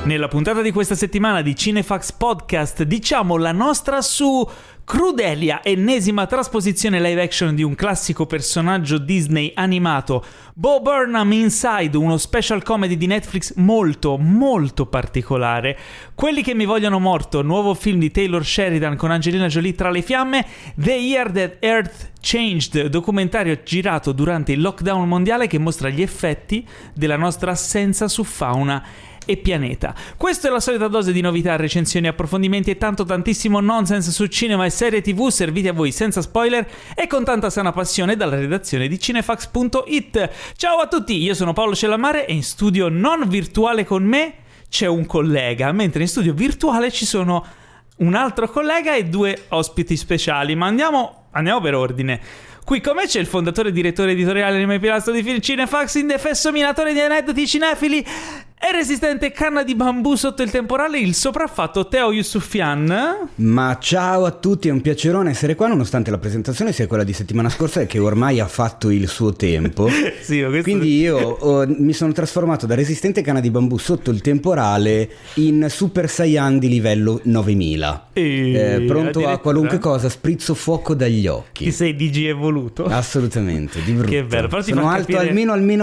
Nella puntata di questa settimana di Cinefax Podcast diciamo la nostra su Crudelia, ennesima trasposizione live action di un classico personaggio Disney animato, Bo Burnham Inside, uno special comedy di Netflix molto molto particolare, Quelli che mi vogliono morto, nuovo film di Taylor Sheridan con Angelina Jolie tra le fiamme, The Year That Earth Changed, documentario girato durante il lockdown mondiale che mostra gli effetti della nostra assenza su fauna e pianeta. Questa è la solita dose di novità, recensioni, approfondimenti e tantissimo nonsense su cinema e serie TV serviti a voi senza spoiler e con tanta sana passione dalla redazione di cinefax.it. Ciao a tutti, io sono Paolo Cellamare e in studio non virtuale con me c'è un collega, mentre in studio virtuale ci sono un altro collega e due ospiti speciali. Ma andiamo per ordine. Qui con me c'è il fondatore e direttore editoriale Anime Pilastro di Film Cinefax, indefesso minatore di aneddoti cinefili e resistente canna di bambù sotto il temporale, il sopraffatto Teo Yusufian. Ma ciao a tutti, è un piacerone essere qua nonostante la presentazione sia quella di settimana scorsa e che ormai ha fatto il suo tempo. Sì, quindi io mi sono trasformato da resistente canna di bambù sotto il temporale in Super Saiyan di livello 9000, pronto a qualunque cosa, sprizzo fuoco dagli occhi. Ti sei DG evoluto? Assolutamente, di brutto. Che bello. Però sono alto capire... almeno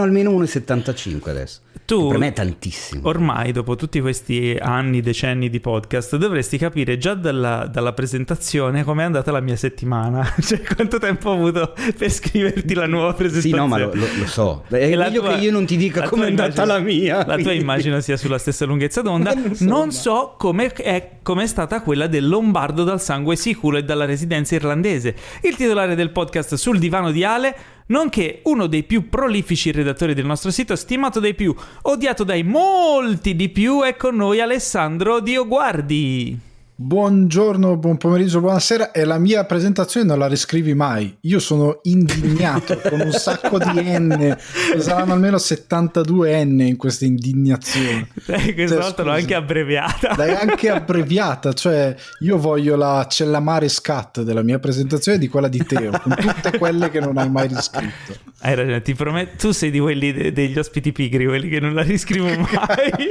1,75 adesso. Tu, per me è tantissimo. Ormai dopo tutti questi anni, decenni di podcast dovresti capire già dalla presentazione com'è andata la mia settimana. Cioè quanto tempo ho avuto per scriverti la nuova presentazione. Sì, no, ma lo so. È meglio che io non ti dica com'è andata la mia. La tua immagino sia sulla stessa lunghezza d'onda. Non so com'è stata quella del lombardo dal sangue sicuro e dalla residenza irlandese, il titolare del podcast Sul divano di Ale, nonché uno dei più prolifici redattori del nostro sito, stimato dai più, odiato dai molti di più. È con noi Alessandro Dioguardi. Buongiorno, buon pomeriggio, buonasera. E la mia presentazione non la riscrivi mai. Io sono indignato con un sacco di N. Saranno almeno 72 N in questa indignazione. Questa volta l'ho anche abbreviata. L'hai anche abbreviata. Cioè io voglio la cellamare scat della mia presentazione di quella di Teo, con tutte quelle che non hai mai riscritto. Hai ragione, ti prometto. Tu sei di quelli degli ospiti pigri, quelli che non la riscrivo mai.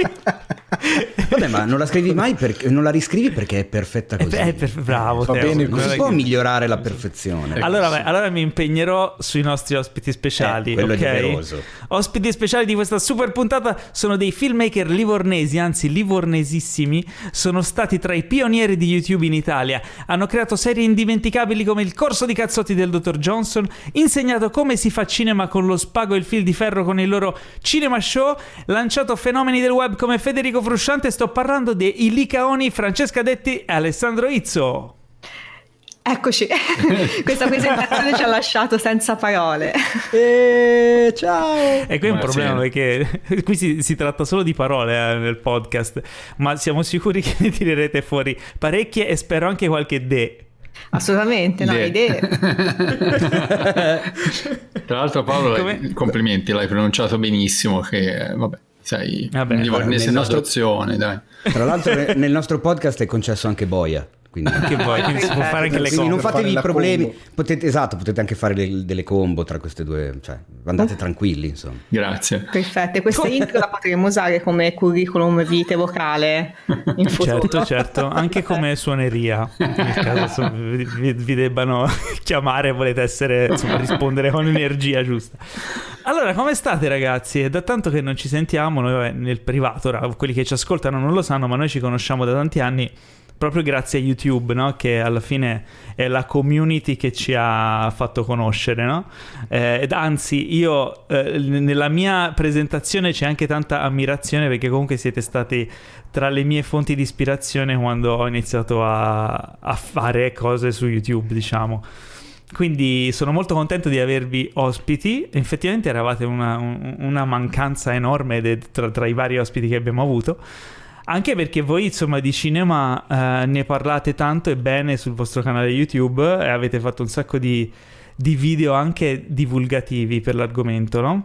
Vabbè, ma non la scrivi mai perché non la riscrivi perché è perfetta così. Bravo, va Teo. bene, non si può migliorare la perfezione. Allora mi impegnerò sui nostri ospiti speciali. Quello ok? è doveroso. Ospiti speciali di questa super puntata sono dei filmmaker livornesi, anzi livornesissimi. Sono stati tra i pionieri di YouTube in Italia. Hanno creato serie indimenticabili come Il corso di cazzotti del Dr. Johnson, insegnato come si fa cinema con lo spago e il fil di ferro con il loro Cinema Show, lanciato fenomeni del web come Federico Frusciante. Sto parlando di Licaoni, Francesca Detti e Alessandro Izzo. Eccoci, questa presentazione ci ha lasciato senza parole. Ciao! E qui è un problema perché qui si tratta solo di parole nel podcast, ma siamo sicuri che ne tirerete fuori parecchie e spero anche qualche de. Assolutamente, no, idee. Tra l'altro Paolo, complimenti, l'hai pronunciato benissimo, che vabbè. Sei un livornese in adozione, dai. Tra l'altro nel nostro podcast è concesso anche boia. Quindi anche voi, quindi si può fare anche le combo. Non fatevi problemi, potete anche fare delle combo tra queste due, cioè andate tranquilli, insomma. Grazie. Perfetto, questa intro la potremmo usare come curriculum vitae vocale in futuro. Certo, anche come suoneria, nel caso vi debbano chiamare e volete rispondere con l'energia giusta. Allora, come state ragazzi? È da tanto che non ci sentiamo, noi nel privato, ora quelli che ci ascoltano non lo sanno, ma noi ci conosciamo da tanti anni proprio grazie a YouTube, no? Che alla fine è la community che ci ha fatto conoscere, no? Ed anzi, io nella mia presentazione c'è anche tanta ammirazione perché comunque siete stati tra le mie fonti di ispirazione quando ho iniziato a fare cose su YouTube, diciamo. Quindi sono molto contento di avervi ospiti. Effettivamente eravate una mancanza enorme tra i vari ospiti che abbiamo avuto, anche perché voi insomma di cinema ne parlate tanto e bene sul vostro canale YouTube e avete fatto un sacco di video anche divulgativi per l'argomento, no?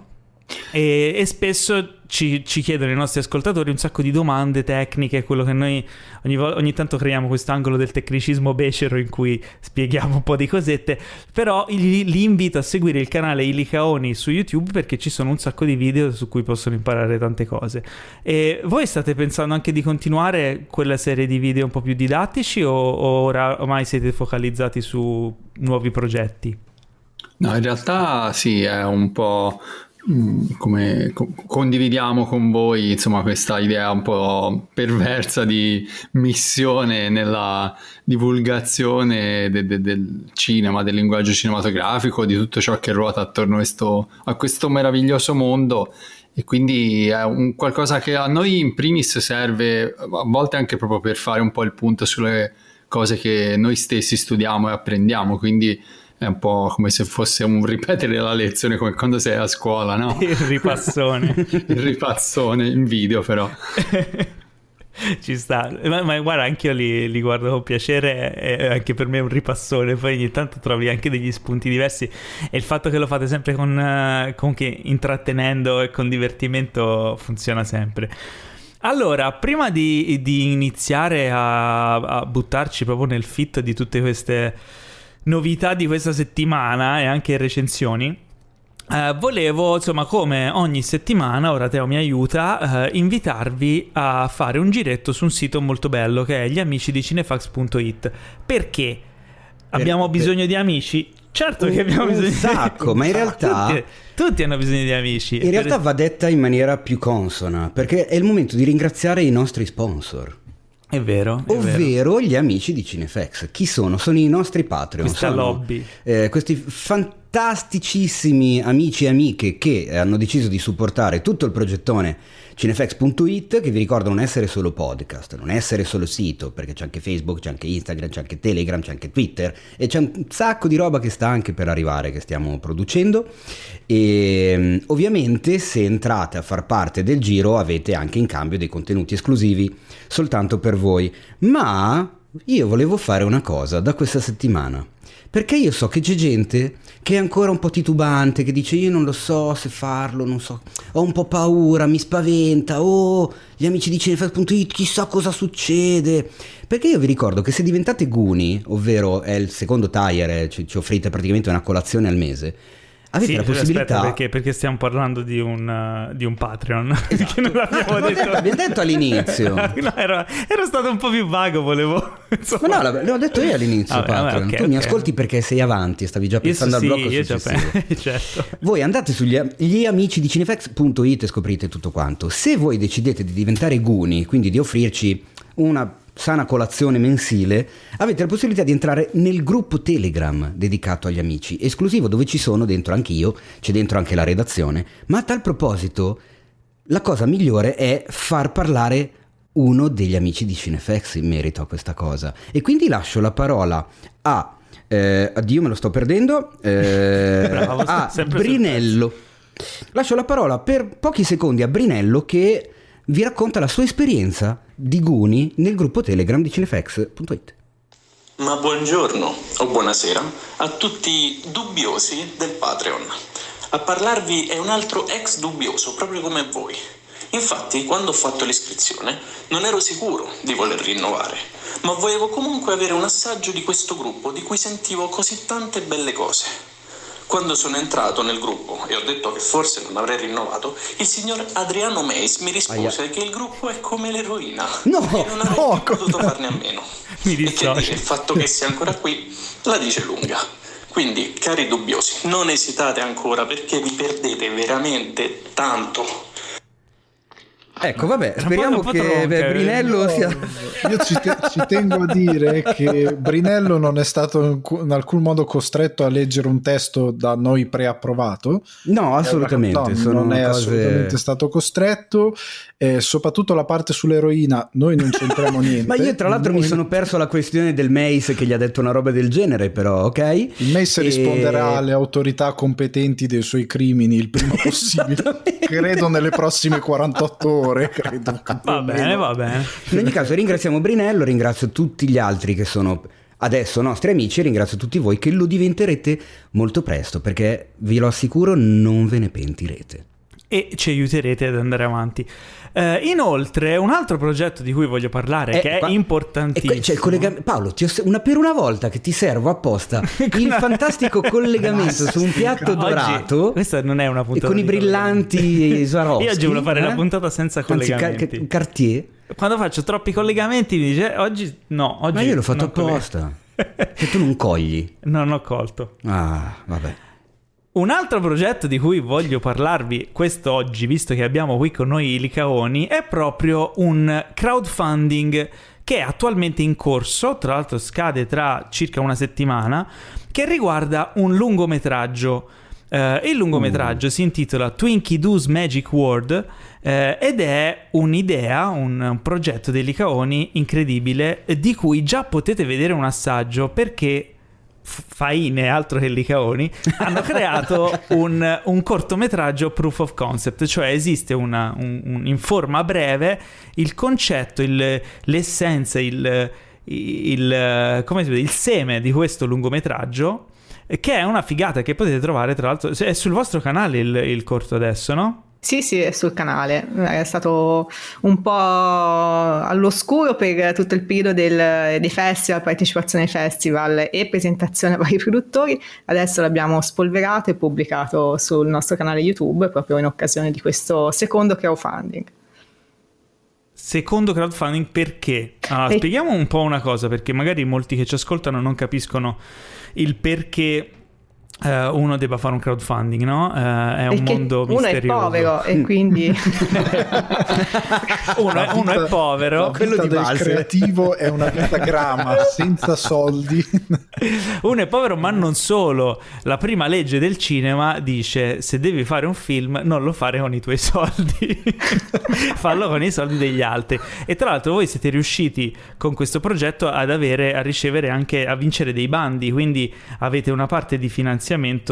e spesso ci chiedono i nostri ascoltatori un sacco di domande tecniche, quello che noi ogni tanto creiamo quest'angolo del tecnicismo becero in cui spieghiamo un po' di cosette, però li invito a seguire il canale I Licaoni su YouTube, perché ci sono un sacco di video su cui possono imparare tante cose. E voi state pensando anche di continuare quella serie di video un po' più didattici, o ora ormai siete focalizzati su nuovi progetti? No, in realtà sì, è un po' come condividiamo con voi, insomma, questa idea un po' perversa di missione nella divulgazione del cinema, del linguaggio cinematografico, di tutto ciò che ruota attorno a questo meraviglioso mondo. E quindi è un qualcosa che a noi in primis serve a volte anche proprio per fare un po' il punto sulle cose che noi stessi studiamo e apprendiamo, quindi è un po' come se fosse un ripetere la lezione, come quando sei a scuola, no? Il ripassone. Il ripassone in video, però. Ci sta, ma guarda, anch'io li guardo con piacere, e anche per me è un ripassone, poi ogni tanto trovi anche degli spunti diversi, e il fatto che lo fate sempre comunque intrattenendo e con divertimento funziona sempre. Allora, prima di iniziare a buttarci proprio nel fit di tutte queste novità di questa settimana e anche recensioni, volevo, insomma, come ogni settimana, ora Teo mi aiuta, invitarvi a fare un giretto su un sito molto bello che è gliamicidicinefax.it. Perché? Abbiamo bisogno di amici? Certo che abbiamo bisogno di sacco, ma in realtà tutti hanno bisogno di amici. In realtà va detta in maniera più consona, perché è il momento di ringraziare i nostri sponsor. È vero. Ovvero gli amici di Cinefax. Chi sono? Sono i nostri Patreon. Questa lobby. Questi fantasticissimi amici e amiche che hanno deciso di supportare tutto il progettone Cinefax.it, che vi ricordo non essere solo podcast, non essere solo sito, perché c'è anche Facebook, c'è anche Instagram, c'è anche Telegram, c'è anche Twitter, e c'è un sacco di roba che sta anche per arrivare, che stiamo producendo. E ovviamente se entrate a far parte del giro avete anche in cambio dei contenuti esclusivi soltanto per voi. Ma io volevo fare una cosa da questa settimana, perché io so che c'è gente che è ancora un po' titubante, che dice io non lo so se farlo, non so, ho un po' paura, mi spaventa, gli amici di Cinefax.it, chissà cosa succede. Perché io vi ricordo che se diventate Guni, ovvero è il secondo tire, ci offrite praticamente una colazione al mese, avete la possibilità. Aspetta, perché stiamo parlando di un Patreon. Esatto. Che non l'abbiamo detto. L'abbiamo detto all'inizio. No, ero stato un po' più vago, volevo. Insomma. Ma no, l'ho detto io all'inizio. Patreon. Okay, tu mi ascolti perché sei avanti, stavi già pensando al blocco successivo. Certo. Voi andate sugli amici di Cinefax.it e scoprite tutto quanto. Se voi decidete di diventare Guni, quindi di offrirci una sana colazione mensile, avete la possibilità di entrare nel gruppo Telegram dedicato agli amici, esclusivo, dove ci sono dentro anche io, c'è dentro anche la redazione. Ma a tal proposito, la cosa migliore è far parlare uno degli amici di Cinefax in merito a questa cosa, e quindi lascio la parola a addio, me lo sto perdendo, bravo, a Brinello. Lascio la parola per pochi secondi a Brinello, che vi racconta la sua esperienza di Guni nel gruppo Telegram di Cinefax.it. Ma buongiorno o buonasera a tutti i dubbiosi del Patreon. A parlarvi è un altro ex dubbioso, proprio come voi. Infatti, quando ho fatto l'iscrizione, non ero sicuro di voler rinnovare, ma volevo comunque avere un assaggio di questo gruppo di cui sentivo così tante belle cose. Quando sono entrato nel gruppo e ho detto che forse non avrei rinnovato, il signor Adriano Meis mi rispose che il gruppo è come l'eroina e non avrei potuto farne a meno. Mi dissocio. E che dire, il fatto che sia ancora qui la dice lunga. Quindi, cari dubbiosi, non esitate ancora, perché vi perdete veramente tanto. Ecco, vabbè, speriamo che Brinello sia... Io ci tengo a dire che Brinello non è stato in alcun modo costretto a leggere un testo da noi preapprovato. No, assolutamente. Non è assolutamente stato costretto. Soprattutto la parte sull'eroina, noi non c'entriamo niente. Ma io tra l'altro mi sono perso la questione del Mace che gli ha detto una roba del genere, però ok. Il Mace risponderà alle autorità competenti dei suoi crimini il prima possibile. Credo nelle prossime 48 ore. Credo. Va bene. In ogni caso ringraziamo Brinello, ringrazio tutti gli altri che sono adesso nostri amici, e ringrazio tutti voi che lo diventerete molto presto, perché vi lo assicuro non ve ne pentirete. e ci aiuterete ad andare avanti. Inoltre, un altro progetto di cui voglio parlare, che è importantissimo. C'è il collegamento. Paolo, per una volta che ti servo apposta il fantastico collegamento su un piatto dorato. Oggi, questa non è una puntata e con i brillanti Swarovski. Io oggi volevo fare la puntata senza collegamenti. Anzi, Cartier. Quando faccio troppi collegamenti mi dice oggi no. Oggi ma io l'ho fatto apposta. Che tu non cogli. Non ho colto. Ah, vabbè. Un altro progetto di cui voglio parlarvi quest'oggi, visto che abbiamo qui con noi i Licaoni, è proprio un crowdfunding che è attualmente in corso, tra l'altro scade tra circa una settimana, che riguarda un lungometraggio. Il lungometraggio si intitola Twinkie Doo's Magic World ed è un'idea, un progetto dei Licaoni incredibile, di cui già potete vedere un assaggio, perché Faine, altro che Licaoni, hanno creato un cortometraggio proof of concept, cioè esiste in forma breve il concetto, l'essenza, come si vede, il seme di questo lungometraggio, che è una figata che potete trovare, tra l'altro è sul vostro canale il corto adesso, no? Sì, è sul canale. È stato un po' all'oscuro per tutto il periodo dei festival, partecipazione ai festival e presentazione a vari produttori. Adesso l'abbiamo spolverato e pubblicato sul nostro canale YouTube proprio in occasione di questo secondo crowdfunding. Secondo crowdfunding perché? Allora, spieghiamo un po' una cosa, perché magari molti che ci ascoltano non capiscono il perché uno debba fare un crowdfunding, no? È un mondo misterioso. Uno è povero e quindi uno è povero. Quello di del creativo è una pentagrama senza soldi. Uno è povero, ma non solo. La prima legge del cinema dice: se devi fare un film, non lo fare con i tuoi soldi, fallo con i soldi degli altri. E tra l'altro voi siete riusciti con questo progetto a ricevere anche, a vincere dei bandi, quindi avete una parte di finanziamento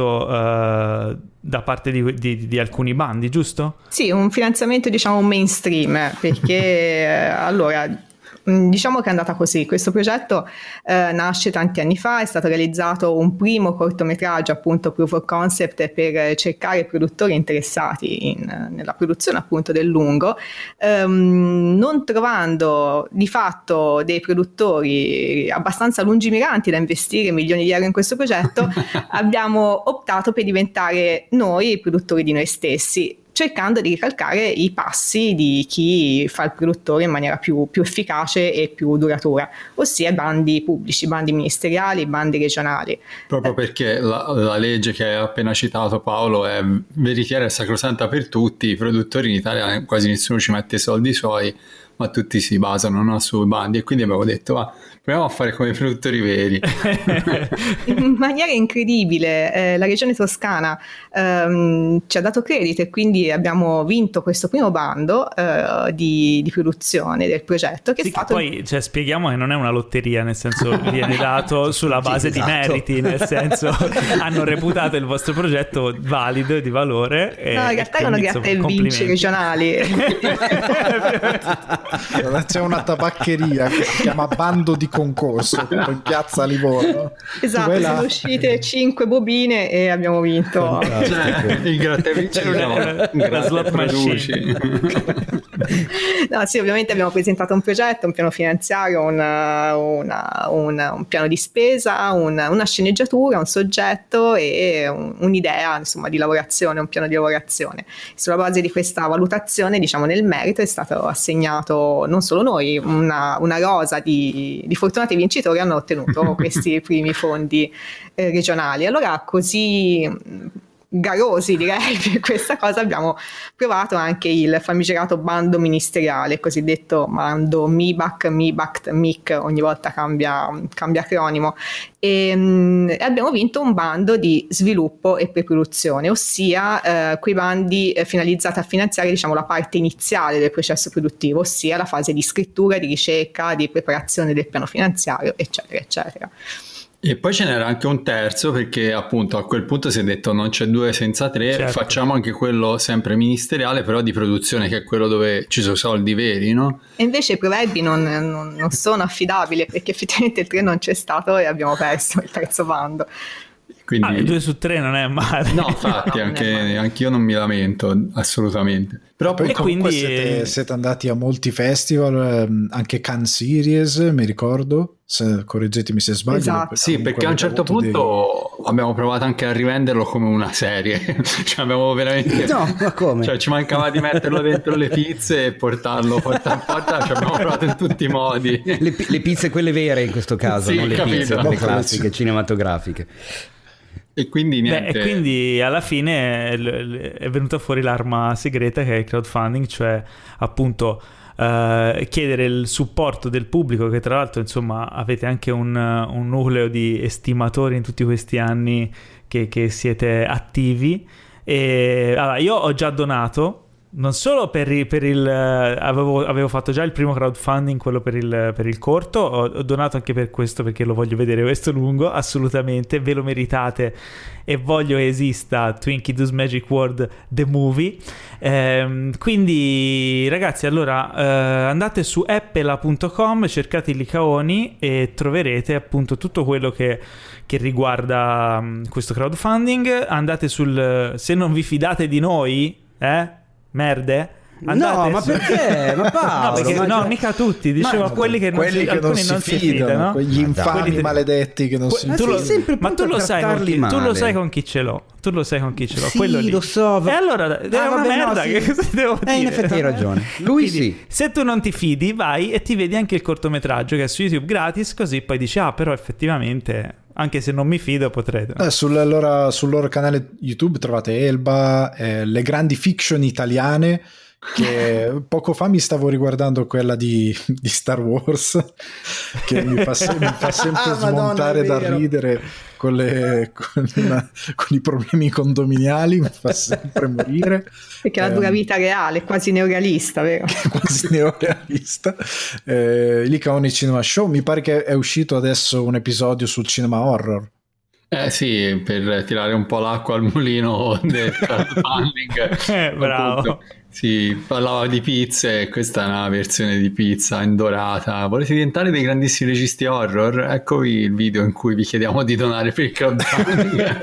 da parte di alcuni bandi, giusto? Sì, un finanziamento diciamo mainstream, perché allora diciamo che è andata così. Questo progetto nasce tanti anni fa, è stato realizzato un primo cortometraggio, appunto proof of concept, per cercare produttori interessati nella produzione appunto del lungo, non trovando di fatto dei produttori abbastanza lungimiranti da investire milioni di euro in questo progetto, abbiamo optato per diventare noi i produttori di noi stessi, cercando di ricalcare i passi di chi fa il produttore in maniera più efficace e più duratura, ossia bandi pubblici, bandi ministeriali, bandi regionali. Proprio perché la legge che hai appena citato, Paolo, è veritiera e sacrosanta per tutti. I produttori in Italia quasi nessuno ci mette i soldi suoi, ma tutti si basano, no, sui bandi, e quindi abbiamo detto proviamo a fare come i produttori veri. In maniera incredibile la regione Toscana ci ha dato credito e quindi abbiamo vinto questo primo bando di produzione del progetto, che sì, è stato... che poi spieghiamo che non è una lotteria, nel senso viene dato sulla base di meriti, nel senso hanno reputato il vostro progetto valido e di valore no, in realtà erano gratte ai vinci regionali. C'è una tabaccheria che si chiama Bando di Concorso in piazza Livorno. Esatto, sono uscite 5 bobine e abbiamo vinto. Il grattavinci una slot machine. No, sì, ovviamente abbiamo presentato un progetto, un piano finanziario, un piano di spesa, una sceneggiatura, un soggetto e un'idea, insomma, di lavorazione, un piano di lavorazione. Sulla base di questa valutazione, diciamo, nel merito è stato assegnato non solo noi, una rosa di fortunati vincitori hanno ottenuto questi primi fondi regionali. Allora, così garosi, direi, per questa cosa abbiamo provato anche il famigerato bando ministeriale, cosiddetto bando MIBACT, ogni volta cambia acronimo, e abbiamo vinto un bando di sviluppo e preproduzione, ossia quei bandi finalizzati a finanziare, diciamo, la parte iniziale del processo produttivo, ossia la fase di scrittura, di ricerca, di preparazione del piano finanziario, eccetera, eccetera. E poi ce n'era anche un terzo, perché appunto a quel punto si è detto non c'è due senza tre, certo. Facciamo anche quello sempre ministeriale, però di produzione, che è quello dove ci sono soldi veri, no? E invece i proverbi non sono affidabili, perché effettivamente il 3 non c'è stato e abbiamo perso il terzo bando. Quindi 2 su 3 non è male. no, infatti anch'io non mi lamento assolutamente. Però poi comunque quindi siete andati a molti festival, anche Cannes Series, mi ricordo, correggetemi se sbaglio. Esatto. Sì, perché a un certo punto abbiamo provato anche a rivenderlo come una serie. Cioè abbiamo veramente... No, ma come? Cioè ci mancava di metterlo dentro le pizze e portarlo porta in porta, ci abbiamo provato in tutti i modi. Le pizze quelle vere in questo caso, Sì, non le capito. pizze quelle classiche cinematografiche. E quindi niente. E quindi alla fine è venuta fuori l'arma segreta che è il crowdfunding, cioè appunto chiedere il supporto del pubblico, che tra l'altro insomma avete anche un nucleo di estimatori in tutti questi anni che siete attivi. E allora, io ho già donato, non solo per il avevo fatto già il primo crowdfunding, quello per il corto, ho donato anche per questo, perché lo voglio vedere questo lungo, assolutamente, ve lo meritate e voglio che esista Twinkie Does Magic World The Movie. Quindi ragazzi, allora andate su appela.com, cercate i Licaoni e troverete appunto tutto quello che riguarda questo crowdfunding. Andate se non vi fidate di noi, merde, andate no, ma perché? Ma Paolo, no, perché mica tutti, dicevo quelli che non si fidano, quegli infami maledetti che non si fidano. Ma tu lo sai con chi ce l'ho. Tu lo sai con chi ce l'ho. Sì, quello lì. lo so. E allora è una merda, sì. che cosa devo dire? In effetti hai ragione. Lui Quindi, sì. se tu non ti fidi, vai e ti vedi anche il cortometraggio che è su YouTube gratis, così poi dici però effettivamente, anche se non mi fido, potrei. Sul loro canale YouTube trovate Elba, le grandi fiction italiane, che poco fa mi stavo riguardando quella di Star Wars, che mi fa sempre smontare da ridere con i problemi condominiali, mi fa sempre morire. Perché la dura vita reale, quasi neorealista, vero? Quasi neorealista. Licaoni Cinema Show, mi pare che è uscito adesso un episodio sul cinema horror. Sì, per tirare un po' l'acqua al mulino del crowdfunding. Bravo. Appunto, si parlava di pizze e questa è una versione di pizza indorata. Volete diventare dei grandissimi registi horror? Eccovi il video in cui vi chiediamo di donare per il crowdfunding.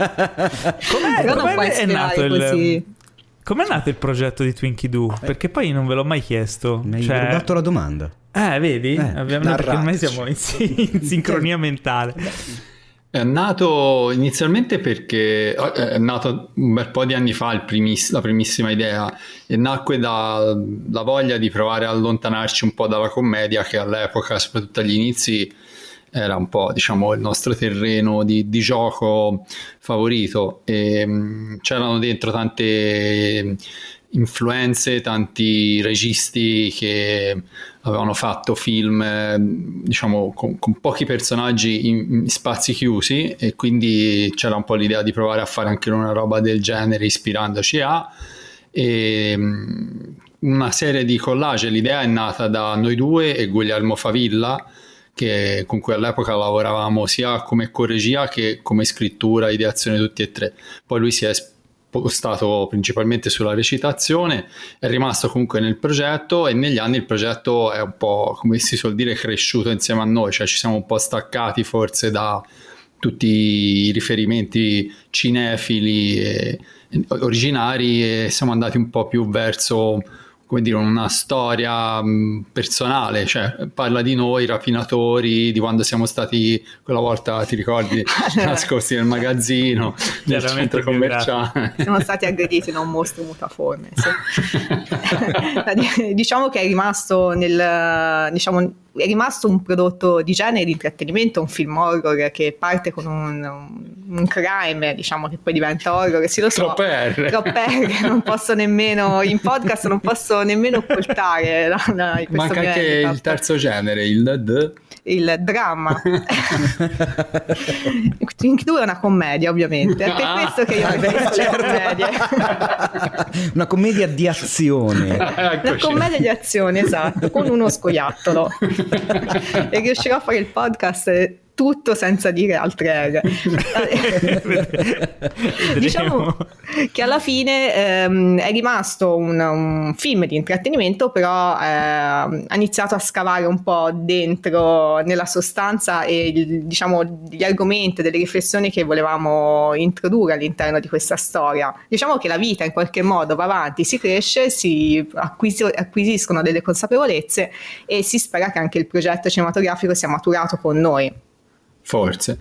Com'è nato il progetto di Twinkie Doo? Perché poi non ve l'ho mai chiesto. Mi hai rubato la domanda. Vedi? Ovviamente perché ormai siamo in sincronia mentale. È nato inizialmente perché è nato un bel po' di anni fa la primissima idea, e nacque dalla voglia di provare a allontanarci un po' dalla commedia, che all'epoca, soprattutto agli inizi, era un po', diciamo, il nostro terreno di gioco favorito, e c'erano dentro tante influenze, tanti registi che avevano fatto film, diciamo, con pochi personaggi in spazi chiusi, e quindi c'era un po' l'idea di provare a fare anche una roba del genere ispirandoci una serie di collage. L'idea è nata da noi due e Guglielmo Favilla, con cui all'epoca lavoravamo sia come co-regia che come scrittura, ideazione, tutti e tre. Poi lui si è spostato principalmente sulla recitazione, è rimasto comunque nel progetto, e negli anni il progetto è un po', come si suol dire, cresciuto insieme a noi, cioè ci siamo un po' staccati forse da tutti i riferimenti cinefili e originari, e siamo andati un po' più verso, come dire, una storia personale, cioè parla di noi rapinatori, di quando siamo stati quella volta, ti ricordi, nascosti nel magazzino, nel centro commerciale. Siamo stati aggrediti da un mostro mutaforme, sì. Diciamo che è rimasto è rimasto un prodotto di genere, di intrattenimento, un film horror che parte con un crime, diciamo, che poi diventa horror. Sì, lo so, Troppo R, non posso nemmeno, in podcast non posso nemmeno occultare manca anche il terzo genere, il dramma. Twinkie Doo è una commedia, ovviamente, è per questo che io preferisco le commedie. Una commedia di azione. Una commedia di azione, esatto, con uno scoiattolo. E riuscirò a fare il podcast tutto senza dire altre R. Diciamo che alla fine è rimasto un film di intrattenimento, però ha iniziato a scavare un po' dentro nella sostanza e diciamo gli argomenti, delle riflessioni che volevamo introdurre all'interno di questa storia. Diciamo che la vita in qualche modo va avanti, si cresce, si acquisiscono delle consapevolezze e si spera che anche il progetto cinematografico sia maturato con noi. Forse.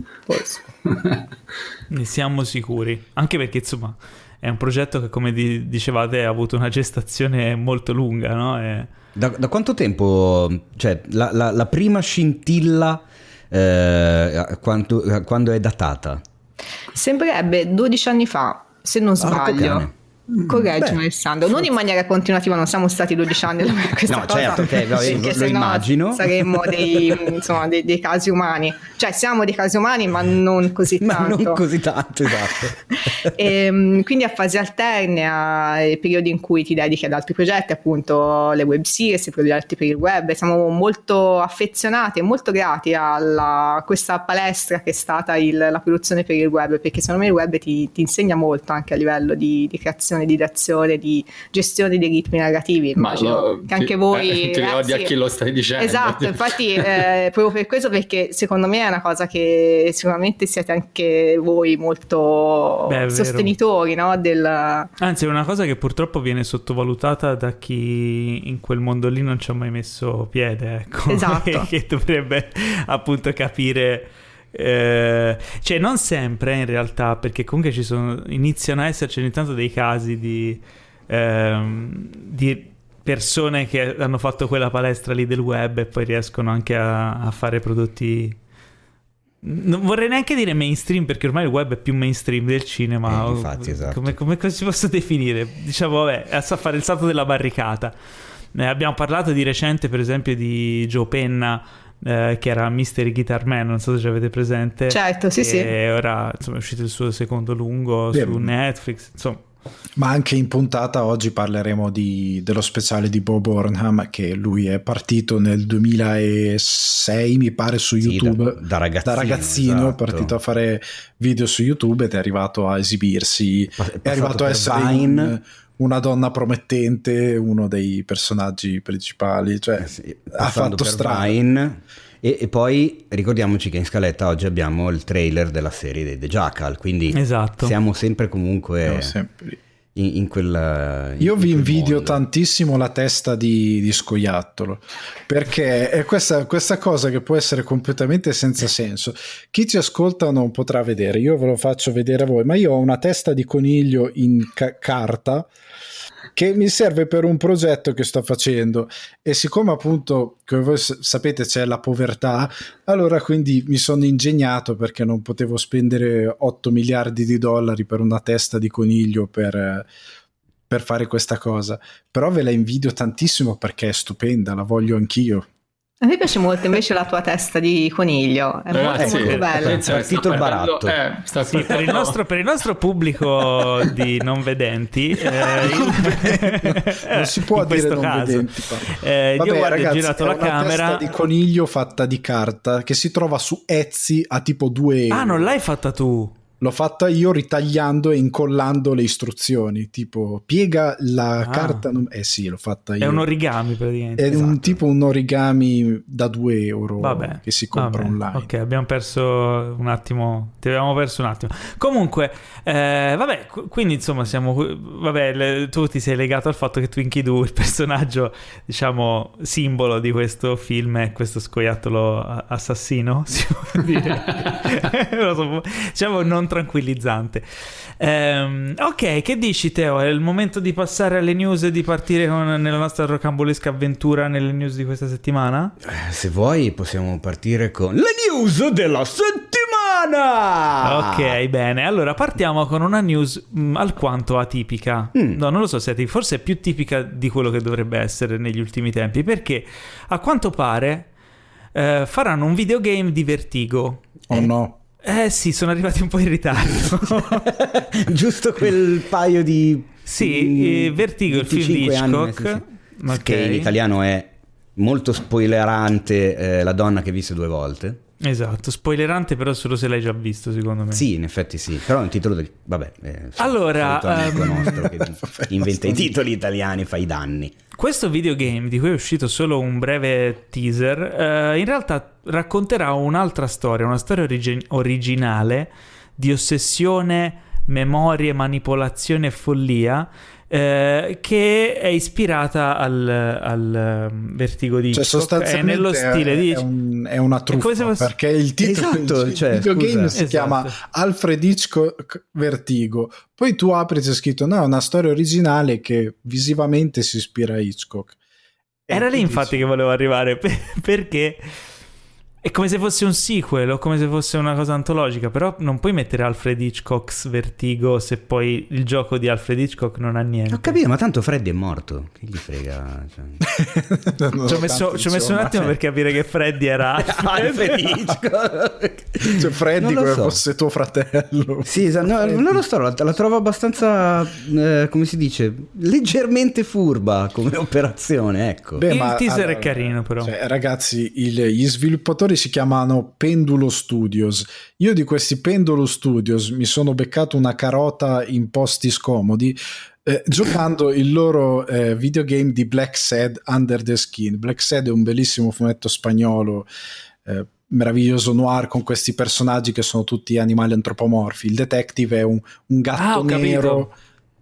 Ne siamo sicuri, anche perché insomma è un progetto che, come dicevate, ha avuto una gestazione molto lunga, no? Da quanto tempo, cioè la prima scintilla quando è datata? Sembrerebbe 12 anni fa, se non sbaglio. Correggimi Alessandro, non in maniera continuativa, non siamo stati 12 anni a questa no, cosa, certo, perché lo immagino. Saremmo dei casi umani, cioè siamo dei casi umani ma non così tanto. Non così tanto, esatto. Quindi a fasi alterne, ai periodi in cui ti dedichi ad altri progetti, appunto le web series, i progetti per il web, siamo molto affezionati e molto grati a questa palestra che è stata la produzione per il web, perché secondo me il web ti insegna molto anche a livello di creazione, di direzione, di gestione dei ritmi narrativi. Che anche voi ti ricordi a chi lo stai dicendo. Esatto, infatti proprio per questo, perché secondo me è una cosa che sicuramente siete anche voi molto sostenitori, no? Anzi, è una cosa che purtroppo viene sottovalutata da chi in quel mondo lì non ci ha mai messo piede, ecco. Esatto. Che dovrebbe appunto capire. Cioè non sempre in realtà, perché comunque iniziano a esserci ogni tanto dei casi di persone che hanno fatto quella palestra lì del web e poi riescono anche a fare prodotti, non vorrei neanche dire mainstream, perché ormai il web è più mainstream del cinema. Infatti, esatto. Come si possa definire? Diciamo, sa fare il salto della barricata. Abbiamo parlato di recente, per esempio, di Joe Penna, che era Mystery Guitar Man, non so se ci avete presente. Certo, sì, sì. E ora insomma è uscito il suo secondo lungo su Netflix, insomma. Ma anche in puntata oggi parleremo dello speciale di Bo Burnham, che lui è partito nel 2006 mi pare su YouTube, da ragazzino, esatto. È partito a fare video su YouTube ed è arrivato a esibirsi, è arrivato a essere una donna promettente, uno dei personaggi principali, cioè ha fatto strano. E poi ricordiamoci che in scaletta oggi abbiamo il trailer della serie dei The Jackal, quindi esatto. Siamo sempre comunque in quel io vi invidio tantissimo la testa di Scoiattolo, perché è questa cosa che può essere completamente senza senso. Chi ci ascolta non potrà vedere, io ve lo faccio vedere a voi, ma io ho una testa di coniglio in carta che mi serve per un progetto che sto facendo, e siccome appunto, come voi sapete, c'è la povertà, allora quindi mi sono ingegnato, perché non potevo spendere 8 miliardi di dollari per una testa di coniglio per fare questa cosa, però ve la invidio tantissimo perché è stupenda, la voglio anch'io. A me piace molto invece la tua testa di coniglio, è molto bella. È partito il baratto. Per il nostro pubblico di non vedenti, non si può dire non caso, vedenti. Io guardo, ho girato la camera. È una testa di coniglio fatta di carta che si trova su Etsy a tipo 2 euro. Ah, non l'hai fatta tu? L'ho fatta io ritagliando e incollando le istruzioni, tipo piega la carta. Sì, l'ho fatta io. È un origami praticamente. È un origami da 2 euro. Vabbè, che si compra online. Ok, abbiamo perso un attimo. Ti avevamo perso un attimo. Comunque, vabbè, quindi insomma tu ti sei legato al fatto che Twinkie Doo, il personaggio, diciamo, simbolo di questo film, è questo scoiattolo assassino, si può dire. Diciamo non tranquillizzante. Ok, che dici Teo? È il momento di passare alle news e di partire nella nostra rocambolesca avventura nelle news di questa settimana? Se vuoi possiamo partire con le news della settimana! Ok, bene. Allora partiamo con una news alquanto atipica. No, non lo so se forse è più tipica di quello che dovrebbe essere negli ultimi tempi, perché a quanto pare faranno un videogame di Vertigo. Oh no. Sì, sono arrivati un po' in ritardo. Giusto quel paio di... Sì, Vertigo, il film di Hitchcock. Anni, sì. Che in italiano è molto spoilerante, La donna che visse 2 volte. Esatto, spoilerante però solo se l'hai già visto, secondo me. Sì, in effetti sì, però è un titolo del... Vabbè, allora, amico nostro che inventa i titoli italiani, fa i danni. Questo videogame, di cui è uscito solo un breve teaser, in realtà racconterà un'altra storia, una storia originale di ossessione, memorie, manipolazione e follia, che è ispirata al Vertigo di Hitchcock. Sostanzialmente è nello stile di è una truffa, perché il titolo del videogame si chiama Alfred Hitchcock Vertigo, poi tu apri e c'è scritto no, è una storia originale che visivamente si ispira a Hitchcock. Era lì infatti che volevo arrivare, perché è come se fosse un sequel o come se fosse una cosa antologica, però non puoi mettere Alfred Hitchcock's Vertigo se poi il gioco di Alfred Hitchcock non ha niente. Ho capito, ma tanto Freddy è morto, che gli frega? Ci ho messo un attimo per capire che Freddy era Alfred Hitchcock. Cioè Freddy come fosse tuo fratello. Sì, no, non lo so, la trovo abbastanza, come si dice, leggermente furba come operazione, ecco. Il teaser è carino però. Cioè, ragazzi, gli sviluppatori si chiamano Pendulo Studios. Io di questi Pendulo Studios mi sono beccato una carota in posti scomodi giocando il loro videogame di Black Sad Under the Skin. Black Sad è un bellissimo fumetto spagnolo, meraviglioso noir con questi personaggi che sono tutti animali antropomorfi. Il detective è un gatto nero.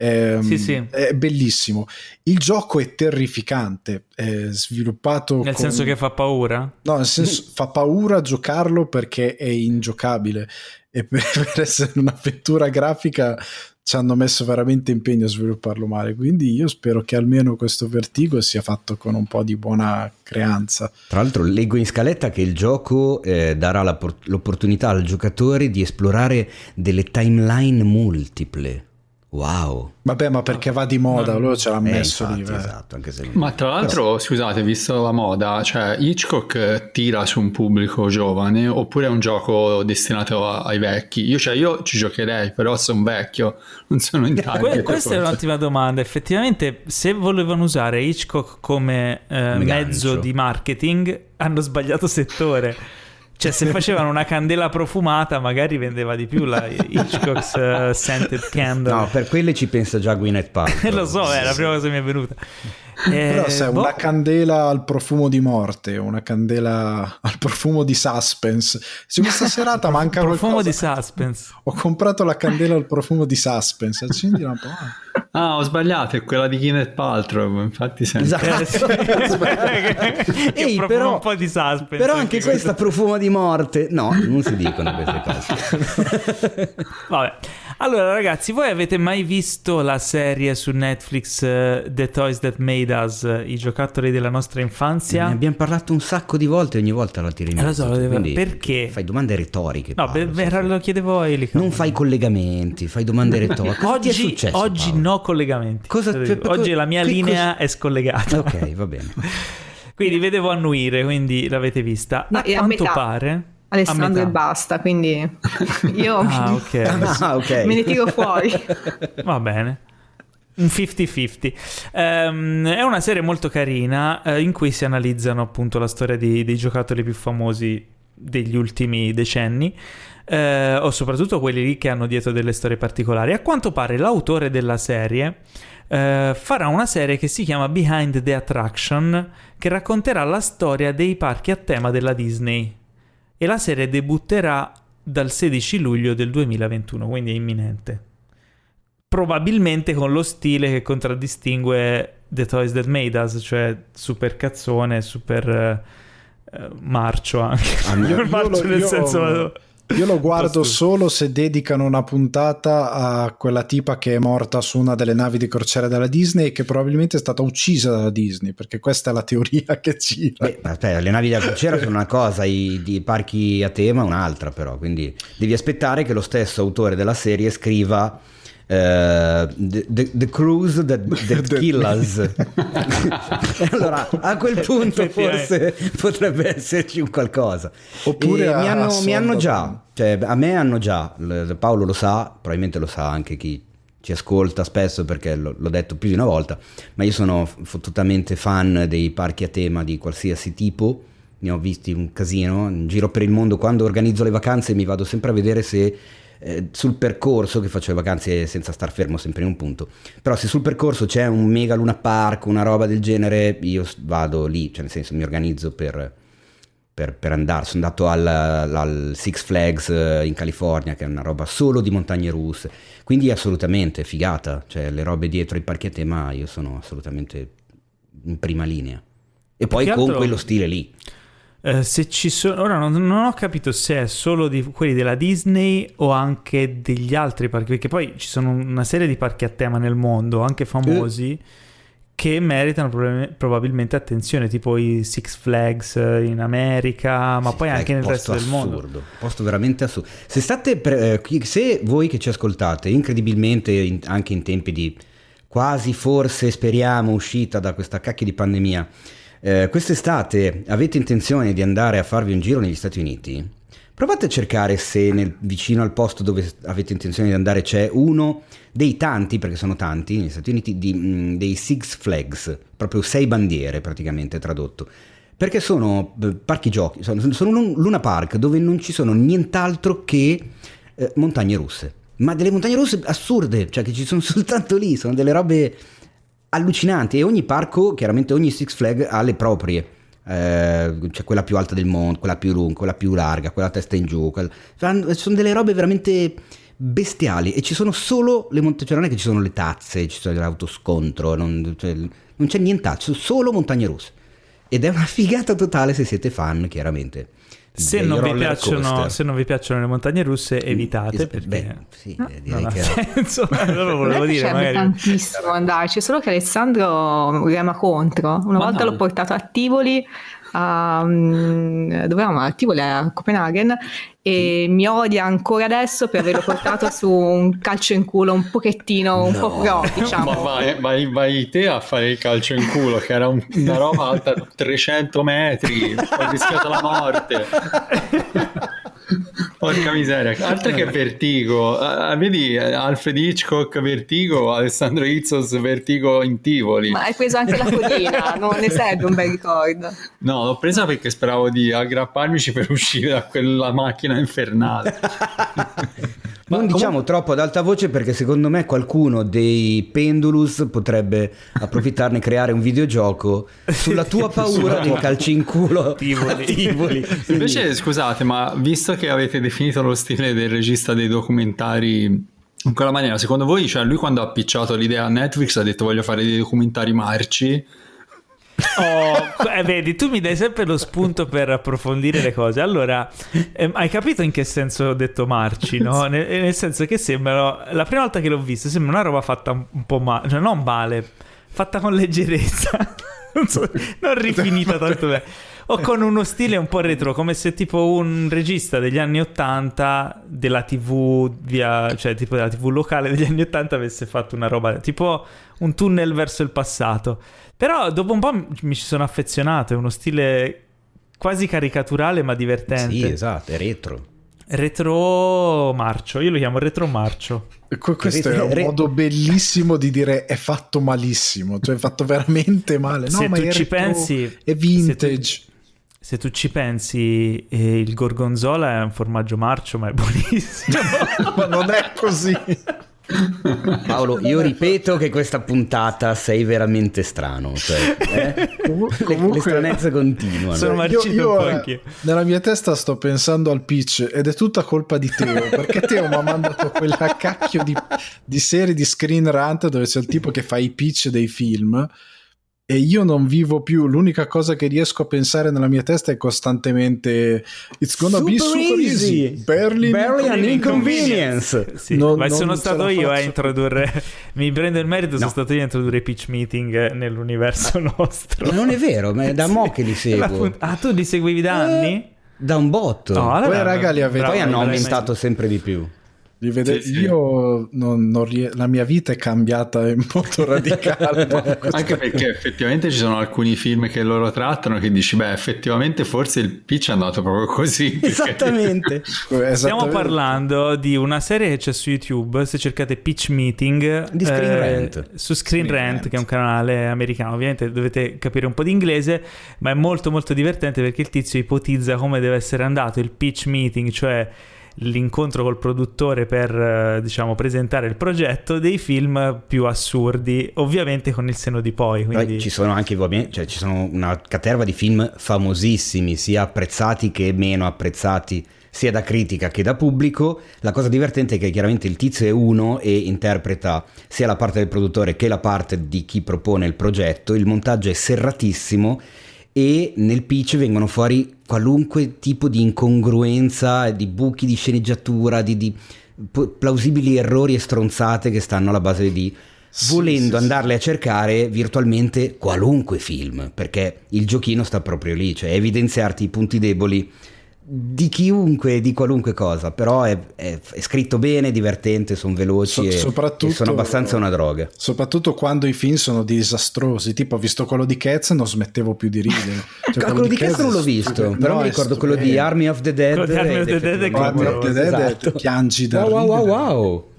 Sì. È bellissimo. Il gioco è terrificante, è sviluppato nel senso che fa paura? No, nel senso fa paura giocarlo perché è ingiocabile, e per essere un'avventura grafica ci hanno messo veramente impegno a svilupparlo male, quindi io spero che almeno questo Vertigo sia fatto con un po' di buona creanza. Tra l'altro leggo in scaletta che il gioco darà l'opportunità al giocatore di esplorare delle timeline multiple. Wow. Vabbè, ma perché va di moda, loro ce l'ha messo infatti, lì. Esatto, anche se... Ma tra l'altro, scusate, visto la moda, cioè Hitchcock tira su un pubblico giovane oppure è un gioco destinato ai vecchi? Io ci giocherei, però sono vecchio, non sono in target. Questa è un'ottima domanda. Effettivamente, se volevano usare Hitchcock come mezzo di marketing, hanno sbagliato settore. Cioè, se facevano una candela profumata, magari vendeva di più la Hitchcock's Scented Candle. No, per quelle ci pensa già Gwyneth Paltrow. Lo so, è la prima cosa che mi è venuta. Però sai, una candela al profumo di morte, una candela al profumo di suspense. Se questa serata manca profumo qualcosa, di suspense. Ho comprato la candela al profumo di suspense. Accendila un po'. Ah, ho sbagliato, è quella di Gwyneth Paltrow, infatti sento. Esatto. Ehi, però un po' di suspense. Però anche questa profumo di morte. No, non si dicono queste cose. Vabbè. Allora ragazzi, voi avete mai visto la serie su Netflix The Toys That Made Us, i giocattoli della nostra infanzia? Ne abbiamo parlato un sacco di volte e ogni volta la tiri in mezzo. Lo so, perché? Fai domande retoriche. No, Paolo, lo chiedevo a Elica. Non fai collegamenti, fai domande retoriche. Oggi, è successo, oggi no collegamenti. Oggi la mia linea è scollegata. Ok, va bene. Quindi vedevo annuire, quindi l'avete vista. No, a quanto pare... Alessandro e basta, quindi io ok. me ne tiro fuori. Va bene. Un 50-50. È una serie molto carina in cui si analizzano appunto la storia dei giocattoli più famosi degli ultimi decenni, o soprattutto quelli lì che hanno dietro delle storie particolari. A quanto pare l'autore della serie farà una serie che si chiama Behind the Attraction, che racconterà la storia dei parchi a tema della Disney, e la serie debutterà dal 16 luglio del 2021, quindi è imminente. Probabilmente con lo stile che contraddistingue The Toys That Made Us, cioè super cazzone, super marcio anche. Io lo guardo solo se dedicano una puntata a quella tipa che è morta su una delle navi di crociera della Disney e che probabilmente è stata uccisa dalla Disney, perché questa è la teoria che gira. Aspetta, le navi da crociera sono una cosa, i parchi a tema un'altra, però, quindi devi aspettare che lo stesso autore della serie scriva the cruise that kill us. Allora a quel punto forse potrebbe esserci un qualcosa. Oppure mi hanno già, cioè a me hanno già, Paolo lo sa, probabilmente lo sa anche chi ci ascolta spesso perché l'ho detto più di una volta, ma io sono fottutamente fan dei parchi a tema di qualsiasi tipo, ne ho visti un casino in giro per il mondo. Quando organizzo le vacanze mi vado sempre a vedere se sul percorso, che faccio le vacanze senza star fermo sempre in un punto, però se sul percorso c'è un mega Luna Park, una roba del genere, io vado lì, cioè nel senso mi organizzo per andare. Sono andato al Six Flags in California, che è una roba solo di montagne russe, quindi assolutamente figata, cioè le robe dietro i parchi a tema io sono assolutamente in prima linea, e poi con altro, quello stile lì. Se ci sono, ora non ho capito se è solo di quelli della Disney o anche degli altri parchi, perché poi ci sono una serie di parchi a tema nel mondo, anche famosi, che meritano probabilmente attenzione, tipo i Six Flags in America, ma Six poi anche nel resto del mondo. Posto veramente assurdo. Se voi che ci ascoltate, incredibilmente anche in tempi di quasi, forse speriamo, uscita da questa cacchio di pandemia, quest'estate avete intenzione di andare a farvi un giro negli Stati Uniti, provate a cercare se vicino al posto dove avete intenzione di andare c'è uno dei tanti, perché sono tanti negli Stati Uniti, dei Six Flags, proprio 6 bandiere praticamente tradotto, perché sono parchi giochi, sono un Luna Park dove non ci sono nient'altro che montagne russe, ma delle montagne russe assurde, cioè che ci sono soltanto lì, sono delle robe allucinanti, e ogni parco, chiaramente ogni Six Flag ha le proprie, c'è quella più alta del mondo, quella più lunga, quella più larga, quella a testa in giù, sono delle robe veramente bestiali, e ci sono solo le montagne, cioè non è che ci sono le tazze, ci sono l'autoscontro, non c'è nient'altro, solo montagne russe, ed è una figata totale se siete fan, chiaramente. Se non vi piacciono le montagne russe, evitate, perché sì, direi non che ha senso. Lo volevo dire, magari tantissimo andarci, solo che Alessandro rema contro. Una volta l'ho portato a Tivoli, dove eravamo? A Tivoli, a Copenaghen, e mi odia ancora adesso per averlo portato su un calcio in culo un pochettino, un po' pro, diciamo. Ma vai te a fare il calcio in culo, che era una roba alta 300 metri, ho rischiato la morte. Porca miseria, altro che Vertigo, vedi Alfred Hitchcock Vertigo, Alessandro Izzos Vertigo in Tivoli. Ma hai preso anche la codina, non ne serve un bel ricordo? No, l'ho presa perché speravo di aggrapparmici per uscire da quella macchina infernale. Non diciamo troppo ad alta voce, perché secondo me qualcuno dei Pendulous potrebbe approfittarne e creare un videogioco sulla tua paura del calcio in culo Tivoli. Invece scusate, ma visto che avete definito lo stile del regista dei documentari in quella maniera, secondo voi, cioè lui quando ha appicciato l'idea a Netflix ha detto voglio fare dei documentari marci? Vedi, tu mi dai sempre lo spunto per approfondire le cose. Allora, hai capito in che senso ho detto marci, no? Nel senso che sembra, la prima volta che l'ho visto, sembra una roba fatta un po' male, cioè non male, fatta con leggerezza, non rifinita tanto bene, o con uno stile un po' retro, come se tipo un regista degli anni 80 della TV cioè tipo della TV locale degli anni 80 avesse fatto una roba tipo un tunnel verso il passato. Però dopo un po' mi ci sono affezionato, è uno stile quasi caricaturale ma divertente. Sì, esatto, è retro marcio, io lo chiamo retro marcio. Questo è un modo bellissimo di dire è fatto malissimo, cioè è fatto veramente male. No, se ma tu è ci pensi, è vintage. Se tu ci pensi, il gorgonzola è un formaggio marcio, ma è buonissimo. Ma non è così. Paolo, io ripeto che questa puntata sei veramente strano, cioè, comunque, le stranezze continuano. Sono marcito un po' anch'io. Nella mia testa sto pensando al pitch ed è tutta colpa di Teo, perché Teo mi ha mandato quella cacchio di serie di Screen Rant dove c'è il tipo che fa i pitch dei film e io non vivo più. L'unica cosa che riesco a pensare nella mia testa è costantemente It's gonna be super easy. Barely an inconvenience. Sì, ma sono stato io a introdurre, mi prendo il merito, sono stato io a introdurre i pitch meeting nell'universo nostro. Non è vero, ma è da mo' che li seguo. Tu li seguivi da anni? Da un botto. Poi raga li avete. Poi hanno aumentato sempre di più. Io la mia vita è cambiata in modo radicale. Anche perché effettivamente ci sono alcuni film che loro trattano che dici, beh, effettivamente forse il pitch è andato proprio così. Esattamente. Stiamo parlando di una serie che c'è su YouTube, se cercate Pitch Meeting di Screen Rant. Su Screen Rant, che è un canale americano. Ovviamente dovete capire un po' di inglese, ma è molto molto divertente perché il tizio ipotizza come deve essere andato il pitch meeting, cioè l'incontro col produttore per diciamo presentare il progetto dei film più assurdi, ovviamente con il senno di poi. Quindi ci sono anche ci sono una caterva di film famosissimi, sia apprezzati che meno apprezzati, sia da critica che da pubblico. La cosa divertente è che chiaramente il tizio è uno e interpreta sia la parte del produttore che la parte di chi propone il progetto. Il montaggio è serratissimo e nel pitch vengono fuori qualunque tipo di incongruenza, di buchi di sceneggiatura, di plausibili errori e stronzate che stanno alla base di volendo andarle a cercare virtualmente qualunque film, perché il giochino sta proprio lì, cioè evidenziarti i punti deboli di chiunque, di qualunque cosa, però è scritto bene, divertente, sono veloci e sono abbastanza una droga. Soprattutto quando i film sono disastrosi, tipo ho visto quello di Cats e non smettevo più di ridere. Quello di Cats non l'ho visto, però mi ricordo quello di Army of the Dead. Army of the Dead piangi da wow.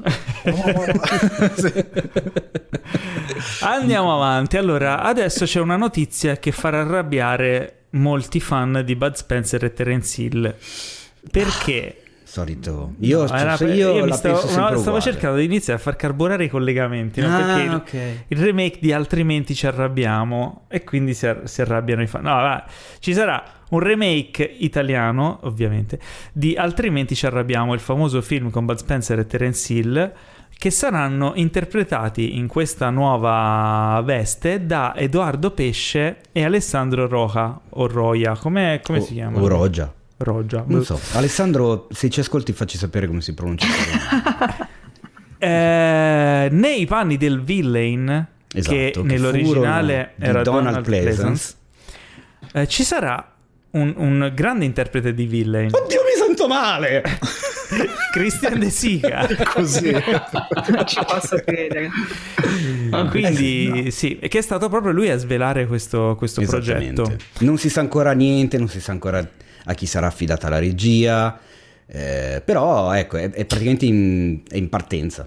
Andiamo avanti. Allora, adesso c'è una notizia che farà arrabbiare molti fan di Bud Spencer e Terence Hill. Perché? Solito. Stavo cercando di iniziare a far carburare i collegamenti, no? Perché il remake di Altrimenti ci arrabbiamo e quindi si arrabbiano i fan. No, ci sarà un remake italiano, ovviamente, di Altrimenti ci arrabbiamo, il famoso film con Bud Spencer e Terence Hill, che saranno interpretati in questa nuova veste da Edoardo Pesce e Alessandro Roja o Roja, come si chiama? O Roja. Non so. Alessandro, se ci ascolti facci sapere come si pronuncia. Nei panni del villain, esatto, che nell'originale era Donald Pleasance, ci sarà un grande interprete di villain. Oddio, mi sento male! Christian De Sica. Così non ci posso credere. Quindi sì, che è stato proprio lui a svelare questo progetto. Non si sa ancora niente, non si sa ancora a chi sarà affidata la regia, però ecco è praticamente in partenza.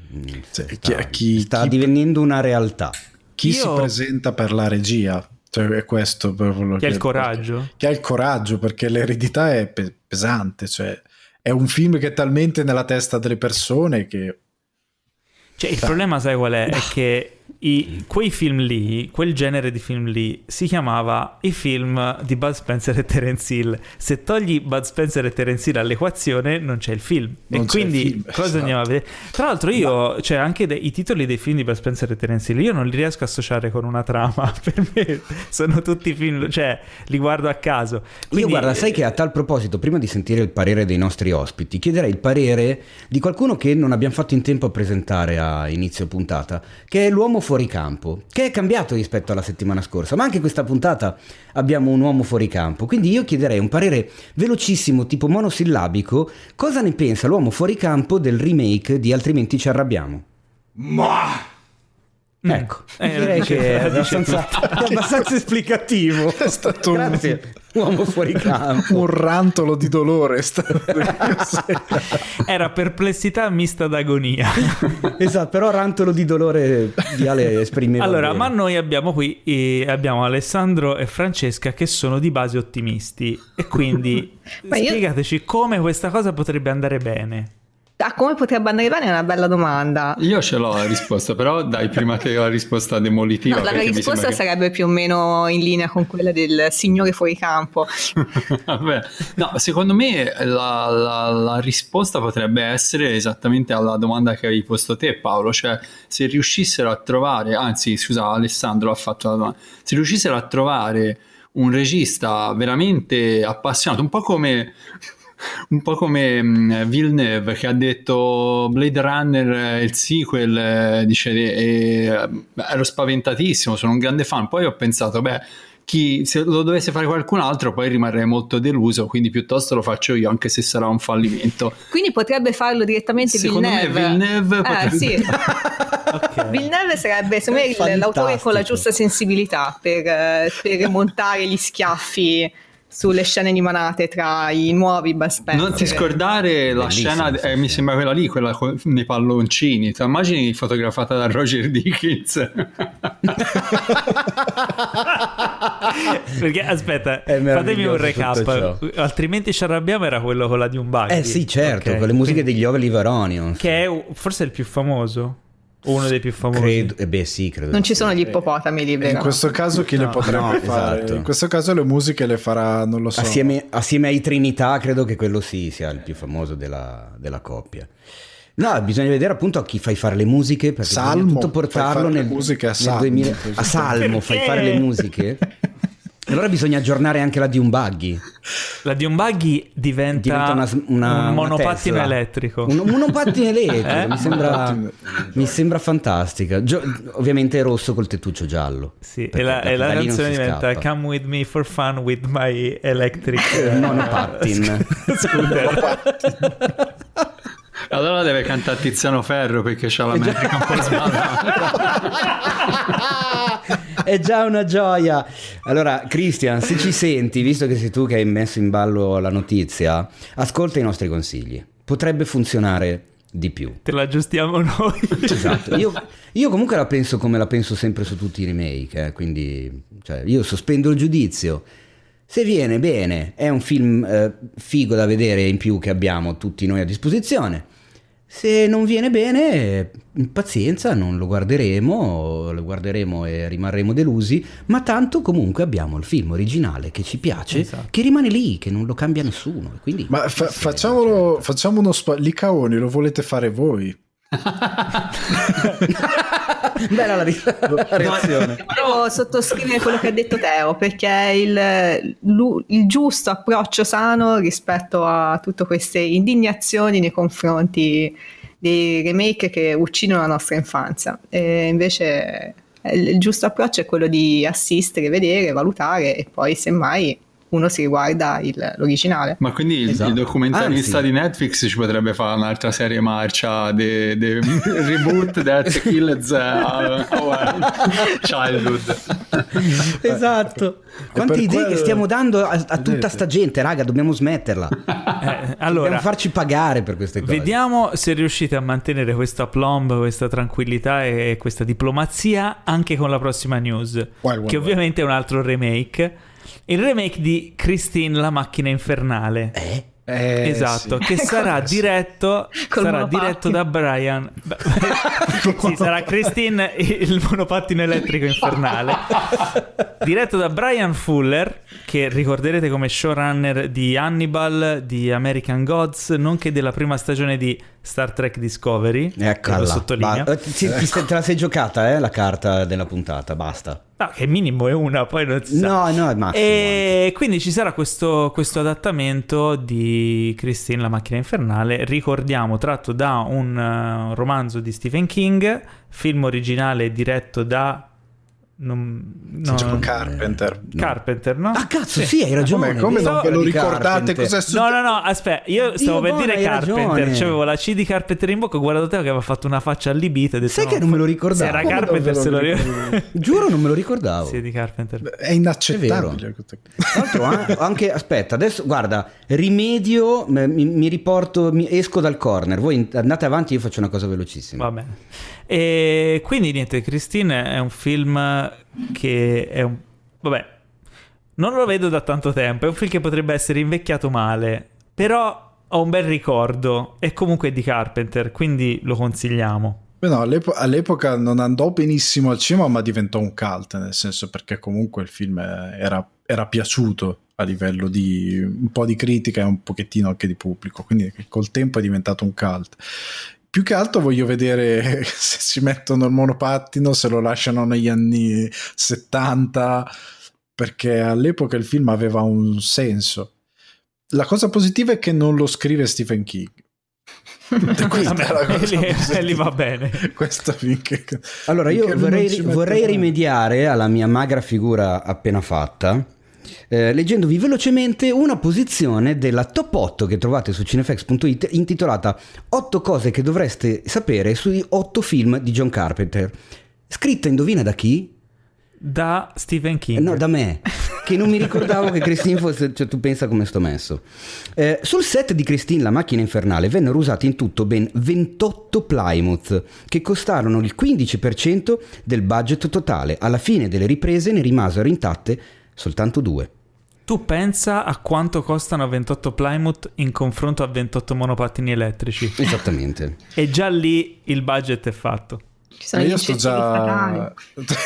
Sta divenendo una realtà. Chi si presenta per la regia? Cioè, è questo proprio che ha il coraggio. Che ha il coraggio, perché l'eredità è pesante, cioè è un film che è talmente nella testa delle persone che... Cioè, il problema sai qual è? È che quei film lì, quel genere di film lì, si chiamava i film di Bud Spencer e Terence Hill. Se togli Bud Spencer e Terence Hill all'equazione, non c'è il film. Non e quindi film, cosa esatto. andiamo a vedere? Tra l'altro io, cioè anche i titoli dei film di Bud Spencer e Terence Hill, io non li riesco a associare con una trama. Per me sono tutti film, cioè li guardo a caso. Quindi, io guarda, sai che a tal proposito, prima di sentire il parere dei nostri ospiti, chiederei il parere di qualcuno che non abbiamo fatto in tempo a presentare a inizio puntata, che è l'uomo fuori campo, che è cambiato rispetto alla settimana scorsa, ma anche questa puntata abbiamo un uomo fuori campo, quindi io chiederei un parere velocissimo, tipo monosillabico. Cosa ne pensa l'uomo fuori campo del remake di Altrimenti ci arrabbiamo? Ecco, direi che è abbastanza esplicativo. È stato grazie, uomo fuori campo. Un rantolo di dolore. Era perplessità mista d'agonia. Esatto, però rantolo di dolore Viale esprimeva allora bene. Ma noi abbiamo qui abbiamo Alessandro e Francesca che sono di base ottimisti e quindi spiegateci come questa cosa potrebbe andare bene. Come potrebbe andare bene è una bella domanda. Io ce l'ho la risposta, però dai prima te la risposta demolitiva. No, la risposta sarebbe più o meno in linea con quella del signore fuori campo. Vabbè, no, secondo me la risposta potrebbe essere esattamente alla domanda che avevi posto te, Paolo, cioè se riuscissero a trovare, anzi scusa, Alessandro ha fatto la domanda, se riuscissero a trovare un regista veramente appassionato, un po' come Villeneuve, che ha detto Blade Runner il sequel, dice ero spaventatissimo, sono un grande fan, poi ho pensato se lo dovesse fare qualcun altro poi rimarrei molto deluso, quindi piuttosto lo faccio io, anche se sarà un fallimento. Quindi potrebbe farlo direttamente Villeneuve. Secondo me Villeneuve potrebbe... sì. Okay. Villeneuve sarebbe secondo me l'autore con la giusta sensibilità per montare gli schiaffi sulle scene animate tra i nuovi Bud Spencer. Non ti scordare la scena, mi sembra quella lì, quella nei palloncini. Ti immagini fotografata da Roger Dickens? Perché aspetta, fatemi un recap, altrimenti ci arrabbiamo. Era quello con la Dune Buggy. Sì, certo, con le musiche degli Oliver Onions, che è forse il più famoso. Uno dei più famosi. Credo. Non ci sono gli ippopotami lì, in questo caso chi le potrebbe fare? Esatto. In questo caso le musiche le farà, non lo so. Assieme ai Trinità, credo che quello sia il più famoso della coppia. No, bisogna vedere appunto a chi fai fare le musiche, perché Salmo, tutto portarlo nel 2000. A Salmo fai fare le musiche. Allora bisogna aggiornare anche la Dune Buggy. La Dune Buggy diventa un monopattino elettrico. Un monopattino elettrico, mi sembra fantastica. Ovviamente è rosso col tettuccio giallo. Sì, e la canzone diventa Come with me for fun with my electric monopattin. Scooter. Allora deve cantare Tiziano Ferro, perché c'ha la metrica un po' sbagliata. È già una gioia. Allora, Christian, se ci senti, visto che sei tu che hai messo in ballo la notizia, ascolta i nostri consigli. Potrebbe funzionare di più. Te la aggiustiamo noi. Esatto. Io comunque la penso come la penso sempre su tutti i remake, quindi io sospendo il giudizio. Se viene bene, è un film figo da vedere in più che abbiamo tutti noi a disposizione. Se non viene bene, pazienza, non lo guarderemo e rimarremo delusi, ma tanto comunque abbiamo il film originale che ci piace, esatto, che rimane lì, che non lo cambia nessuno. Quindi, ma facciamo uno Licaoni, lo volete fare voi? Bella la reazione. Devo sottoscrivere quello che ha detto Teo, perché il giusto approccio sano rispetto a tutte queste indignazioni nei confronti dei remake che uccidono la nostra infanzia. E invece il giusto approccio è quello di assistere, vedere, valutare e poi semmai uno si riguarda l'originale. Ma quindi esatto, il documentarista di Netflix ci potrebbe fare un'altra serie marcia di reboot that killed our childhood. Esatto. Quante idee che stiamo dando a tutta sta gente, raga, dobbiamo smetterla. Allora, dobbiamo farci pagare per queste cose. Vediamo se riuscite a mantenere questa aplomb, questa tranquillità e questa diplomazia anche con la prossima news, che ovviamente è un altro remake. Il remake di Christine la macchina infernale. Esatto, sì, che sarà diretto da Brian. Sì, sarà Christine il monopattino elettrico infernale, diretto da Brian Fuller, che ricorderete come showrunner di Hannibal, di American Gods, nonché della prima stagione di Star Trek Discovery. Eccola, lo sottolineo. Te la sei giocata la carta della puntata, basta. No, che minimo è una, poi non si sa. No, è massimo. E quindi ci sarà questo adattamento di Christine la macchina infernale, ricordiamo, tratto da un romanzo di Stephen King, film originale diretto da Carpenter, no? Ah, cazzo, sì, hai ragione. Come non ve lo ricordate? Cos'è successo? No, aspetta, io stavo per dire Carpenter, c'avevo la C di Carpenter in bocca, ho guardato te che aveva fatto una faccia allibita. Sai che non me lo ricordavo? Se era Carpenter se lo ricordavo. Giuro, non me lo ricordavo. Sì, di Carpenter. È inaccettabile. Tra l'altro, anche, aspetta, adesso guarda, rimedio, mi riporto, esco dal corner, voi andate avanti, io faccio una cosa velocissima. Va bene. E quindi niente, Christine è un film che è vabbè, non lo vedo da tanto tempo, è un film che potrebbe essere invecchiato male, però ho un bel ricordo e comunque è di Carpenter, quindi lo consigliamo. Beh, no, all'epoca non andò benissimo al cinema, ma diventò un cult, nel senso, perché comunque il film era piaciuto a livello di un po' di critica e un pochettino anche di pubblico, quindi col tempo è diventato un cult. Più che altro voglio vedere se si mettono il monopattino, se lo lasciano negli anni 70, perché all'epoca il film aveva un senso. La cosa positiva è che non lo scrive Stephen King, Lì va bene. Questo finché... Allora io vorrei rimediare alla mia magra figura appena fatta, leggendovi velocemente una posizione della top 8 che trovate su cinefx.it intitolata 8 cose che dovreste sapere sui 8 film di John Carpenter, scritta indovina da chi? Da Stephen King. No, da me, che non mi ricordavo che Christine fosse, cioè tu pensa come sto messo. Sul set di Christine, la macchina infernale, vennero usati in tutto ben 28 Plymouth che costarono il 15% del budget totale. Alla fine delle riprese ne rimasero intatte soltanto 2. Tu pensa a quanto costano 28 Plymouth in confronto a 28 monopattini elettrici. Esattamente. E già lì il budget è fatto. Ci sono io sto già...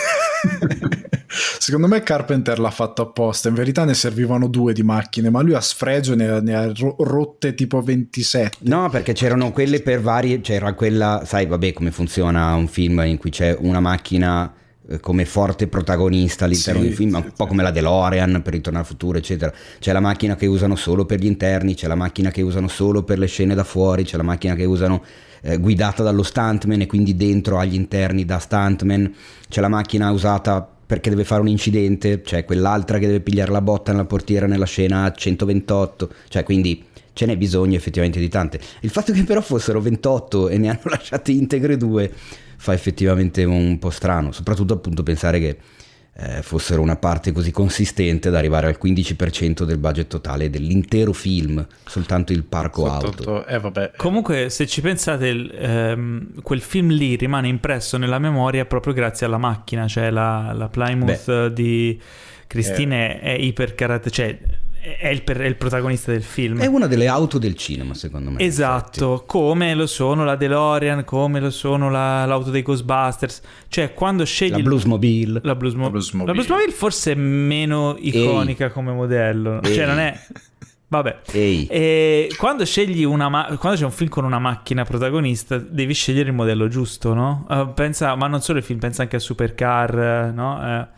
Secondo me Carpenter l'ha fatto apposta. In verità ne servivano 2 di macchine, ma lui a sfregio ne ha rotte tipo 27. No, perché c'erano quelle per varie. C'era quella, sai, vabbè, come funziona un film in cui c'è una macchina come forte protagonista all'interno del film, un po' come la DeLorean per Ritorno al futuro, eccetera. C'è la macchina che usano solo per gli interni, c'è la macchina che usano solo per le scene da fuori, c'è la macchina che usano guidata dallo stuntman e quindi dentro agli interni da stuntman, c'è la macchina usata perché deve fare un incidente, c'è quell'altra che deve pigliare la botta nella portiera nella scena 128, cioè quindi ce n'è bisogno effettivamente di tante. Il fatto che però fossero 28 e ne hanno lasciate integre 2 fa effettivamente un po' strano, soprattutto appunto pensare che fossero una parte così consistente da arrivare al 15% del budget totale dell'intero film, soltanto il parco auto. Vabbè. Comunque se ci pensate quel film lì rimane impresso nella memoria proprio grazie alla macchina, cioè la Plymouth di Christine è iper cioè è il protagonista del film. È una delle auto del cinema, secondo me. Esatto, come lo sono la DeLorean, come lo sono l'auto dei Ghostbusters. Cioè, quando scegli la Bluesmobile. La Bluesmobile forse è meno iconica come modello. Cioè, non è... Vabbè. E quando scegli quando c'è un film con una macchina protagonista, devi scegliere il modello giusto, no? Pensa, ma non solo il film, pensa anche a Supercar, no?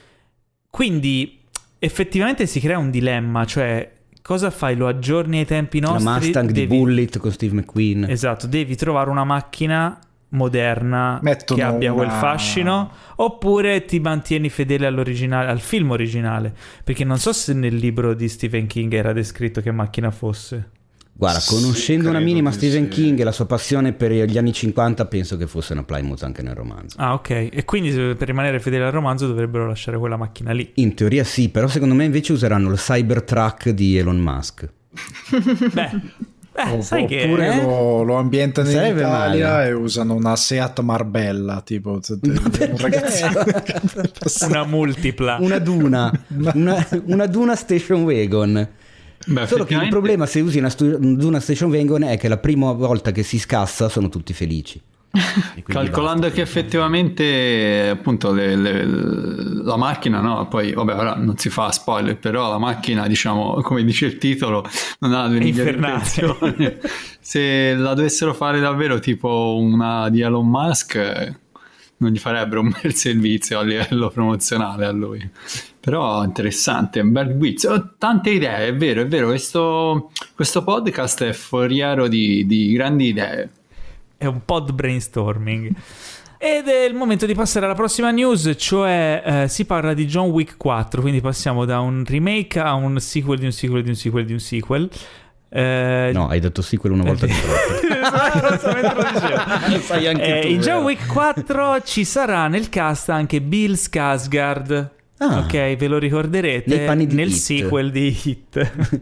Quindi effettivamente si crea un dilemma, cioè cosa fai? Lo aggiorni ai tempi nostri? La Mustang di Bullitt con Steve McQueen. Esatto, devi trovare una macchina moderna che abbia quel fascino, oppure ti mantieni fedele all'originale, al film originale, perché non so se nel libro di Stephen King era descritto che macchina fosse. Guarda, conoscendo una minima Stephen King e la sua passione per gli anni 50, penso che fosse una Plymouth anche nel romanzo. Ah, ok. E quindi per rimanere fedeli al romanzo dovrebbero lasciare quella macchina lì. In teoria sì, però secondo me invece useranno il Cybertruck di Elon Musk. Sai che oppure lo ambientano in Sarebbe Italia male. e usano una Seat Marbella, tipo un ragazzino una multipla, una Duna Station Wagon. Beh, Solo che il problema se usi una Duna Station Wagon è che la prima volta che si scassa sono tutti felici. Calcolando che effettivamente appunto la macchina, no? Poi vabbè, ora non si fa spoiler, però la macchina, diciamo, come dice il titolo, non ha le migliori intenzioni. Se la dovessero fare davvero tipo una di Elon Musk, non gli farebbero un bel servizio a livello promozionale a lui. Però interessante, un bel quiz, tante idee, è vero, questo podcast è foriero di grandi idee. È un pod brainstorming. Ed è il momento di passare alla prossima news, cioè si parla di John Wick 4, quindi passiamo da un remake a un sequel di un sequel di un sequel di un sequel. No, hai detto sequel una volta di troppo. Sai anche tu, in John Wick 4 ci sarà nel cast anche Bill Skarsgård. Ok, ve lo ricorderete nel Hit. Sequel di Hit.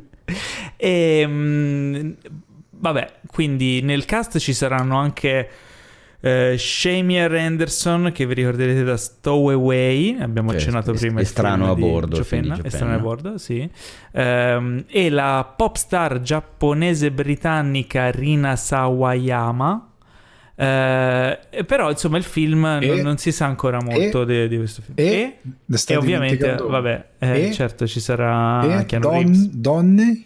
Vabbè, quindi nel cast ci saranno anche Shamier Anderson, che vi ricorderete da Stowaway, abbiamo accennato prima. È strano a bordo. È strano a bordo, sì. E la pop star giapponese-britannica Rina Sawayama. Però insomma il film non si sa ancora molto di questo film. E ovviamente, vabbè, certo ci sarà Keanu Reeves. Donny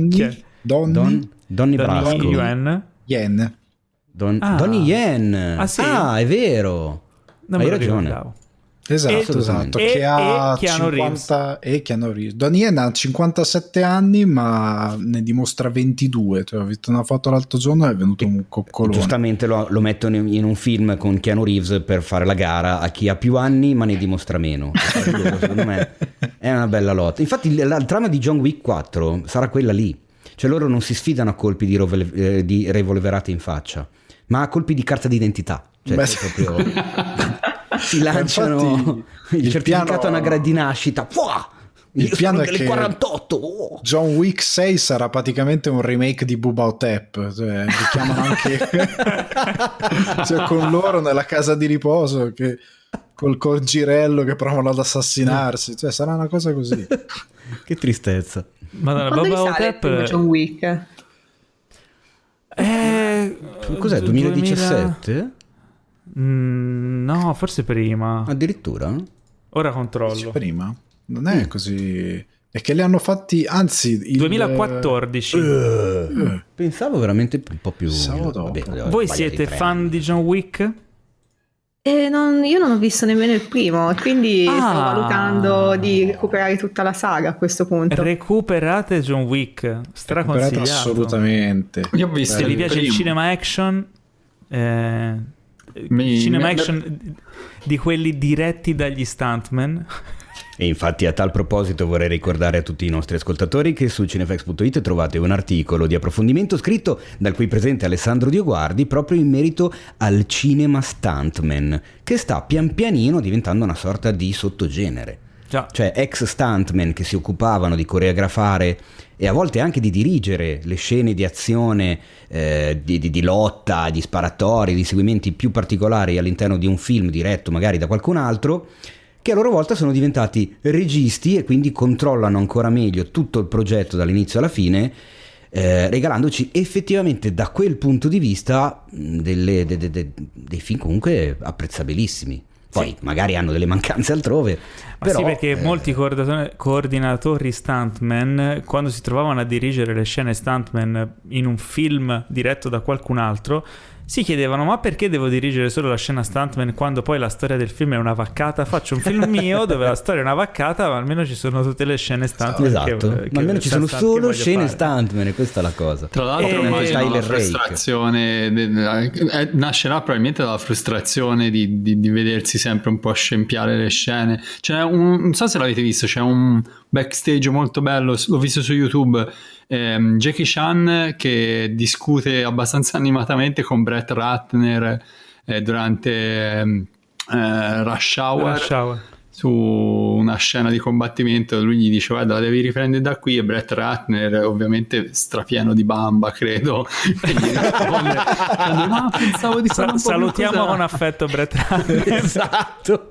Brasco. Yen. Donnie Yen. Ah, sì? È vero. Non hai me lo ragione. ricordavo. Esatto. Che ha Keanu 50 e Keanu Reeves. Donnie Yen ha 57 anni, ma ne dimostra 22. Cioè, ho visto una foto l'altro giorno e è venuto un coccolone. Giustamente lo mettono in un film con Keanu Reeves per fare la gara a chi ha più anni ma ne dimostra meno. Secondo me è una bella lotta. Infatti la trama di John Wick 4 sarà quella lì. Cioè loro non si sfidano a colpi di revolverate in faccia, ma a colpi di carta d'identità. Cioè proprio si lanciano il certificato anagrafe di nascita. Il piano è che 48. John Wick 6 sarà praticamente un remake di Bubba Hotep, cioè li chiamano anche cioè, con loro nella casa di riposo che col girello che provano ad assassinarsi, cioè sarà una cosa così. Che tristezza. Madonna, Bubba Hotep John Wick. Cos'è, 2017? No, forse prima. Addirittura? Ora controllo. Prima? Non è così. È che li hanno fatti, anzi il 2014. Pensavo veramente un po' più. Voi siete fan di John Wick? Io non ho visto nemmeno il primo, quindi sto valutando di recuperare tutta la saga a questo punto. Recuperate John Wick, straconsigliato. Assolutamente. Io ho visto. Se vi piace il cinema action, cinema action di quelli diretti dagli stuntman. E infatti a tal proposito vorrei ricordare a tutti i nostri ascoltatori che su cinefx.it trovate un articolo di approfondimento scritto dal qui presente Alessandro Dioguardi proprio in merito al cinema stuntman, che sta pian pianino diventando una sorta di sottogenere. Già. Cioè ex stuntman che si occupavano di coreografare e a volte anche di dirigere le scene di azione, di lotta, di sparatori, di seguimenti più particolari all'interno di un film diretto magari da qualcun altro, che a loro volta sono diventati registi e quindi controllano ancora meglio tutto il progetto dall'inizio alla fine, regalandoci effettivamente da quel punto di vista dei film comunque apprezzabilissimi. Poi magari hanno delle mancanze altrove, però, sì, perché molti coordinatori stuntman, quando si trovavano a dirigere le scene stuntman in un film diretto da qualcun altro, si chiedevano: ma perché devo dirigere solo la scena stuntman quando poi la storia del film è una vaccata? Faccio un film mio dove la storia è una vaccata, ma almeno ci sono tutte le scene stuntman. Esatto, ma almeno ci sono solo scene stuntman, e questa è la cosa. Tra l'altro immagino la frustrazione nascerà probabilmente dalla frustrazione di vedersi sempre un po' scempiare le scene. Non so se l'avete visto, c'è un backstage molto bello, l'ho visto su YouTube, Jackie Chan che discute abbastanza animatamente con Brett Ratner durante Rush Hour su una scena di combattimento. Lui gli dice: guarda, la devi riprendere da qui, e Brett Ratner, ovviamente strapieno di bamba, credo, e gli risponde: no, pensavo di fare un po' salutiamo con affetto Brett Ratner. Esatto.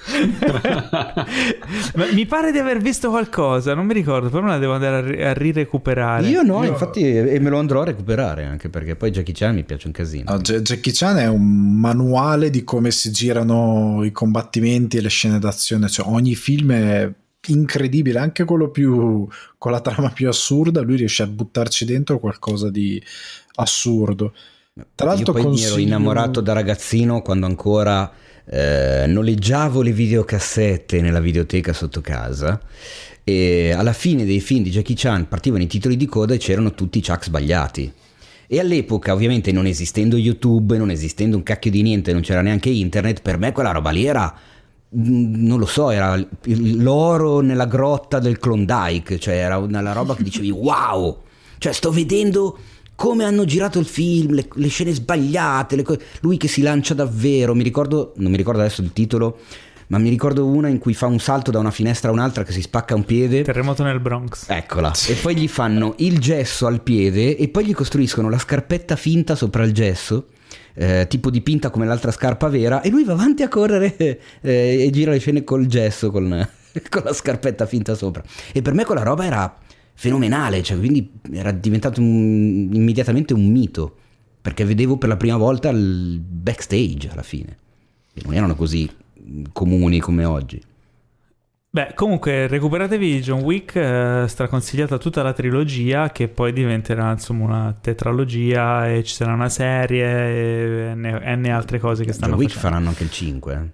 Mi pare di aver visto qualcosa, non mi ricordo, però me la devo andare a rirecuperare. Io infatti, e me lo andrò a recuperare, anche perché poi Jackie Chan mi piace un casino. Jackie Chan è un manuale di come si girano i combattimenti e le scene d'azione, cioè ogni film è incredibile, anche quello più con la trama più assurda, lui riesce a buttarci dentro qualcosa di assurdo. Tra l'altro io poi mi ero innamorato da ragazzino quando ancora noleggiavo le videocassette nella videoteca sotto casa, e alla fine dei film di Jackie Chan partivano i titoli di coda e c'erano tutti i Chuck sbagliati. E all'epoca, ovviamente, non esistendo YouTube, non esistendo un cacchio di niente, non c'era neanche internet, per me quella roba lì era, non lo so, era l'oro nella grotta del Klondike, cioè era una roba che dicevi wow, cioè sto vedendo come hanno girato il film, le scene sbagliate, lui che si lancia davvero. Non mi ricordo adesso il titolo, ma mi ricordo una in cui fa un salto da una finestra a un'altra che si spacca un piede. Terremoto nel Bronx. Eccola. E poi gli fanno il gesso al piede e poi gli costruiscono la scarpetta finta sopra il gesso, tipo dipinta come l'altra scarpa vera, e lui va avanti a correre e gira le scene col gesso, con la scarpetta finta sopra. E per me quella roba era fenomenale, cioè, quindi era diventato immediatamente un mito, perché vedevo per la prima volta il backstage alla fine, che non erano così comuni come oggi. Beh, comunque recuperatevi John Wick, straconsigliata tutta la trilogia, che poi diventerà insomma una tetralogia, e ci sarà una serie e altre cose che stanno John Wick facendo. faranno anche il 5.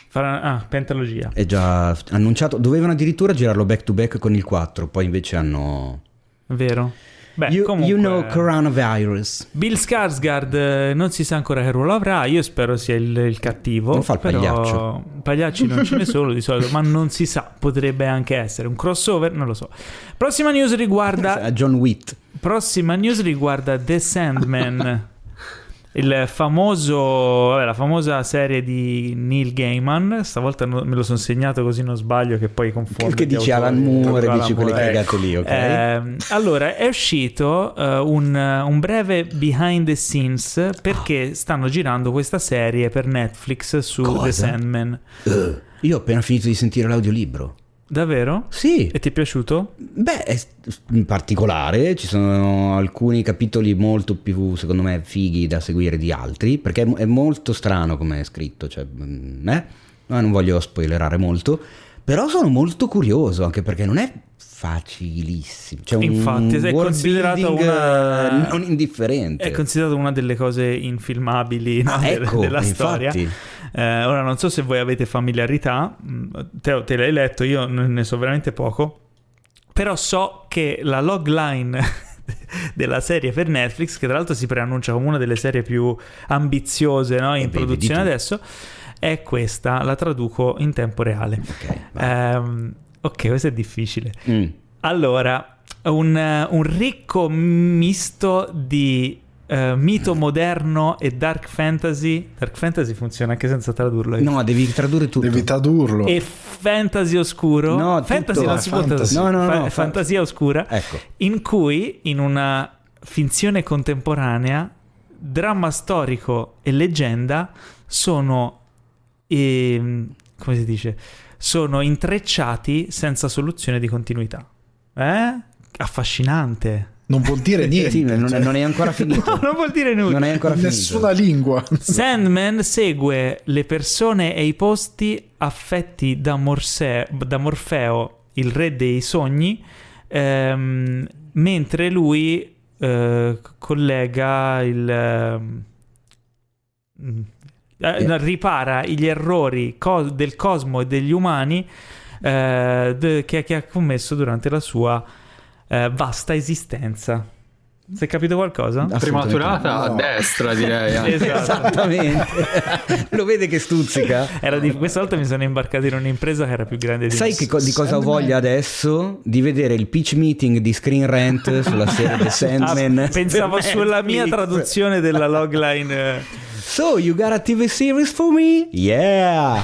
pentalogia. È già annunciato. Dovevano addirittura girarlo back to back con il 4, poi invece hanno... Vero? Beh, comunque, coronavirus. Bill Skarsgård non si sa ancora che ruolo avrà. Io spero sia il cattivo. Non fa il pagliaccio. Pagliacci non ce ne sono di solito, ma non si sa. Potrebbe anche essere un crossover, non lo so. Prossima news riguarda John Witt. Prossima news riguarda The Sandman. La famosa serie di Neil Gaiman. Stavolta me lo sono segnato così non sbaglio, che poi confondo. Che dici Alan Moore, dici quelle cagate lì, ok? Allora è uscito un breve behind the scenes perché stanno girando questa serie per Netflix su The Sandman. Io ho appena finito di sentire l'audiolibro. Davvero? Sì. E ti è piaciuto? Beh, in particolare ci sono alcuni capitoli molto più, secondo me, fighi da seguire di altri, perché è molto strano come è scritto, cioè, non voglio spoilerare molto, però sono molto curioso, anche perché non è facilissimo. C'è infatti è considerato una non indifferente. È considerato una delle cose infilmabili, no? Della storia. Ora non so se voi avete familiarità, te l'hai letto, io ne so veramente poco, però so che la logline della serie per Netflix, che tra l'altro si preannuncia come una delle serie più ambiziose, no, in produzione adesso, è questa. La traduco in tempo reale. Ok, questo è difficile. Allora, un ricco misto di mito moderno e dark fantasy. Dark fantasy funziona anche senza tradurlo. No, devi tradurre tutto. Devi tradurlo. E fantasy oscuro. No, fantasy non si può tradurre. No, fantasia oscura. Ecco. In cui, in una finzione contemporanea, dramma storico e leggenda sono come si dice? Sono intrecciati senza soluzione di continuità. Affascinante. Non vuol dire niente. Sì, non è ancora finito. No, non vuol dire nulla. Non è ancora finito. Nessuna lingua. Sandman segue le persone e i posti affetti da Morfeo, il re dei sogni, mentre lui collega ripara gli errori del cosmo e degli umani che ha commesso durante la sua vasta esistenza. Si è capito qualcosa? Prematurata a destra, direi. Esattamente. Lo vede che stuzzica? Questa volta mi sono imbarcato in un'impresa che era più grande di me. Sai di cosa ho voglia adesso? Di vedere il pitch meeting di Screen Rant sulla serie The Sandman. Pensavo sulla mia traduzione della logline. So, you got a TV series for me? Yeah!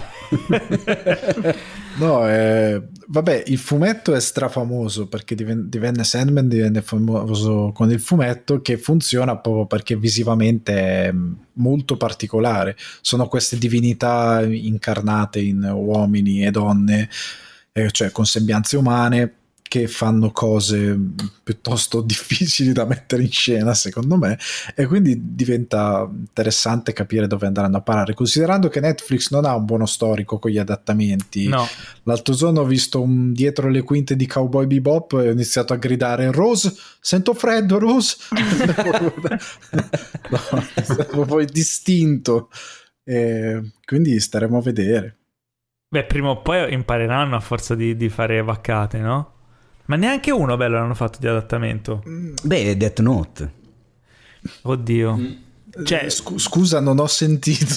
No, vabbè, il fumetto è strafamoso perché divenne Sandman, divenne famoso con il fumetto, che funziona proprio perché visivamente è molto particolare. Sono queste divinità incarnate in uomini e donne, cioè con sembianze umane, che fanno cose piuttosto difficili da mettere in scena, secondo me, e quindi diventa interessante capire dove andranno a parare, considerando che Netflix non ha un buono storico con gli adattamenti. No. L'altro giorno ho visto dietro le quinte di Cowboy Bebop e ho iniziato a gridare: Rose, sento freddo, Rose. No, poi distinto, quindi staremo a vedere. Beh, prima o poi impareranno a forza di fare vaccate, no? Ma neanche uno bello l'hanno fatto di adattamento. Beh, Death Note. Oddio. Cioè, scusa, non ho sentito.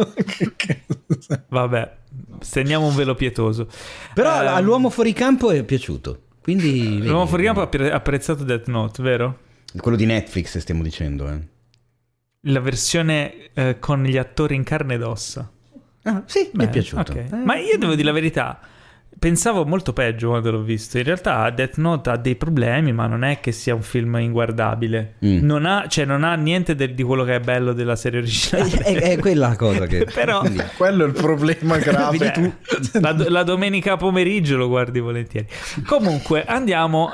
Vabbè, stendiamo un velo pietoso. Però all'uomo fuori campo è piaciuto. Quindi l'uomo fuori campo ha apprezzato Death Note, vero? Quello di Netflix stiamo dicendo, La versione con gli attori in carne ed ossa. Sì, mi è piaciuto. Okay. Ma io devo dire la verità, pensavo molto peggio quando l'ho visto. In realtà Death Note ha dei problemi, ma non è che sia un film inguardabile. Non ha niente di quello che è bello della serie originale. È quella la cosa che... Però quello è il problema grave. La domenica pomeriggio lo guardi volentieri. Comunque andiamo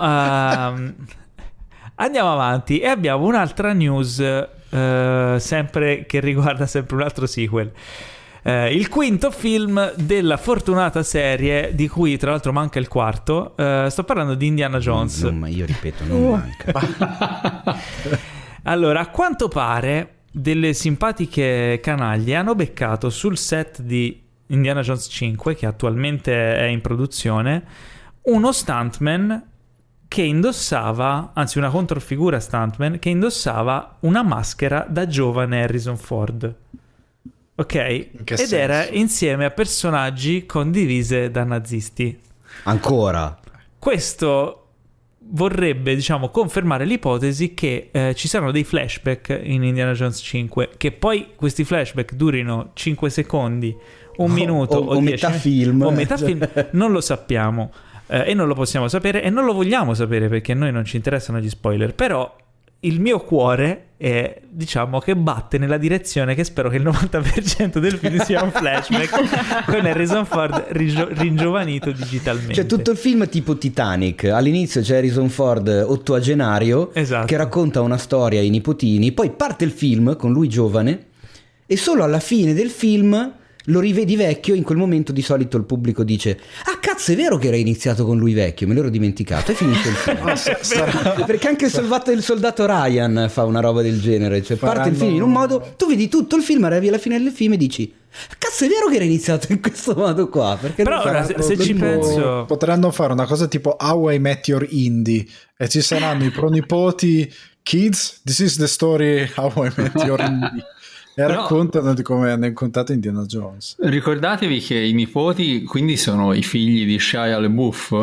avanti e abbiamo un'altra news sempre che riguarda sempre un altro sequel. Il quinto film della fortunata serie, di cui tra l'altro manca il quarto. Sto parlando di Indiana Jones. Ma io ripeto, non manca. Allora, a quanto pare delle simpatiche canaglie hanno beccato sul set di Indiana Jones 5, che attualmente è in produzione, uno stuntman che indossava, anzi una controfigura stuntman, che indossava una maschera da giovane Harrison Ford. Ok? Ed era insieme a personaggi condivise da nazisti. Ancora? Questo vorrebbe, diciamo, confermare l'ipotesi che ci saranno dei flashback in Indiana Jones 5, che poi questi flashback durino 5 secondi, un minuto o 10 metà film. O metà film, non lo sappiamo. E non lo possiamo sapere e non lo vogliamo sapere perché a noi non ci interessano gli spoiler, però il mio cuore è, diciamo, che batte nella direzione che spero che il 90% del film sia un flashback con Harrison Ford ringiovanito digitalmente. C'è tutto il film tipo Titanic, all'inizio c'è Harrison Ford ottoagenario, esatto, che racconta una storia ai nipotini, poi parte il film con lui giovane e solo alla fine del film lo rivedi vecchio. In quel momento di solito il pubblico dice: ah cazzo, è vero che era iniziato con lui vecchio, me l'ero dimenticato, e finisce il film. Perché anche il soldato Ryan fa una roba del genere, cioè parte il film in un modo, tu vedi tutto il film, arrivi alla fine del film e dici: cazzo, è vero che era iniziato in questo modo qua. Perché però ora, se ci penso, potranno fare una cosa tipo How I Met Your Indie e ci saranno i pronipoti: kids, this is the story How I Met Your Indie. E raccontano di come hanno incontrato Indiana Jones. Ricordatevi che i nipoti quindi sono i figli di Shia LaBeouf?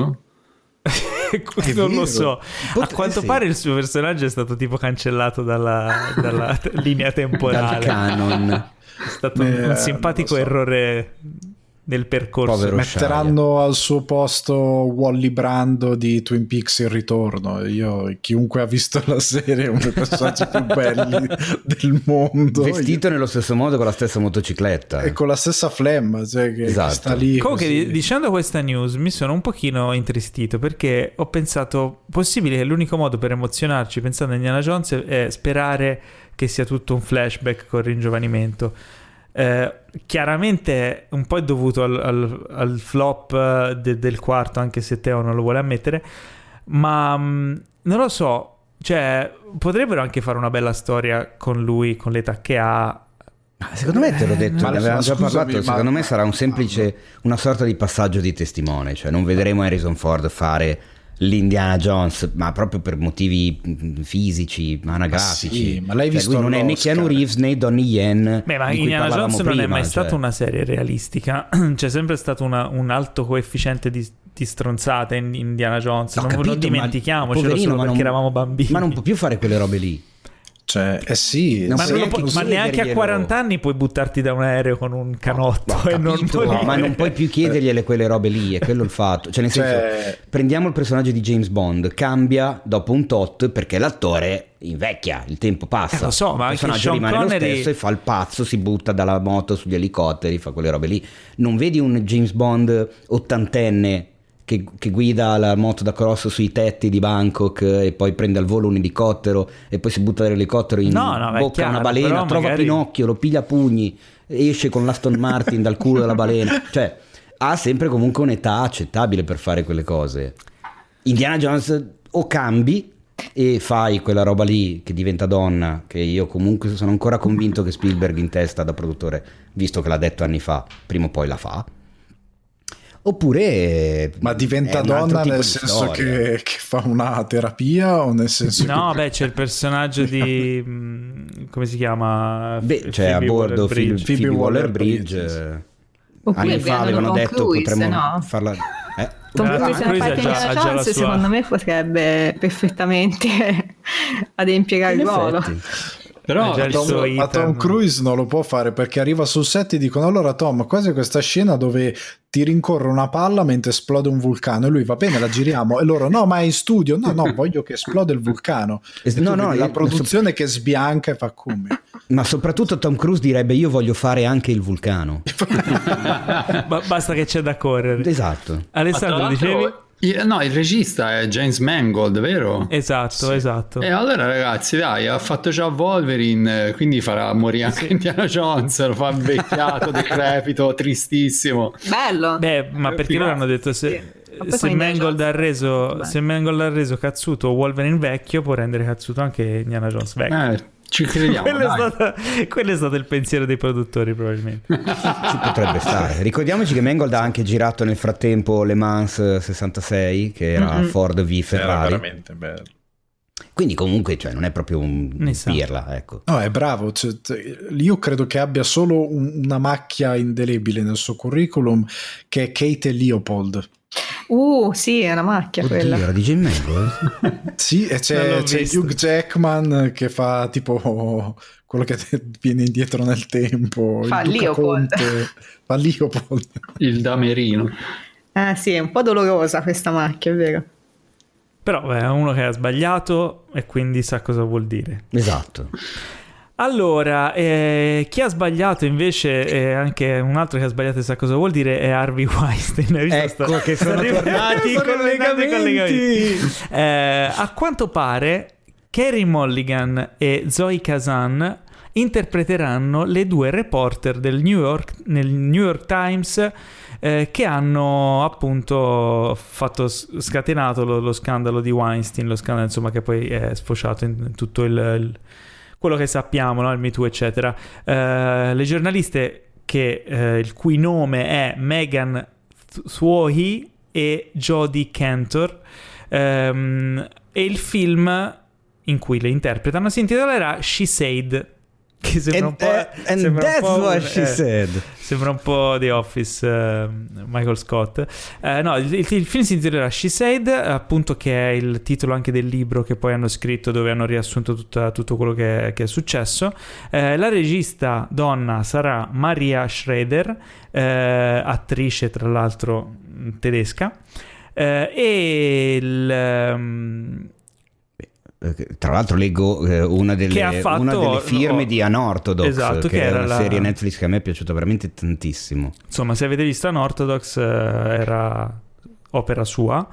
Non lo so, a quanto pare il suo personaggio è stato tipo cancellato dalla linea temporale, dal canon. È stato un simpatico errore nel percorso. Povero metteranno Shia. al suo posto Wally Brando di Twin Peaks Il Ritorno. Chiunque ha visto la serie è uno dei personaggi più belli del mondo, vestito nello stesso modo, con la stessa motocicletta e con la stessa flemma, cioè che sta lì. Comunque, dicendo questa news mi sono un pochino intristito, perché ho pensato possibile che l'unico modo per emozionarci pensando a Indiana Jones è sperare che sia tutto un flashback con ringiovanimento. Chiaramente un po' è dovuto al flop del quarto, anche se Teo non lo vuole ammettere, ma non lo so, cioè potrebbero anche fare una bella storia con lui, con l'età che ha. Secondo me, te l'ho detto, ne avevamo già parlato, secondo me sarà un semplice, una sorta di passaggio di testimone, cioè non vedremo Harrison Ford fare l'Indiana Jones, ma proprio per motivi fisici, anagrafici. Sì, ma l'hai visto? Lui non è né Keanu Reeves né Donnie Yen. Beh, ma Indiana Jones non è mai stata una serie realistica. C'è sempre stato un alto coefficiente di stronzate in Indiana Jones. Non dimentichiamocelo, solo perché eravamo bambini. Ma non può più fare quelle robe lì. Cioè, sì, ma neanche a 40 anni puoi buttarti da un aereo con un canotto ma non puoi più chiedergliele quelle robe lì, è quello il fatto. Cioè, nel senso, prendiamo il personaggio di James Bond, cambia dopo un tot perché l'attore invecchia, il tempo passa. Lo so, ma il anche personaggio rimane Connery lo stesso e fa il pazzo, si butta dalla moto sugli elicotteri, fa quelle robe lì. Non vedi un James Bond ottantenne che guida la moto da cross sui tetti di Bangkok e poi prende al volo un elicottero e poi si butta dall'elicottero in bocca a una balena, trova Pinocchio, lo piglia a pugni, esce con l'Aston Martin dal culo della balena. Cioè, ha sempre comunque un'età accettabile per fare quelle cose. Indiana Jones o cambi e fai quella roba lì che diventa donna, che io comunque sono ancora convinto che Spielberg in testa da produttore, visto che l'ha detto anni fa, prima o poi la fa. Oppure ma diventa donna nel senso che fa una terapia, o nel senso no, beh, c'è il personaggio di come si chiama? C'è a bordo Phoebe Waller-Bridge. Anni fa avevano detto potremmo farla. Tom Cruise ha fatto secondo me potrebbe perfettamente adempiere il ruolo. Però Tom Cruise non lo può fare, perché arriva sul set e dicono: allora Tom, quasi questa scena dove ti rincorre una palla mentre esplode un vulcano, e lui: va bene, la giriamo, e loro: no, ma è in studio, no, voglio che esplode il vulcano, la produzione che sbianca e fa come. Ma soprattutto Tom Cruise direbbe: io voglio fare anche il vulcano. Basta che c'è da correre. Esatto. Alessandro, dicevi? No, il regista è James Mangold, vero? Esatto. E allora, ragazzi, dai, ha fatto già Wolverine, quindi farà morire anche Indiana Jones, lo fa vecchiato, decrepito, tristissimo. Bello. Beh, ma perché loro hanno detto se Mangold ha reso cazzuto Wolverine vecchio, può rendere cazzuto anche Indiana Jones vecchio. Ci crediamo. quello è stato il pensiero dei produttori, probabilmente. Ci potrebbe stare. Ricordiamoci che Mangold ha anche girato nel frattempo Le Mans 66, che era Ford v Ferrari. Era veramente bello. Quindi comunque, cioè, non è proprio un pirla, ecco. No, è bravo. Io credo che abbia solo una macchia indelebile nel suo curriculum, che è Kate Leopold. Sì, è una macchia. Oddio, quella. Era DJ Mangold? Sì, e c'è Hugh Jackman che fa tipo quello che viene indietro nel tempo. Fa Leopold. Fa Leopold. Il damerino. Sì, è un po' dolorosa questa macchia, è vero. Però è uno che ha sbagliato e quindi sa cosa vuol dire. Esatto. Allora, chi ha sbagliato invece, anche un altro che ha sbagliato e sa cosa vuol dire, è Harvey Weinstein. Ecco che sono tornati i collegamenti. A quanto pare Carey Mulligan e Zoe Kazan interpreteranno le due reporter nel New York Times che hanno appunto scatenato lo scandalo di Weinstein, lo scandalo insomma che poi è sfociato in tutto quello che sappiamo, no? Il Me Too eccetera. Le giornaliste il cui nome è Megan Thwohy e Jodie Cantor, e il film in cui le interpretano si intitolerà She Said, che sembra she said. Sembra un po' The Office, Michael Scott. No, il film si intitolerà She Said, appunto, che è il titolo anche del libro che poi hanno scritto, dove hanno riassunto tutto quello che è successo. La regista donna sarà Maria Schrader, attrice tra l'altro tedesca, tra l'altro leggo una delle firme di Unorthodox, esatto, che era una serie Netflix che a me è piaciuta veramente tantissimo. Insomma, se avete visto Unorthodox, era opera sua.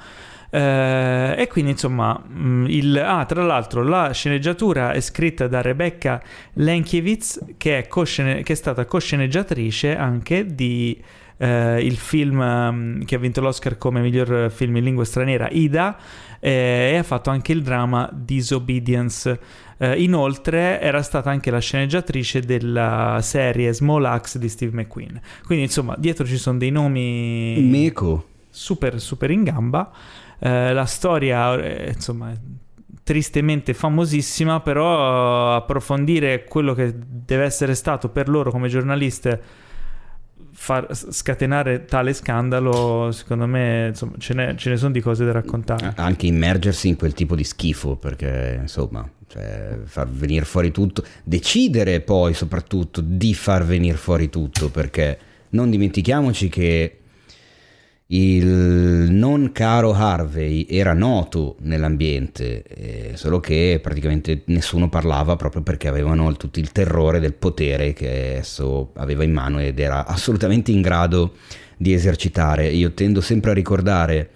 E quindi insomma tra l'altro la sceneggiatura è scritta da Rebecca Lenkiewicz, che è stata cosceneggiatrice anche di il film che ha vinto l'Oscar come miglior film in lingua straniera, Ida, e ha fatto anche il dramma Disobedience. Inoltre era stata anche la sceneggiatrice della serie Small Axe di Steve McQueen. Quindi insomma dietro ci sono dei nomi meco super super in gamba. La storia insomma è tristemente famosissima, però approfondire quello che deve essere stato per loro come giornaliste far scatenare tale scandalo, secondo me insomma ce ne sono di cose da raccontare. Anche immergersi in quel tipo di schifo, perché insomma, cioè, far venire fuori tutto, decidere poi soprattutto di far venire fuori tutto, perché non dimentichiamoci che il non caro Harvey era noto nell'ambiente, solo che praticamente nessuno parlava, proprio perché avevano tutto il terrore del potere che esso aveva in mano ed era assolutamente in grado di esercitare. Io tendo sempre a ricordare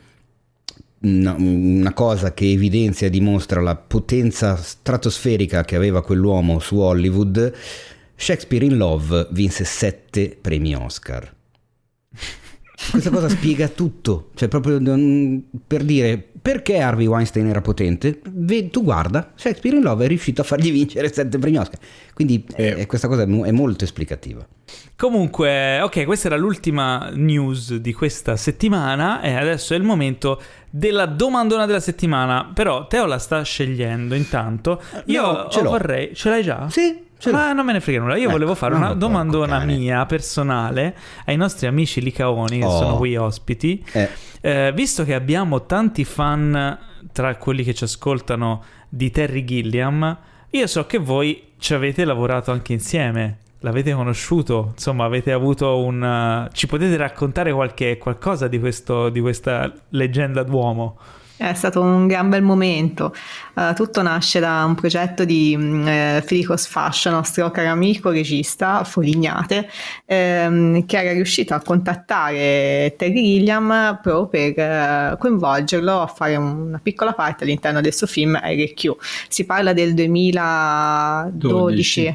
una cosa che evidenzia e dimostra la potenza stratosferica che aveva quell'uomo su Hollywood. Shakespeare in Love vinse 7 premi Oscar. Questa cosa spiega tutto, cioè proprio per dire perché Harvey Weinstein era potente. Tu guarda, Shakespeare in Love è riuscito a fargli vincere 7 premi Oscar, quindi questa cosa è molto esplicativa. Comunque, ok, questa era l'ultima news di questa settimana e adesso è il momento della domandona della settimana. Però Teo la sta scegliendo intanto. Io vorrei... Ce l'hai già? Sì. Ma non me ne frega nulla. Io volevo fare una domandona mia personale ai nostri amici licaoni che sono qui ospiti. Visto che abbiamo tanti fan tra quelli che ci ascoltano di Terry Gilliam, io so che voi ci avete lavorato anche insieme, l'avete conosciuto, insomma avete avuto ci potete raccontare qualcosa di questa leggenda d'uomo? È stato un gran bel momento. Tutto nasce da un progetto di Federico Sfascio, nostro caro amico regista Folignate, che era riuscito a contattare Terry Gilliam proprio per coinvolgerlo a fare una piccola parte all'interno del suo film RQ. Si parla del 2012,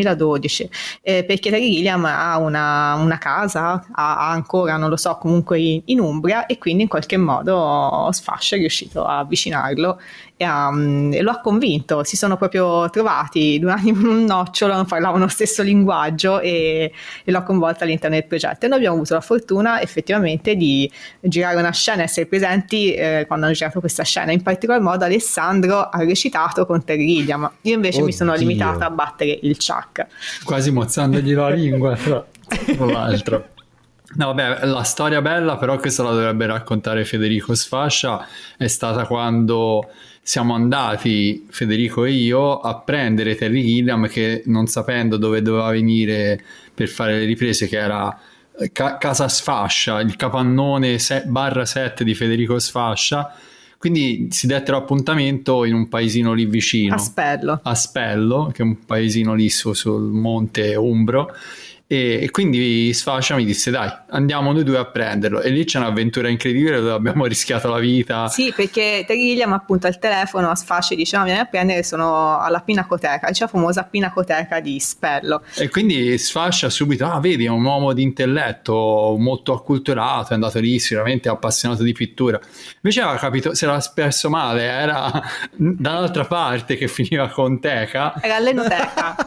perché Terry Gilliam ha una casa, ha ancora, non lo so, comunque in Umbria, e quindi in qualche modo Sfascio è riuscito riuscito a avvicinarlo e lo ha convinto. Si sono proprio trovati 2 anni con un nocciolo, non parlavano lo stesso linguaggio e l'ho coinvolta all'interno del progetto, e noi abbiamo avuto la fortuna effettivamente di girare una scena, essere presenti quando hanno girato questa scena. In particolar modo Alessandro ha recitato con Terry Gilliam, io invece mi sono limitata a battere il Chuck, quasi mozzandogli la lingua tra l'altro. No, vabbè, la storia bella, però questa la dovrebbe raccontare Federico Sfascia, è stata quando siamo andati, Federico e io, a prendere Terry Gilliam, che non sapendo dove doveva venire per fare le riprese, che era Casa Sfascia, il capannone /7 di Federico Sfascia, quindi si dettero appuntamento in un paesino lì vicino, a Spello, che è un paesino lì sul monte Umbro, e quindi Sfascia mi disse dai, andiamo noi 2 a prenderlo, e lì c'è un'avventura incredibile dove abbiamo rischiato la vita. Sì, perché Terry Gilliam appunto al telefono a Sfascia dice no, vieni a prendere, sono alla Pinacoteca, c'è la famosa Pinacoteca di Spello, e quindi Sfascia subito vedi, è un uomo di intelletto molto acculturato, è andato lì, sicuramente appassionato di pittura, invece aveva capito, se l'ha perso male, era dall'altra parte che finiva con teca, era all'Enoteca.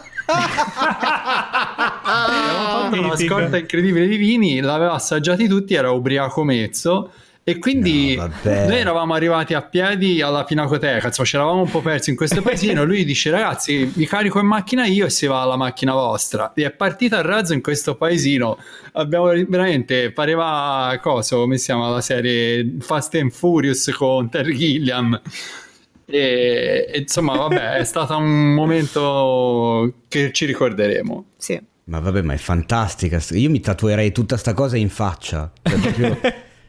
Aveva fatto una scorta incredibile di vini, l'aveva assaggiati tutti, era ubriaco mezzo, e quindi noi eravamo arrivati a piedi alla Pinacoteca, insomma ci eravamo un po' persi in questo paesino. Lui dice ragazzi vi carico in macchina io e si va alla macchina vostra, e è partito a razzo in questo paesino. Abbiamo veramente, pareva come si chiama la serie Fast and Furious con Terry Gilliam. E insomma vabbè, è stato un momento che ci ricorderemo. Sì. Ma vabbè, ma è fantastica, io mi tatuerei tutta sta cosa in faccia, proprio,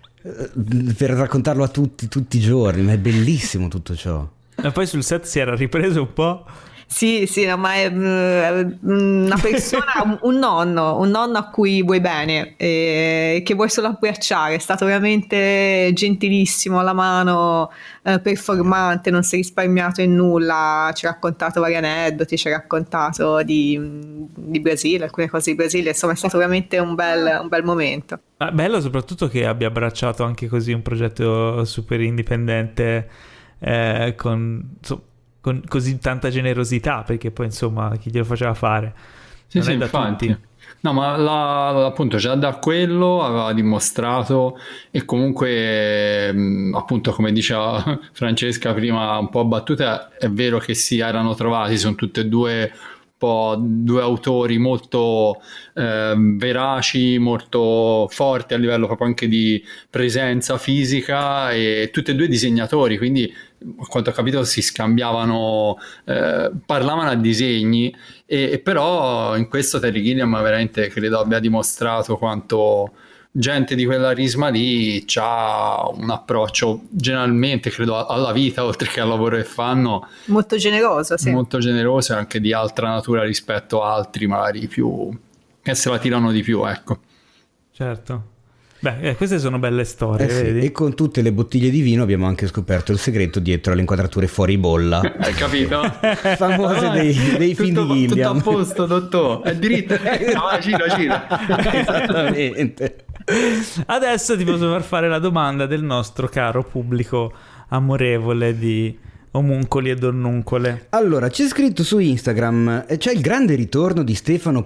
per raccontarlo a tutti i giorni, ma è bellissimo tutto ciò. E poi sul set si era ripreso un po'. Sì, no, ma è una persona, un nonno a cui vuoi bene, che vuoi solo abbracciare. È stato veramente gentilissimo, alla mano, performante, non si è risparmiato in nulla, ci ha raccontato vari aneddoti, ci ha raccontato di Brasile, alcune cose di Brasile, insomma è stato veramente un bel momento. Ma bello soprattutto che abbia abbracciato anche così un progetto super indipendente, con così tanta generosità, perché poi insomma chi glielo faceva fare? Sì, non è da infatti. tutti. No, ma appunto già da quello aveva dimostrato, e comunque appunto come diceva Francesca prima un po' a battuta, è vero che si erano trovati, sono tutte e due due autori molto veraci, molto forti a livello proprio anche di presenza fisica, e tutti e due disegnatori, quindi a quanto ho capito si scambiavano, parlavano a disegni, e però in questo Terry Gilliam veramente credo abbia dimostrato quanto gente di quella risma lì c'ha un approccio generalmente credo alla vita, oltre che al lavoro che fanno, molto generoso, sì. Molto generoso e anche di altra natura rispetto a altri magari più che se la tirano di più, ecco. Certo. Beh, queste sono belle storie, sì. vedi? E con tutte le bottiglie di vino abbiamo anche scoperto il segreto dietro alle inquadrature fuori bolla. Hai capito? Famose dei film di Gilliam. Tutto a posto, dottor. È diritto. No, gira. Esattamente. Adesso ti posso far fare la domanda del nostro caro pubblico amorevole di omuncoli e donnuncole. Allora, c'è scritto su Instagram, c'è il grande ritorno di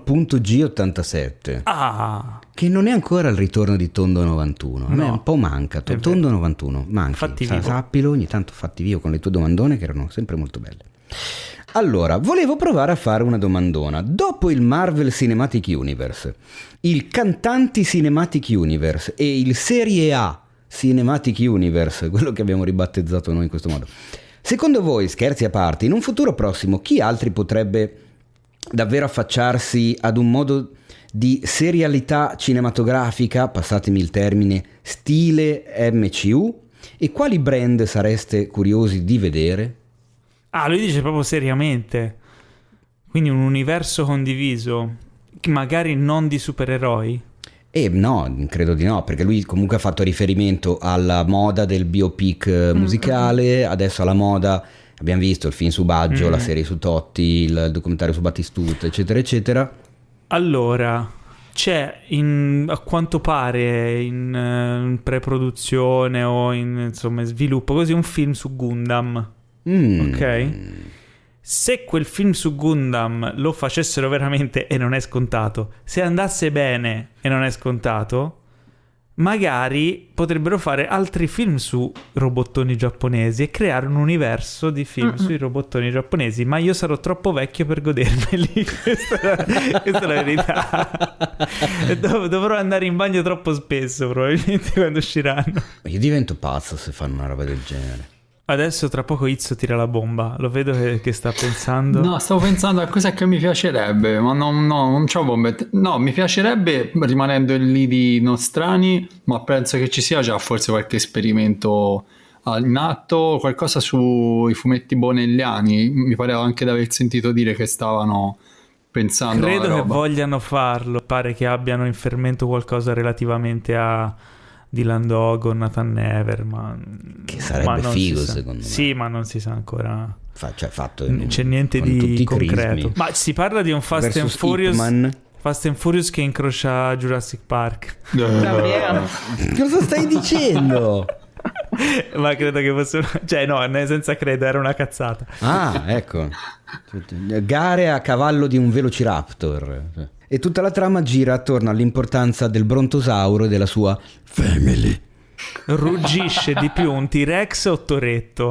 Stefano.g87. Ah! Che non è ancora il ritorno di Tondo 91. A me un po' manca. Tondo 91. Manca. Sappilo, ogni tanto fatti vivo con le tue domandone che erano sempre molto belle. Allora, volevo provare a fare una domandona. Dopo il Marvel Cinematic Universe, il Cantanti Cinematic Universe e il Serie A Cinematic Universe, quello che abbiamo ribattezzato noi in questo modo, secondo voi, scherzi a parte, in un futuro prossimo chi altri potrebbe davvero affacciarsi ad un modo di serialità cinematografica, passatemi il termine, stile MCU, e quali brand sareste curiosi di vedere? Ah, lui dice proprio seriamente. Quindi un universo condiviso, magari non di supereroi? No, credo di no, perché lui comunque ha fatto riferimento alla moda del biopic musicale, adesso alla moda, abbiamo visto il film su Baggio, la serie su Totti, il documentario su Battistuta, eccetera, eccetera. Allora, c'è a quanto pare in pre-produzione o in sviluppo così un film su Gundam. Ok? Se quel film su Gundam lo facessero veramente, e non è scontato, se andasse bene e non è scontato, magari potrebbero fare altri film su robottoni giapponesi e creare un universo di film sui robottoni giapponesi, ma io sarò troppo vecchio per godermeli. questa è la verità. Dovrò andare in bagno troppo spesso probabilmente quando usciranno. Io divento pazzo se fanno una roba del genere. Adesso tra poco Izzo tira la bomba, lo vedo che sta pensando. No, stavo pensando a cosa che mi piacerebbe, ma non c'ho bombe. No, mi piacerebbe, rimanendo in lidi nostrani, ma penso che ci sia già forse qualche esperimento in atto, qualcosa sui fumetti bonelliani. Mi pareva anche di aver sentito dire che stavano pensando. Credo che vogliano farlo, pare che abbiano in fermento qualcosa relativamente a Dylan Dog o Nathan Never, ma che sarebbe figo secondo me. Sì, ma non si sa ancora. Fatto non c'è niente di concreto. Ma si parla di un Fast and Furious che incrocia Jurassic Park. Cosa stai dicendo? Ma credo che fosse senza credo, era una cazzata. Ah, ecco. Gare a cavallo di un Velociraptor. E tutta la trama gira attorno all'importanza del brontosauro e della sua family. Ruggisce di più un T-Rex o Toretto?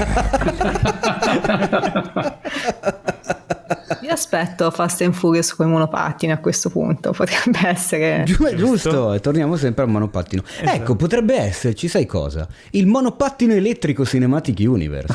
Io aspetto Fast and Furious con i monopattini a questo punto, potrebbe essere giusto, torniamo sempre al monopattino. Esatto. Ecco, potrebbe esserci, sai cosa? Il monopattino elettrico Cinematic Universe.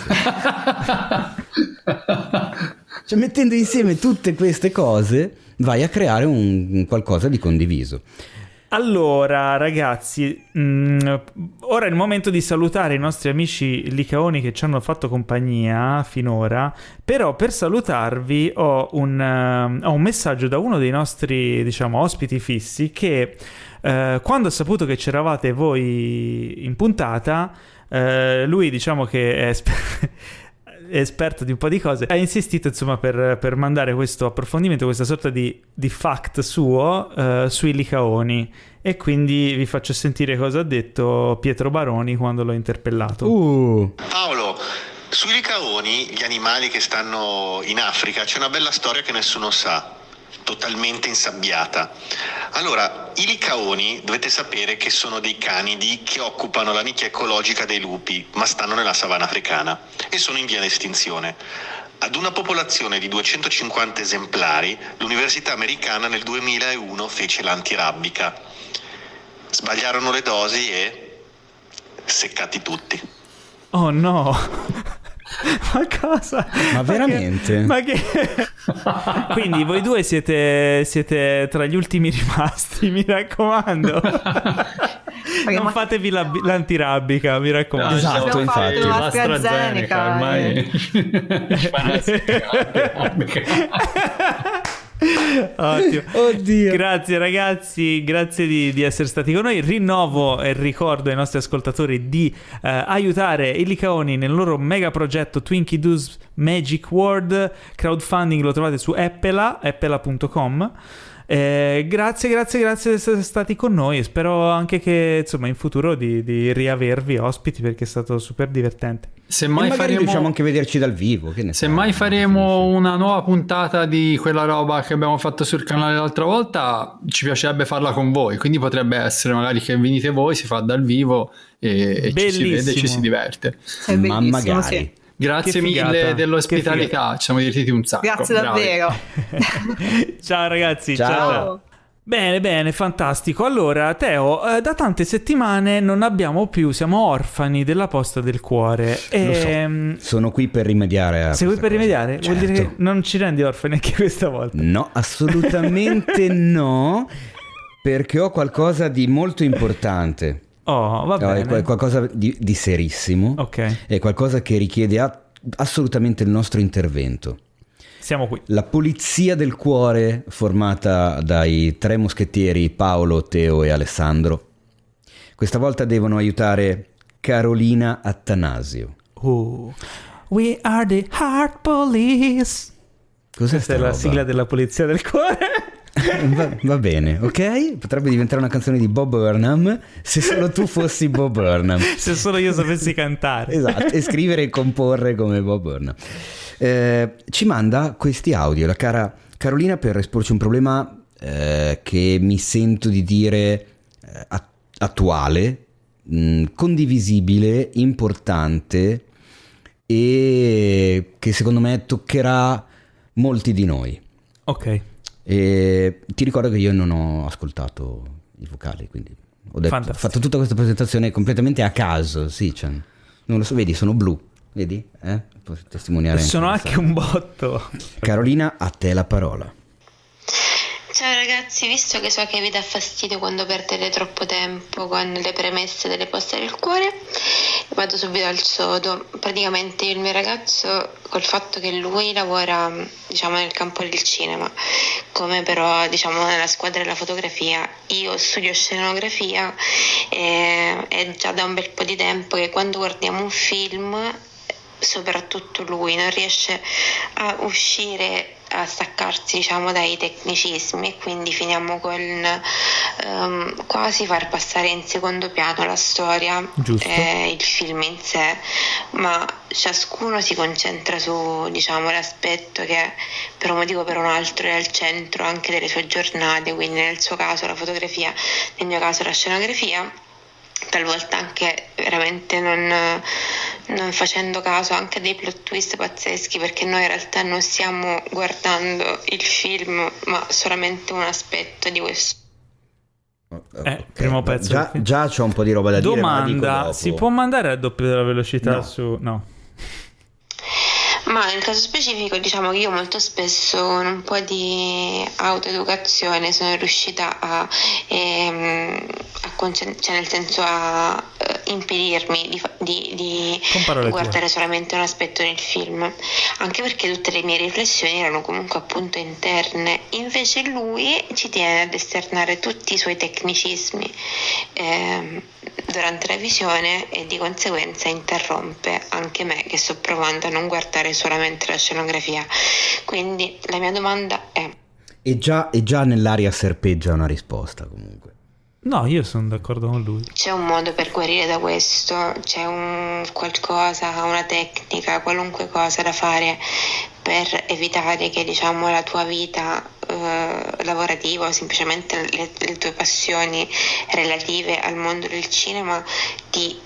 Cioè, mettendo insieme tutte queste cose vai a creare un qualcosa di condiviso. Allora ragazzi, ora è il momento di salutare i nostri amici licaoni che ci hanno fatto compagnia finora, però per salutarvi ho un messaggio da uno dei nostri ospiti fissi che quando ha saputo che c'eravate voi in puntata, lui che è esperto di un po' di cose, ha insistito per mandare questo approfondimento, questa sorta di fact suo sui licaoni, e quindi vi faccio sentire cosa ha detto Pietro Baroni quando l'ho interpellato. Paolo, sui licaoni, gli animali che stanno in Africa, c'è una bella storia che nessuno sa, totalmente insabbiata. Allora, i licaoni dovete sapere che sono dei canidi che occupano la nicchia ecologica dei lupi, ma stanno nella savana africana e sono in via di estinzione. Ad una popolazione di 250 esemplari, l'Università americana nel 2001 fece l'antirabbica. Sbagliarono le dosi e seccati tutti. Oh no! Ma cosa? Ma veramente? Ma che... Quindi voi due siete tra gli ultimi rimasti, mi raccomando. Non fatevi l'antirabbica, mi raccomando. No, esatto, infatti. AstraZeneca ormai. Ottimo. Oddio. Grazie ragazzi, grazie di essere stati con noi. Rinnovo e ricordo ai nostri ascoltatori di aiutare i licaoni nel loro mega progetto Twinkie Doos Magic World. Crowdfunding lo trovate su appela.com. Grazie di essere stati con noi, e spero anche che in futuro di riavervi ospiti, perché è stato super divertente. Semmai riusciamo anche a vederci dal vivo, semmai faremo una nuova puntata di quella roba che abbiamo fatto sul canale l'altra volta, ci piacerebbe farla con voi, quindi potrebbe essere magari che venite voi, si fa dal vivo e ci si vede e ci si diverte. Ma magari sì. Grazie mille dell'ospitalità, ci siamo divertiti un sacco. Grazie davvero. Ciao ragazzi. Ciao. Bene, fantastico. Allora, Teo, da tante settimane non abbiamo più, siamo orfani della posta del cuore. Lo so. Sono qui per rimediare a Sei qui per rimediare? Certo. Vuol dire che non ci rendi orfani anche questa volta? No, assolutamente no, perché ho qualcosa di molto importante. Oh, va bene. È qualcosa di serissimo. Ok. È qualcosa che richiede assolutamente il nostro intervento. Siamo qui. La polizia del cuore, formata dai 3 moschettieri Paolo, Teo e Alessandro, questa volta devono aiutare Carolina Attanasio. We are the Heart Police. Cos'è Questa è la sigla della polizia del cuore. Va bene, ok? Potrebbe diventare una canzone di Bob Burnham, se solo tu fossi Bob Burnham. Se solo io sapessi cantare. Esatto, e scrivere e comporre come Bob Burnham. Ci manda questi audio la cara Carolina per esporci un problema che mi sento di dire attuale, condivisibile, importante e che secondo me toccherà molti di noi. Ok. E ti ricordo che io non ho ascoltato i vocali, quindi ho fatto tutta questa presentazione completamente a caso. Sì, cioè, non lo so, vedi, sono blu, vedi? Posso testimoniare. Sono anche un botto. Carolina, a te la parola. Ciao ragazzi, visto che so che vi dà fastidio quando perdete troppo tempo con le premesse delle poste del cuore, vado subito al sodo. Praticamente il mio ragazzo, col fatto che lui lavora nel campo del cinema, come però nella squadra della fotografia, io studio scenografia, è già da un bel po' di tempo che quando guardiamo un film, soprattutto lui, non riesce a uscire, a staccarsi dai tecnicismi, e quindi finiamo con quasi far passare in secondo piano la storia, il film in sé, ma ciascuno si concentra su l'aspetto che per un motivo o per un altro è al centro anche delle sue giornate, quindi nel suo caso la fotografia, nel mio caso la scenografia, talvolta anche veramente non facendo caso anche dei plot twist pazzeschi, perché noi in realtà non stiamo guardando il film ma solamente un aspetto di questo. Primo pezzo. Già c'ho un po' di roba da dire. Domanda: si può mandare al doppio della velocità? No. Su no. Ma nel caso specifico che io molto spesso con un po' di autoeducazione sono riuscita a impedirmi di guardare solamente un aspetto nel film, anche perché tutte le mie riflessioni erano comunque appunto interne. Invece lui ci tiene ad esternare tutti i suoi tecnicismi durante la visione, e di conseguenza interrompe anche me che sto provando a non guardare solamente la scenografia. Quindi la mia domanda è: e già nell'aria serpeggia una risposta comunque. No, io sono d'accordo con lui. C'è un modo per guarire da questo? C'è qualcosa, una tecnica, qualunque cosa da fare per evitare che la tua vita lavorativa o semplicemente le tue passioni relative al mondo del cinema ti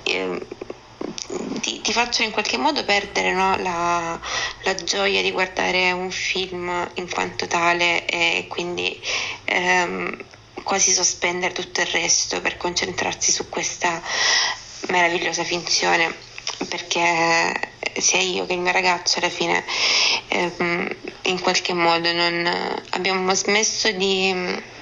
facciano in qualche modo perdere la gioia di guardare un film in quanto tale, e quindi quasi sospendere tutto il resto per concentrarsi su questa meravigliosa finzione, perché sia io che il mio ragazzo alla fine in qualche modo non abbiamo smesso di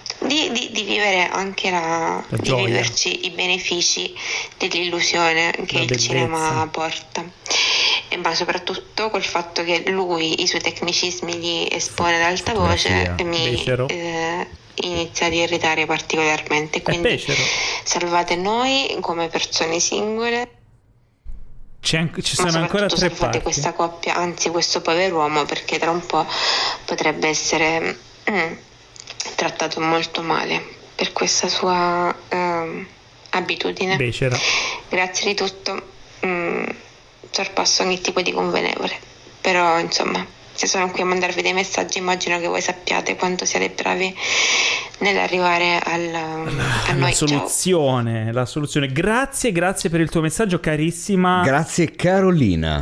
vivere anche di viverci i benefici dell'illusione che il cinema porta, ma soprattutto col fatto che lui i suoi tecnicismi li espone ad alta voce e mi inizia ad irritare particolarmente. Quindi salvate noi come persone singole, ci sono ancora tre parti. Questa coppia, anzi questo pover'uomo, perché tra un po' potrebbe essere trattato molto male per questa sua abitudine. Becera. Grazie di tutto, sorpasso ogni tipo di convenevole, però insomma, se sono qui a mandarvi dei messaggi, immagino che voi sappiate quanto siete bravi nell'arrivare a noi. La soluzione. Grazie per il tuo messaggio, carissima. Grazie Cara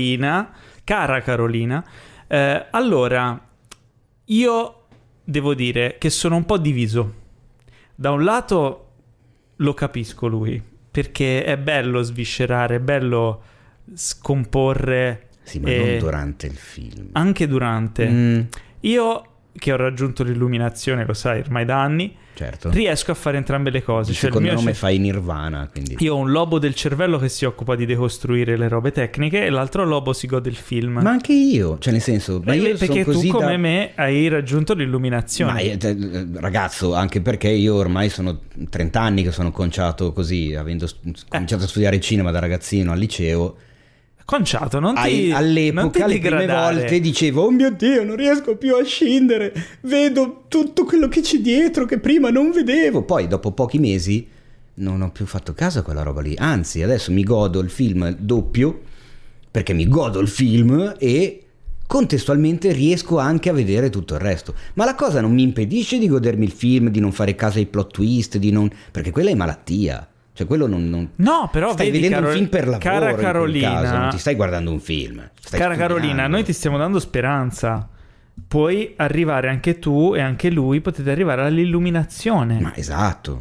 Carolina. Allora, io devo dire che sono un po' diviso. Da un lato lo capisco lui, perché è bello sviscerare, è bello scomporre. Sì, ma non durante il film. Anche durante. Io, che ho raggiunto l'illuminazione, lo sai, ormai da anni, certo, riesco a fare entrambe le cose. Il secondo nome fai Nirvana, quindi. Io ho un lobo del cervello che si occupa di decostruire le robe tecniche e l'altro lobo si gode il film. Ma anche io, cioè nel senso, ma io perché sono così tu come me hai raggiunto l'illuminazione. Ma ragazzo, anche perché io ormai sono 30 anni che sono conciato così, avendo cominciato a studiare cinema da ragazzino al liceo. Conciato, all'epoca le prime volte dicevo oh mio Dio, non riesco più a scendere, vedo tutto quello che c'è dietro che prima non vedevo. Poi dopo pochi mesi non ho più fatto caso a quella roba lì, anzi adesso mi godo il film doppio, perché mi godo il film e contestualmente riesco anche a vedere tutto il resto. Ma la cosa non mi impedisce di godermi il film, di non fare caso ai plot twist, perché quella è malattia. Cioè quello non... No, però stai vedendo un film per lavoro, cara Carolina, in quel caso, non ti stai guardando un film. Cara studiando. Carolina, noi ti stiamo dando speranza. Puoi arrivare anche tu e anche lui, potete arrivare all'illuminazione. Ma esatto.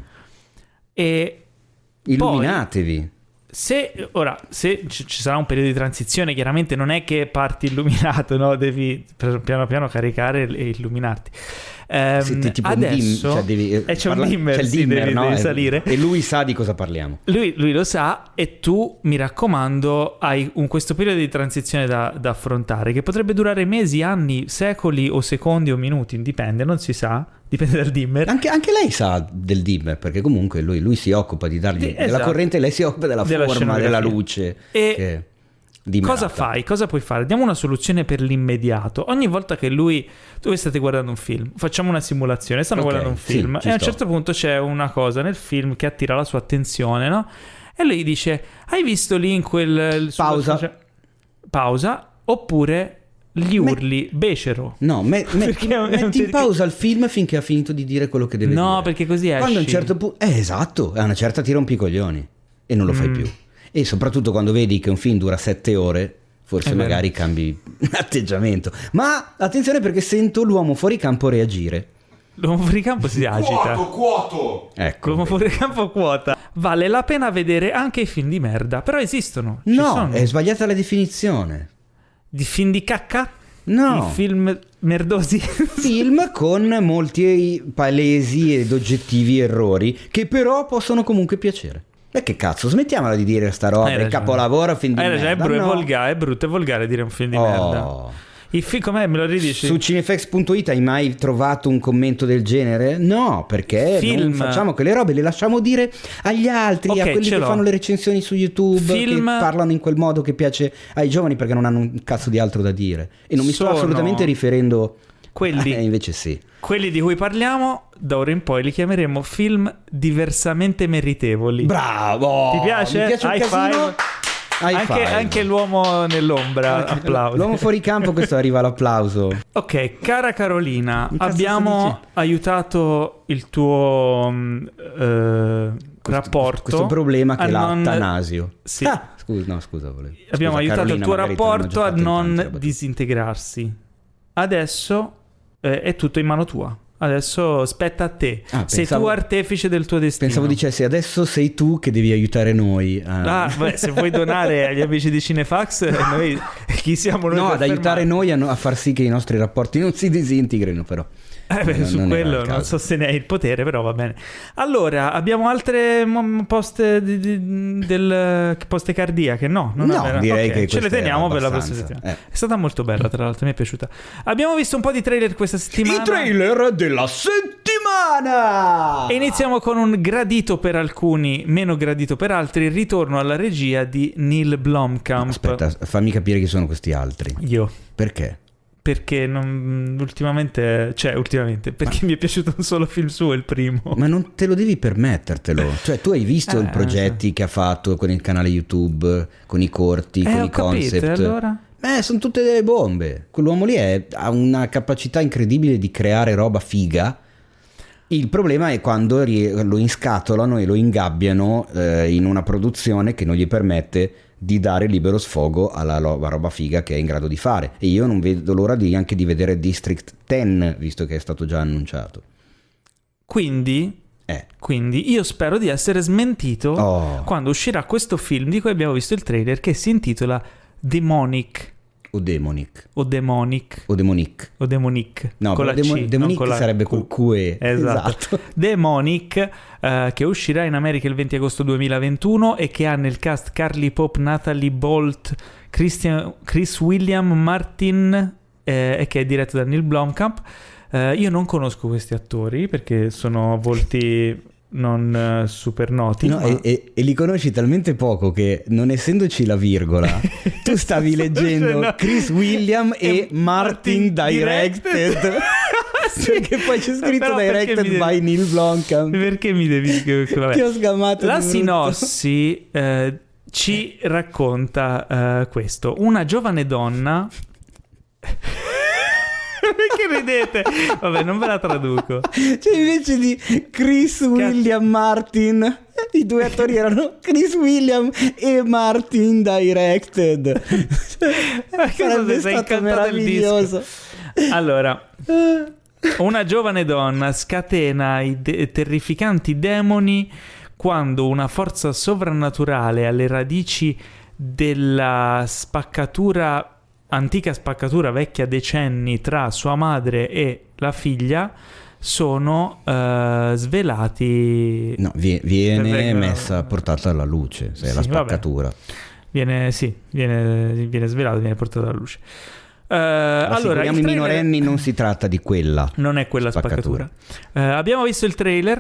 E illuminatevi. Poi, se ci sarà un periodo di transizione, chiaramente non è che parti illuminato, no? Devi piano piano caricare e illuminarti. Tipo adesso c'è un dimmer, devi salire e lui sa di cosa parliamo. Lui lo sa, e tu, mi raccomando, hai questo periodo di transizione da affrontare, che potrebbe durare mesi, anni, secoli o secondi o minuti, dipende, non si sa, dipende dal dimmer. Anche lei sa del dimmer, perché comunque lui si occupa di dargli della corrente, lei si occupa della forma della luce. E cosa fai? Cosa puoi fare? Diamo una soluzione per l'immediato. Ogni volta che voi state guardando un film, facciamo una simulazione, stanno guardando un film, e a un certo punto c'è una cosa nel film che attira la sua attenzione, no? E lei dice: hai visto lì in quel... Pausa, oppure gli urli becero. No, metti in pausa il film finché ha finito di dire quello che deve dire. No, perché così esci. Quando a un certo punto... esatto, a una certa ti rompi i coglioni e non lo fai più. E soprattutto quando vedi che un film dura 7 ore, forse magari cambi atteggiamento. Ma attenzione, perché sento l'uomo fuori campo reagire. L'uomo fuori campo si agita. Quoto! Ecco. L'uomo fuori campo quota. Vale la pena vedere anche i film di merda, però esistono. No, è sbagliata la definizione. Di film di cacca? No. I film merdosi? Film con molti palesi ed oggettivi errori che però possono comunque piacere. E che cazzo, smettiamola di dire sta roba, il capolavoro, film di merda. È brutto e volgare dire un film di merda. Il film, com'è? Me lo ridici? Su Cinefx.it hai mai trovato un commento del genere? No, perché non facciamo quelle robe, le lasciamo dire agli altri, a quelli che fanno le recensioni su YouTube, che parlano in quel modo che piace ai giovani, perché non hanno un cazzo di altro da dire. E non mi sto assolutamente riferendo... Quelli, invece sì. Quelli di cui parliamo, da ora in poi li chiameremo film diversamente meritevoli. Bravo! Ti piace? Mi piace High five. Anche l'uomo nell'ombra, applauso. L'uomo fuori campo, questo arriva l'applauso. Ok, cara Carolina, abbiamo aiutato il tuo rapporto. Questo problema che è l'attanasio. Sì. Scusa. Abbiamo aiutato il tuo rapporto a non disintegrarsi. Adesso è tutto in mano tua. Adesso spetta a te. Sei tu artefice del tuo destino. Pensavo dicessi adesso sei tu che devi aiutare noi. Se vuoi donare agli amici di Cinefax, noi chi siamo noi? No, ad aiutare noi a far sì che i nostri rapporti non si disintegrino, però. Su quello non so se ne hai il potere, però va bene. Allora, abbiamo altre poste poste cardiache? No, direi che ce le teniamo per la prossima settimana. È stata molto bella, tra l'altro, mi è piaciuta. Abbiamo visto un po' di trailer questa settimana. I trailer della settimana! E iniziamo con un gradito per alcuni, meno gradito per altri, il ritorno alla regia di Neil Blomkamp. Aspetta, fammi capire chi sono questi altri. Io. Perché? Perché ultimamente perché mi è piaciuto un solo film suo, il primo. Ma non te lo devi permettertelo. Cioè, tu hai visto i progetti che ha fatto con il canale YouTube, con i corti, con i concept. Allora? Sono tutte delle bombe. Quell'uomo lì ha una capacità incredibile di creare roba figa. Il problema è quando lo inscatolano e lo ingabbiano in una produzione che non gli permette di dare libero sfogo alla roba figa che è in grado di fare. E io non vedo l'ora anche di vedere District 10, visto che è stato già annunciato. Quindi io spero di essere smentito quando uscirà questo film di cui abbiamo visto il trailer, che si intitola Demonic. O Demonic. No, con la C, Demonic sarebbe col QE. Esatto. Demonic, che uscirà in America il 20 agosto 2021 e che ha nel cast Carly Pope, Natalie Bolt, Chris William Martin, e che è diretto da Neil Blomkamp. Io non conosco questi attori perché sono volti non super noti, e li conosci talmente poco che, non essendoci la virgola, Tu stavi leggendo Chris William e Martin directed. Sì. Perché poi c'è scritto directed by Neil Blomkamp. Perché mi devi... Vabbè. Ti ho sgamato. La sinossi ci racconta questo. Una giovane donna... Perché ridete? Vabbè, non ve la traduco. Cioè, invece di Chris William Martin, i due attori erano Chris William e Martin directed. Sarebbe stato meraviglioso. Allora, una giovane donna scatena i terrificanti demoni quando una forza sovrannaturale alle radici della antica spaccatura vecchia decenni tra sua madre e la figlia sono svelati. No, viene portata alla luce, se è la spaccatura. Viene svelato, viene portato alla luce. Allora, i minorenni non si tratta di quella. Non è quella spaccatura. Abbiamo visto il trailer.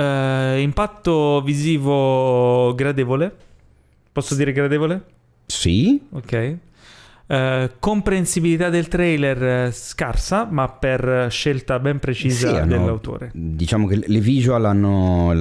Impatto visivo gradevole. Posso dire gradevole? Sì. Ok. Comprensibilità del trailer scarsa, ma per scelta ben precisa dell'autore. Diciamo che le visual hanno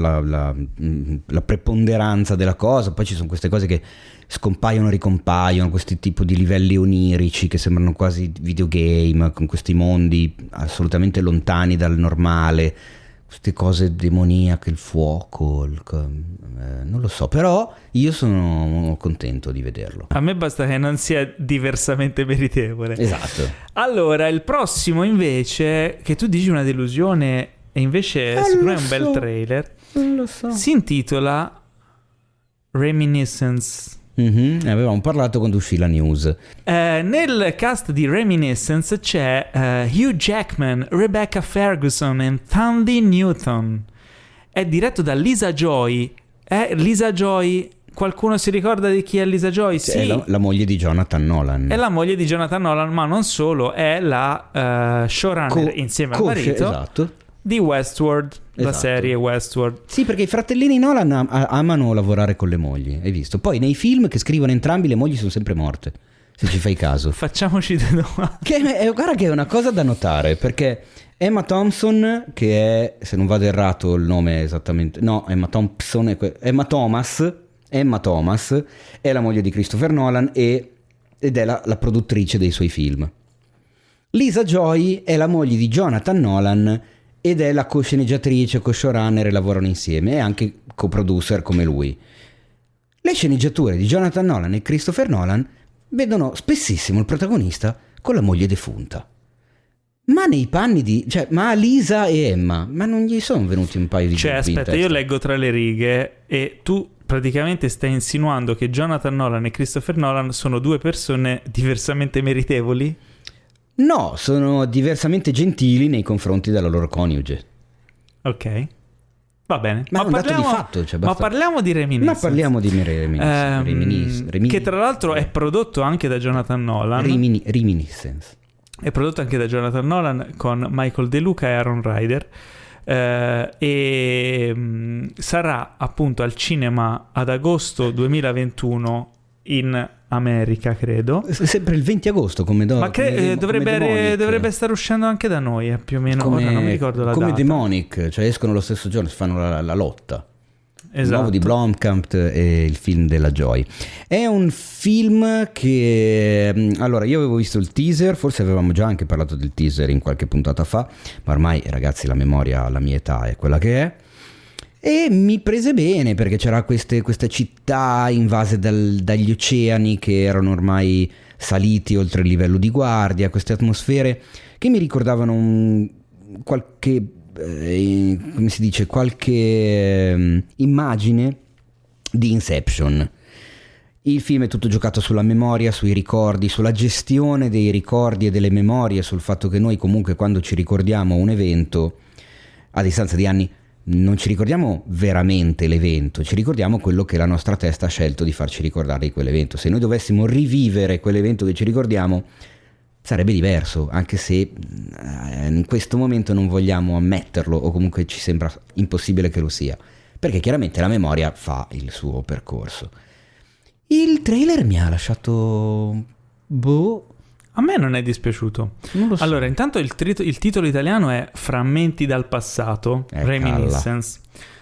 la preponderanza della cosa, poi ci sono queste cose che scompaiono, ricompaiono, questi tipi di livelli onirici che sembrano quasi videogame, con questi mondi assolutamente lontani dal normale, queste cose demoniache, il fuoco, non lo so, però io sono contento di vederlo. A me basta che non sia diversamente meritevole. Esatto. Allora, il prossimo invece, che tu dici una delusione e invece secondo me è un bel trailer, non lo so. Si intitola Reminiscence. Avevamo parlato quando uscì la news. Nel cast di Reminiscence c'è Hugh Jackman, Rebecca Ferguson e Thandie Newton. È diretto da Lisa Joy. Lisa Joy, qualcuno si ricorda di chi è Lisa Joy? Sì. È la moglie di Jonathan Nolan. È la moglie di Jonathan Nolan, ma non solo, è la showrunner insieme al marito. Esatto. Di Westworld, la esatto. serie Westworld. Sì, perché i fratellini Nolan amano lavorare con le mogli, hai visto? Poi nei film che scrivono entrambi le mogli sono sempre morte, se ci fai caso. Facciamoci due domande. Guarda che è una cosa da notare, perché Emma Thompson, che è, se non vado errato il nome esattamente, no, Emma Thomas è la moglie di Christopher Nolan ed è la produttrice dei suoi film. Lisa Joy è la moglie di Jonathan Nolan ed è la co-sceneggiatrice, co-showrunner, e lavorano insieme, e anche co-producer come lui. Le sceneggiature di Jonathan Nolan e Christopher Nolan vedono spessissimo il protagonista con la moglie defunta. Ma nei panni ma Lisa e Emma, ma non gli sono venuti un paio di dubbi? Aspetta, io leggo tra le righe e tu praticamente stai insinuando che Jonathan Nolan e Christopher Nolan sono due persone diversamente meritevoli? No, sono diversamente gentili nei confronti della loro coniuge. Ok, va bene. Ma è un dato di fatto. Ma parliamo di Reminiscence. Ma parliamo di Reminiscence. Che tra l'altro è prodotto anche da Jonathan Nolan. Reminiscence. È prodotto anche da Jonathan Nolan con Michael De Luca e Aaron Ryder. E sarà appunto al cinema ad agosto 2021 in America, credo. Sempre il 20 agosto come dovrebbe stare uscendo anche da noi, più o meno. Ora non mi ricordo la data. Come Demonic, cioè escono lo stesso giorno, si fanno la lotta. Esatto. Il nuovo di Blomkamp e il film della Joy. È un film che, allora, io avevo visto il teaser, forse avevamo già anche parlato del teaser in qualche puntata fa, ma ormai, ragazzi, la memoria alla mia età è quella che è. E mi prese bene, perché c'era queste città invase dagli oceani che erano ormai saliti oltre il livello di guardia, queste atmosfere che mi ricordavano qualche immagine di Inception. Il film è tutto giocato sulla memoria, sui ricordi, sulla gestione dei ricordi e delle memorie, sul fatto che noi comunque quando ci ricordiamo un evento a distanza di anni non ci ricordiamo veramente l'evento, ci ricordiamo quello che la nostra testa ha scelto di farci ricordare di quell'evento. Se noi dovessimo rivivere quell'evento che ci ricordiamo sarebbe diverso, anche se in questo momento non vogliamo ammetterlo, o comunque ci sembra impossibile che lo sia, perché chiaramente la memoria fa il suo percorso. Il trailer mi ha lasciato... A me non è dispiaciuto. Non lo so. Allora, intanto il titolo italiano è Frammenti dal passato, Reminiscence.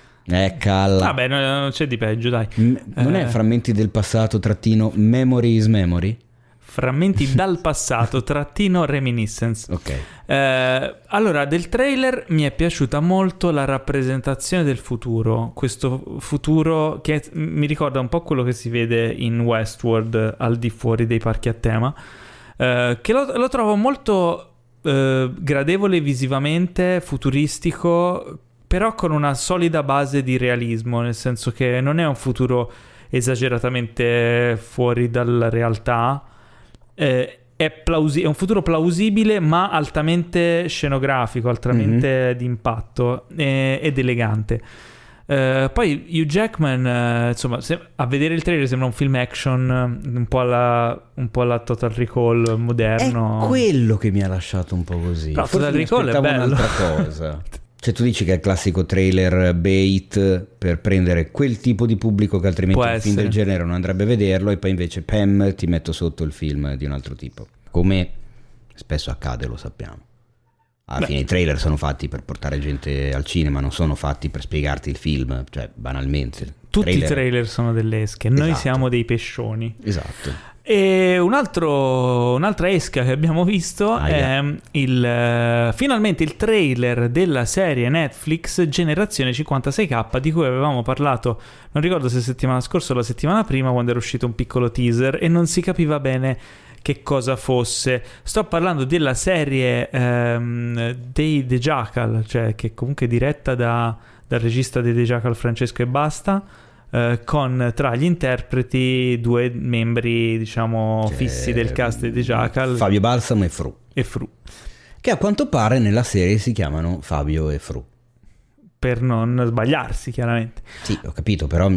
Calla. Vabbè, non c'è di peggio, dai. Non è Frammenti del passato _ Memory is Memory? Frammenti dal passato _ Reminiscence. Ok. Allora, del trailer mi è piaciuta molto la rappresentazione del futuro. Questo futuro che mi ricorda un po' quello che si vede in Westworld al di fuori dei parchi a tema. Che lo trovo molto gradevole visivamente, futuristico, però con una solida base di realismo, nel senso che non è un futuro esageratamente fuori dalla realtà, è un futuro plausibile ma altamente scenografico, altamente d'impatto ed elegante. Poi Hugh Jackman, insomma, a vedere il trailer sembra un film action un po' alla Total Recall moderno. È quello che mi ha lasciato un po' così. Però Total Recall è bello. Un'altra cosa. Cioè tu dici che è il classico trailer bait per prendere quel tipo di pubblico che altrimenti un film del genere non andrebbe a vederlo, e poi invece ti metto sotto il film di un altro tipo, come spesso accade, lo sappiamo. Alla fine i trailer sono fatti per portare gente al cinema, non sono fatti per spiegarti il film, cioè banalmente. Tutti i trailer sono delle esche, noi siamo dei pescioni. Esatto. E un'altra esca che abbiamo visto è finalmente il trailer della serie Netflix Generazione 56K, di cui avevamo parlato, non ricordo se settimana scorsa o la settimana prima, quando era uscito un piccolo teaser e non si capiva bene che cosa fosse. Sto parlando della serie dei The Jackal, cioè che comunque è diretta dal regista dei The Jackal Francesco e Basta, con tra gli interpreti 2 membri, diciamo, fissi del cast dei The Jackal, Fabio Balsamo e Fru, che a quanto pare nella serie si chiamano Fabio e Fru, per non sbagliarsi, chiaramente. Sì, ho capito, però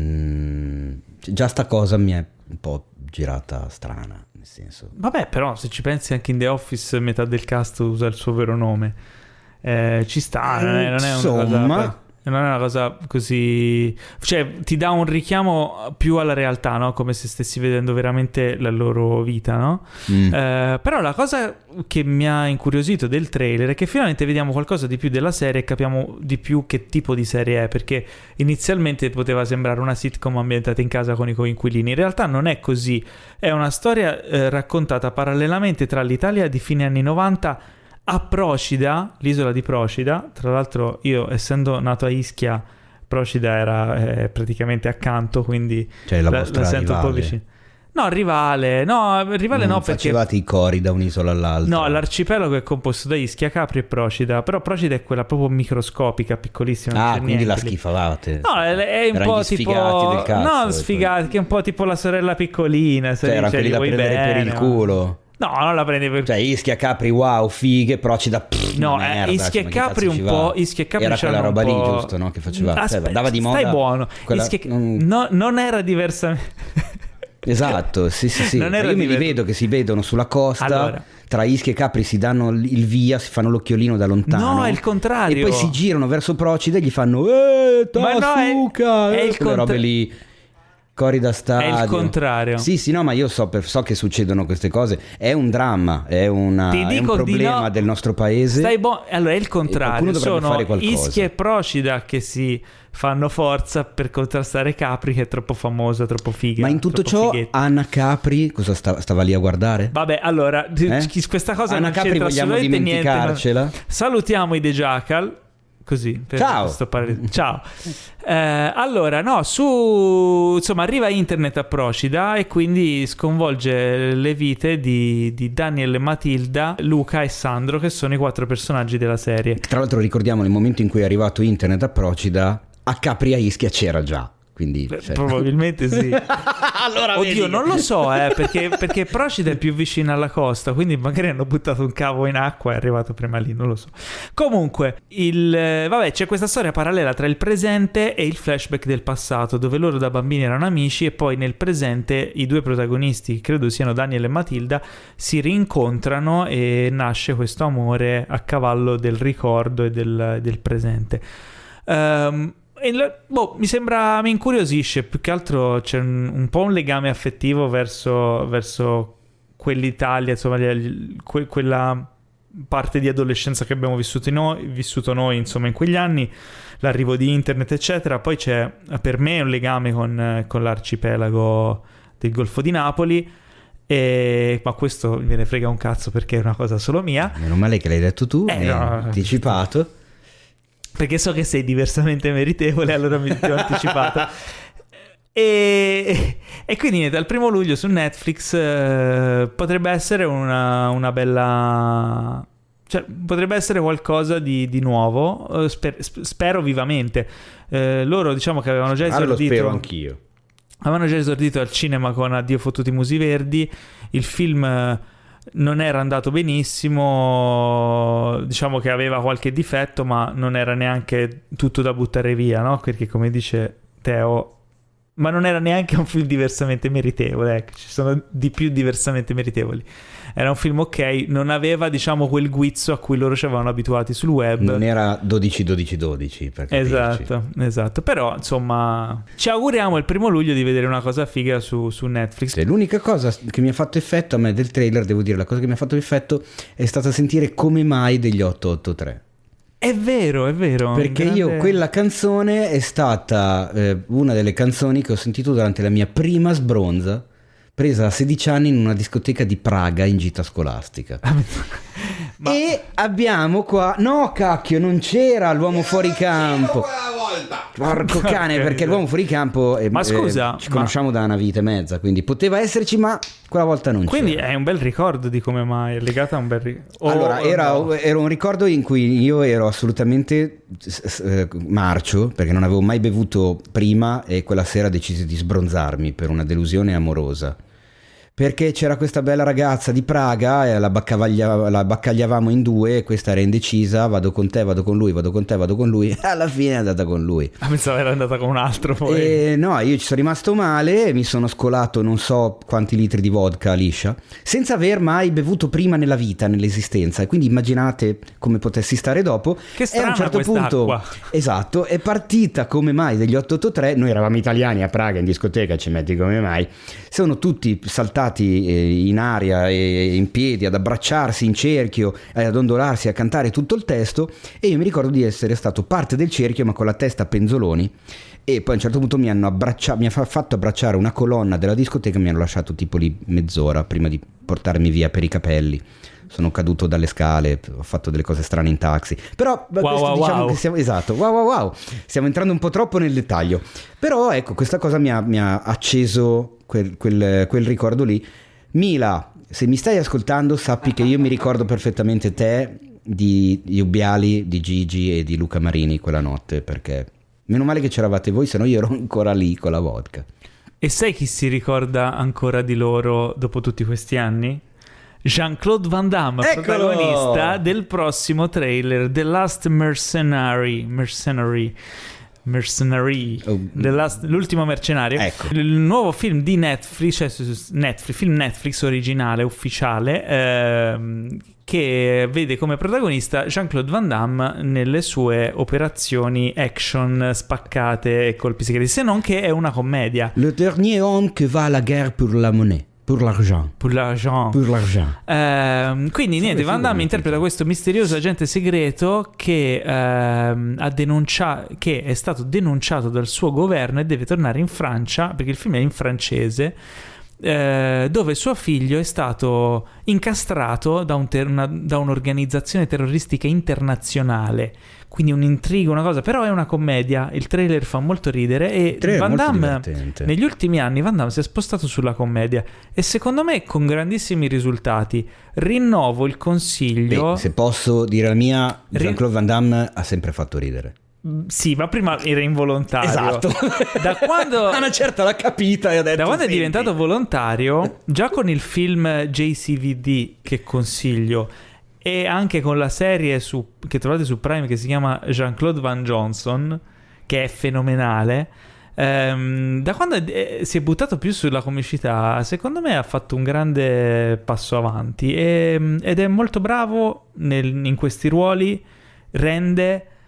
già sta cosa mi è un po' girata strana, nel senso. Vabbè, però se ci pensi anche in The Office metà del cast usa il suo vero nome, ci sta, non è una cosa così, cioè ti dà un richiamo più alla realtà, no? Come se stessi vedendo veramente la loro vita, no? Però la cosa che mi ha incuriosito del trailer è che finalmente vediamo qualcosa di più della serie e capiamo di più che tipo di serie è, perché inizialmente poteva sembrare una sitcom ambientata in casa con i coinquilini. In realtà non è così, è una storia raccontata parallelamente tra l'Italia di fine anni 90 a Procida, l'isola di Procida. Tra l'altro io, essendo nato a Ischia, Procida era praticamente accanto, quindi cioè la sento un po' vicino. No, rivale no, perché facevate i cori da un'isola all'altra. No, l'arcipelago è composto da Ischia, Capri e Procida, però Procida è quella proprio microscopica, piccolissima. Quindi la schifavate. No, è un po' tipo del cazzo, no, sfigati, che è un po' tipo la sorella piccolina, cioè era quelli da prendere per il culo. No, non la prendi per... Cioè Ischia, Capri, wow, fighe, Procida, no, merda, Ischia e Capri un po'... Ischia e Capri era quella roba lì, giusto, no? Che faceva... dava di moda... Stai buono. Quella... non era diversamente... Esatto, sì. Io me li vedo che si vedono sulla costa, allora, tra Ischia e Capri si danno il via, si fanno l'occhiolino da lontano. No, è il contrario. E poi si girano verso Procida e gli fanno Tasuka, è quelle robe lì. Cori da stadio. È il contrario. Sì, no, ma io so che succedono queste cose. È un dramma, è un problema del nostro paese. Allora è il contrario. Sono fare qualcosa. Ischia e Procida che si fanno forza per contrastare Capri, che è troppo famosa, troppo figa. Ma in tutto ciò fighetta. Anna Capri cosa stava lì a guardare? Vabbè, allora questa cosa Anna non Capri c'entra vogliamo dimenticarcela. Niente, salutiamo i The Jackal. Così, ciao. Ciao. Allora, no, insomma, arriva internet a Procida e quindi sconvolge le vite di Daniel e Matilda, Luca e Sandro, che sono i 4 personaggi della serie. Tra l'altro ricordiamo, nel momento in cui è arrivato internet a Procida, a Capri a Ischia c'era già. Quindi, probabilmente sì. Allora, oddio, non lo so, perché Procida è più vicina alla costa, quindi magari hanno buttato un cavo in acqua e è arrivato prima lì, non lo so. Comunque, c'è questa storia parallela tra il presente e il flashback del passato, dove loro da bambini erano amici e poi nel presente i 2 protagonisti, credo siano Daniel e Matilda, si rincontrano e nasce questo amore a cavallo del ricordo e del presente. mi incuriosisce, più che altro c'è un po' un legame affettivo verso quell'Italia, insomma, quella parte di adolescenza che abbiamo vissuto noi, insomma, in quegli anni, l'arrivo di internet, eccetera. Poi c'è per me un legame con l'arcipelago del Golfo di Napoli, ma questo me ne frega un cazzo perché è una cosa solo mia. Meno male che l'hai detto tu, mi hai anticipato. Perché so che sei diversamente meritevole, allora mi ti ho anticipato. E quindi dal 1 luglio su Netflix potrebbe essere una bella, cioè potrebbe essere qualcosa di nuovo, spero vivamente. Loro diciamo che avevano già esordito, lo spero anch'io, avevano già esordito al cinema con Addio fottuti musi verdi. Il film non era andato benissimo, diciamo che aveva qualche difetto, ma non era neanche tutto da buttare via, no? Perché come dice Teo, ma non era neanche un film diversamente meritevole, ecco, ci sono di più diversamente meritevoli. Era un film ok, non aveva, diciamo, quel guizzo a cui loro ci avevano abituati sul web. Non era 12-12-12, per capirci. Esatto, però insomma ci auguriamo il 1 luglio di vedere una cosa figa su Netflix. L'unica cosa che mi ha fatto effetto a me del trailer, devo dire, la cosa che mi ha fatto effetto è stata sentire Come mai degli 883. È vero. Perché io quella canzone è stata una delle canzoni che ho sentito durante la mia prima sbronza, presa a 16 anni in una discoteca di Praga in gita scolastica. E abbiamo qua... No, cacchio, non c'era l'uomo fuori campo. Porco cane, perché l'uomo fuori campo... Ma scusa... ci conosciamo da una vita e mezza, quindi poteva esserci, ma quella volta non c'era. Quindi è un bel ricordo di Come mai, è legata a un bel ricordo. Allora, era un ricordo in cui io ero assolutamente marcio, perché non avevo mai bevuto prima e quella sera decisi di sbronzarmi per una delusione amorosa. Perché c'era questa bella ragazza di Praga e la baccagliavamo in due, e questa era indecisa, vado con te, vado con lui, vado con te, vado con lui, e alla fine è andata con lui. Pensavo era andata con un altro poi. E no, io ci sono rimasto male, mi sono scolato non so quanti litri di vodka liscia, senza aver mai bevuto prima nella vita, nell'esistenza, e quindi immaginate come potessi stare dopo. Che strana, e a un certo punto, esatto, è partita Come mai degli 883, noi eravamo italiani a Praga in discoteca, ci metti Come mai, sono tutti saltati in aria e in piedi ad abbracciarsi in cerchio, ad ondolarsi, a cantare tutto il testo, e io mi ricordo di essere stato parte del cerchio ma con la testa a penzoloni, e poi a un certo punto mi ha fatto abbracciare una colonna della discoteca e mi hanno lasciato tipo lì mezz'ora prima di portarmi via per i capelli. Sono caduto dalle scale, ho fatto delle cose strane in taxi, però diciamo che siamo, esatto, wow, stiamo entrando un po' troppo nel dettaglio, però ecco, questa cosa mi ha acceso quel ricordo lì. Mila, se mi stai ascoltando, sappi che io mi ricordo perfettamente te, di Ubbiali, di Gigi e di Luca Marini quella notte, perché meno male che c'eravate voi, se no io ero ancora lì con la vodka. E sai chi si ricorda ancora di loro dopo tutti questi anni? Jean-Claude Van Damme, eccolo! Protagonista del prossimo trailer The Last Mercenary, l'ultimo mercenario, ecco. Il nuovo film di Netflix, film Netflix originale, ufficiale, che vede come protagonista Jean-Claude Van Damme nelle sue operazioni action spaccate e colpi segreti, se non che è una commedia. Le dernier homme que va à la guerre pour la monnaie. Pour l'argent. Quindi niente, Van Damme interpreta questo misterioso agente segreto che che è stato denunciato dal suo governo e deve tornare in Francia, perché il film è in francese, dove suo figlio è stato incastrato da un'organizzazione terroristica internazionale. Quindi un intrigo, una cosa, però è una commedia. Il trailer fa molto ridere e Van Damme, negli ultimi anni Van Damme si è spostato sulla commedia e secondo me con grandissimi risultati. Rinnovo il consiglio. Se posso dire la mia, Jean-Claude Van Damme ha sempre fatto ridere. Sì, ma prima era involontario. Esatto. Da quando una certa l'ha capita e ha detto, da quando è diventato volontario, già con il film JCVD che consiglio, e anche con la serie che trovate su Prime che si chiama Jean-Claude Van Johnson, che è fenomenale, da quando si è buttato più sulla comicità, secondo me ha fatto un grande passo avanti ed è molto bravo in questi ruoli, rende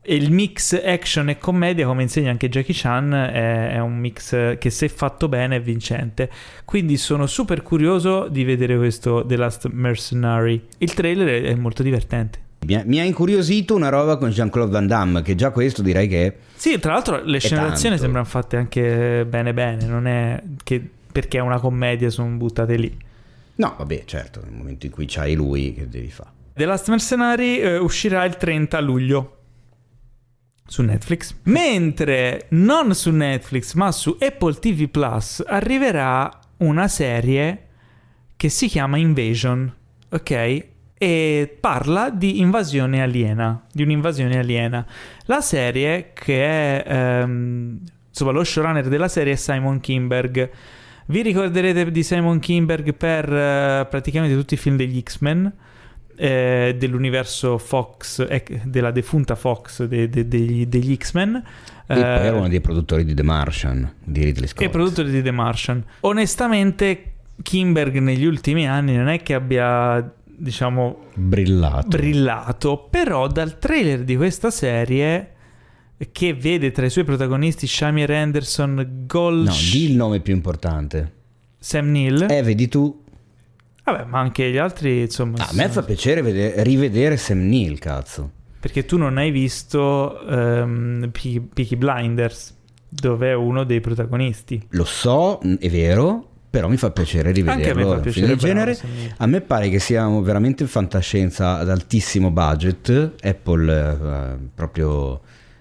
E il mix action e commedia, come insegna anche Jackie Chan, è un mix che se fatto bene è vincente. Quindi sono super curioso di vedere questo The Last Mercenary. Il trailer è molto divertente. Mi ha incuriosito una roba con Jean-Claude Van Damme, che già questo direi che sì, tra l'altro le scene d'azione sembrano fatte anche bene, non è che perché è una commedia sono buttate lì. No, vabbè, certo, nel momento in cui c'hai lui che devi fare. The Last Mercenary uscirà il 30 luglio su Netflix, mentre non su Netflix ma su Apple TV Plus arriverà una serie che si chiama Invasion, ok? E parla di un'invasione aliena. La serie, che è insomma, lo showrunner della serie è Simon Kinberg. Vi ricorderete di Simon Kinberg per praticamente tutti i film degli X-Men, dell'universo Fox, della defunta Fox degli X-Men. E poi era uno dei produttori di The Martian, di Ridley Scott. E produttore di The Martian. Onestamente Kinberg negli ultimi anni non è che abbia, diciamo, brillato, però dal trailer di questa serie, che vede tra i suoi protagonisti Shamir Anderson, No, di il nome più importante, Sam Neill. Vedi tu. Vabbè, ma anche gli altri, insomma. A me fa piacere rivedere Sam Neill, cazzo. Perché tu non hai visto Peaky Blinders, dove è uno dei protagonisti. Lo so, è vero, però mi fa piacere rivederlo. Anche a me fa piacere, del genere. A me pare che siamo veramente in fantascienza ad altissimo budget. Apple proprio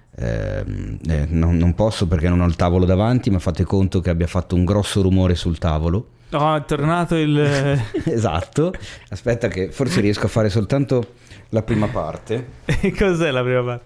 non posso perché non ho il tavolo davanti, ma fate conto che abbia fatto un grosso rumore sul tavolo. Oh, è tornato il esatto. Aspetta che forse riesco a fare soltanto la prima parte. Cos'è la prima parte?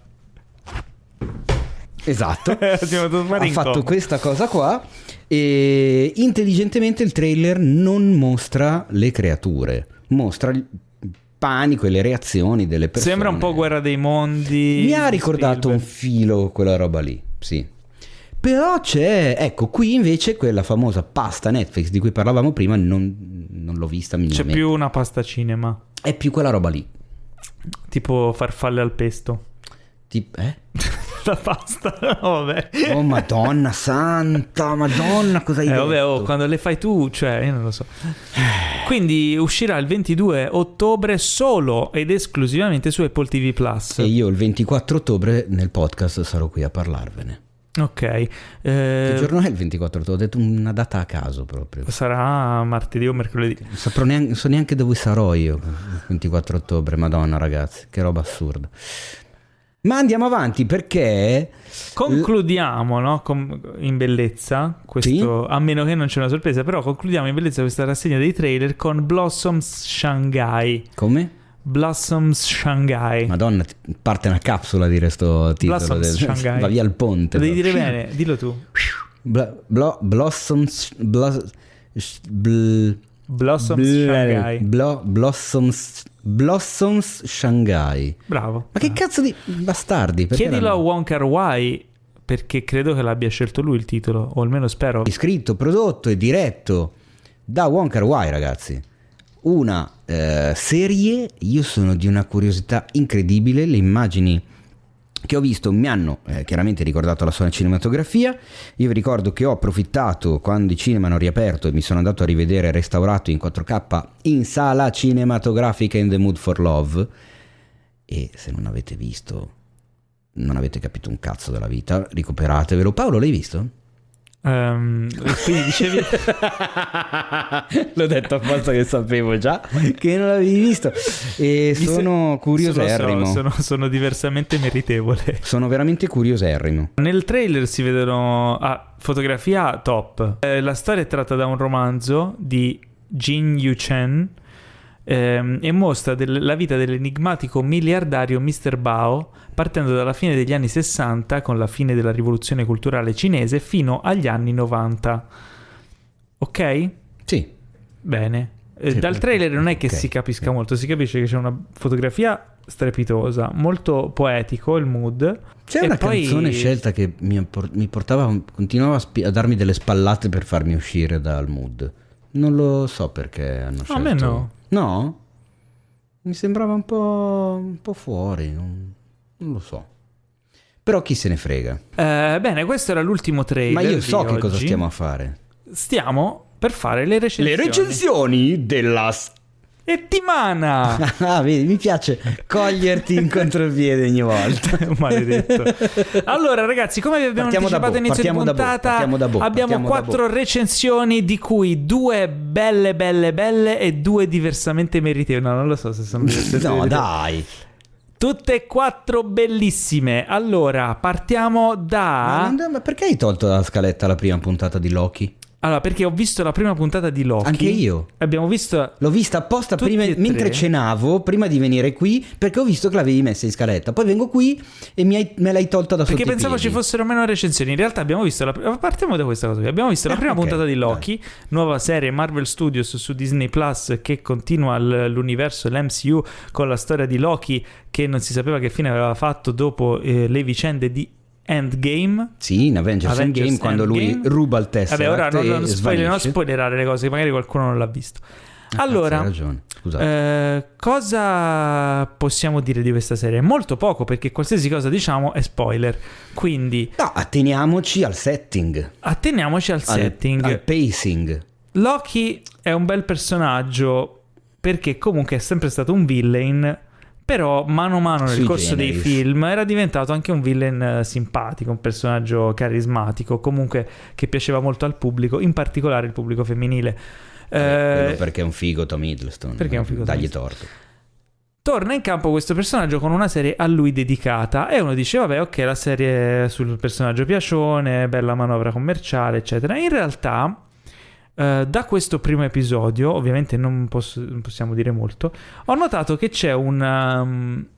Esatto. Ha fatto questa cosa qua. E intelligentemente il trailer non mostra le creature, mostra il panico e le reazioni delle persone. Sembra un po' Guerra dei Mondi. Mi ha ricordato un filo quella roba lì, sì. Però c'è, ecco, qui invece quella famosa pasta Netflix di cui parlavamo prima non l'ho vista minimamente. C'è più una pasta cinema. È più quella roba lì. Tipo farfalle al pesto. La pasta, vabbè. Oh madonna santa, madonna, cosa hai detto? Vabbè, quando le fai tu, cioè, io non lo so. Quindi uscirà il 22 ottobre solo ed esclusivamente su Apple TV Plus. E io il 24 ottobre nel podcast sarò qui a parlarvene. Ok. Che giorno è il 24 ottobre? Ho detto una data a caso proprio. Sarà martedì o mercoledì. Non so neanche dove sarò io il 24 ottobre, madonna ragazzi, che roba assurda. Ma andiamo avanti perché concludiamo, no? In bellezza questo, sì? A meno che non c'è una sorpresa, però concludiamo in bellezza questa rassegna dei trailer con Blossoms Shanghai. Come? Blossoms Shanghai. Madonna, parte una capsula a dire sto titolo. Blossoms Shanghai. Va via il ponte. Lo devi dire bene, dillo tu. Blossoms Shanghai. Blossoms Shanghai. Bravo. Ma che cazzo di bastardi? Chiedilo a Wong Kar-wai, perché credo che l'abbia scelto lui il titolo, o almeno spero. Scritto, prodotto e diretto da Wong Kar-wai, ragazzi. Una serie, io sono di una curiosità incredibile. Le immagini che ho visto mi hanno chiaramente ricordato la sua cinematografia. Io vi ricordo che ho approfittato quando i cinema hanno riaperto e mi sono andato a rivedere restaurato in 4K in sala cinematografica In the Mood for Love, e se non avete visto non avete capito un cazzo della vita, recuperatevelo. Paolo, l'hai visto? Quindi dicevi l'ho detto apposta che sapevo già che non l'avevi visto e sono curioserrimo. Sono diversamente meritevole. Sono veramente curioserrimo. Nel trailer si vedono fotografia top. La storia è tratta da un romanzo di Jin Yu Chen e mostra la vita dell'enigmatico miliardario Mr. Bao, partendo dalla fine degli anni 60 con la fine della rivoluzione culturale cinese fino agli anni 90. Ok? Sì. Bene. Dal trailer non è che si capisca molto, si capisce che c'è una fotografia strepitosa, molto poetico il mood. C'è una canzone scelta che mi portava, continuava a darmi delle spallate per farmi uscire dal mood. Non lo so perché hanno scelto. A me no. No? Mi sembrava un po' fuori, non lo so. Però chi se ne frega. Bene, questo era l'ultimo trailer. Ma io so che oggi. cosa stiamo a fare. Stiamo per fare le recensioni. Le recensioni della settimana. Ah, vedi, mi piace coglierti in contropiede ogni volta. Maledetto. Allora ragazzi, come vi abbiamo anticipato all'inizio di puntata, abbiamo 4 recensioni, di cui 2 belle e 2 diversamente meritevoli. No, non lo so se sono diversamente no, dai. Tutte e 4 bellissime. Allora, partiamo da... Ma perché hai tolto dalla scaletta la prima puntata di Loki? Allora, perché ho visto la prima puntata di Loki. Anche io. Abbiamo visto... L'ho vista apposta prima, mentre cenavo, prima di venire qui, perché ho visto che l'avevi messa in scaletta. Poi vengo qui e me l'hai tolta da sotto i piedi. Perché pensavo ci fossero meno recensioni. In realtà abbiamo visto partiamo da questa cosa qui. Abbiamo visto la prima puntata di Loki, nuova serie Marvel Studios su Disney Plus, che continua l'universo, l'MCU, con la storia di Loki che non si sapeva che fine aveva fatto dopo le vicende di Endgame. Sì, in Avengers Endgame, quando lui ruba il Tesseract. Vabbè, ora non spoilerare le cose, magari qualcuno non l'ha visto. Allora, hai ragione. Scusate. Cosa possiamo dire di questa serie? Molto poco, perché qualsiasi cosa diciamo è spoiler. Quindi no, atteniamoci al setting. Al pacing. Loki è un bel personaggio, perché comunque è sempre stato un villain. Però mano a mano nel corso dei film era diventato anche un villain simpatico, un personaggio carismatico, comunque che piaceva molto al pubblico, in particolare il pubblico femminile. Perché è un figo Tom Hiddleston. Perché è un figo. Dagli torto. Torna in campo questo personaggio con una serie a lui dedicata e uno dice vabbè, ok, la serie sul personaggio piacione, bella manovra commerciale, eccetera. In realtà da questo primo episodio, ovviamente non possiamo dire molto, ho notato che c'è una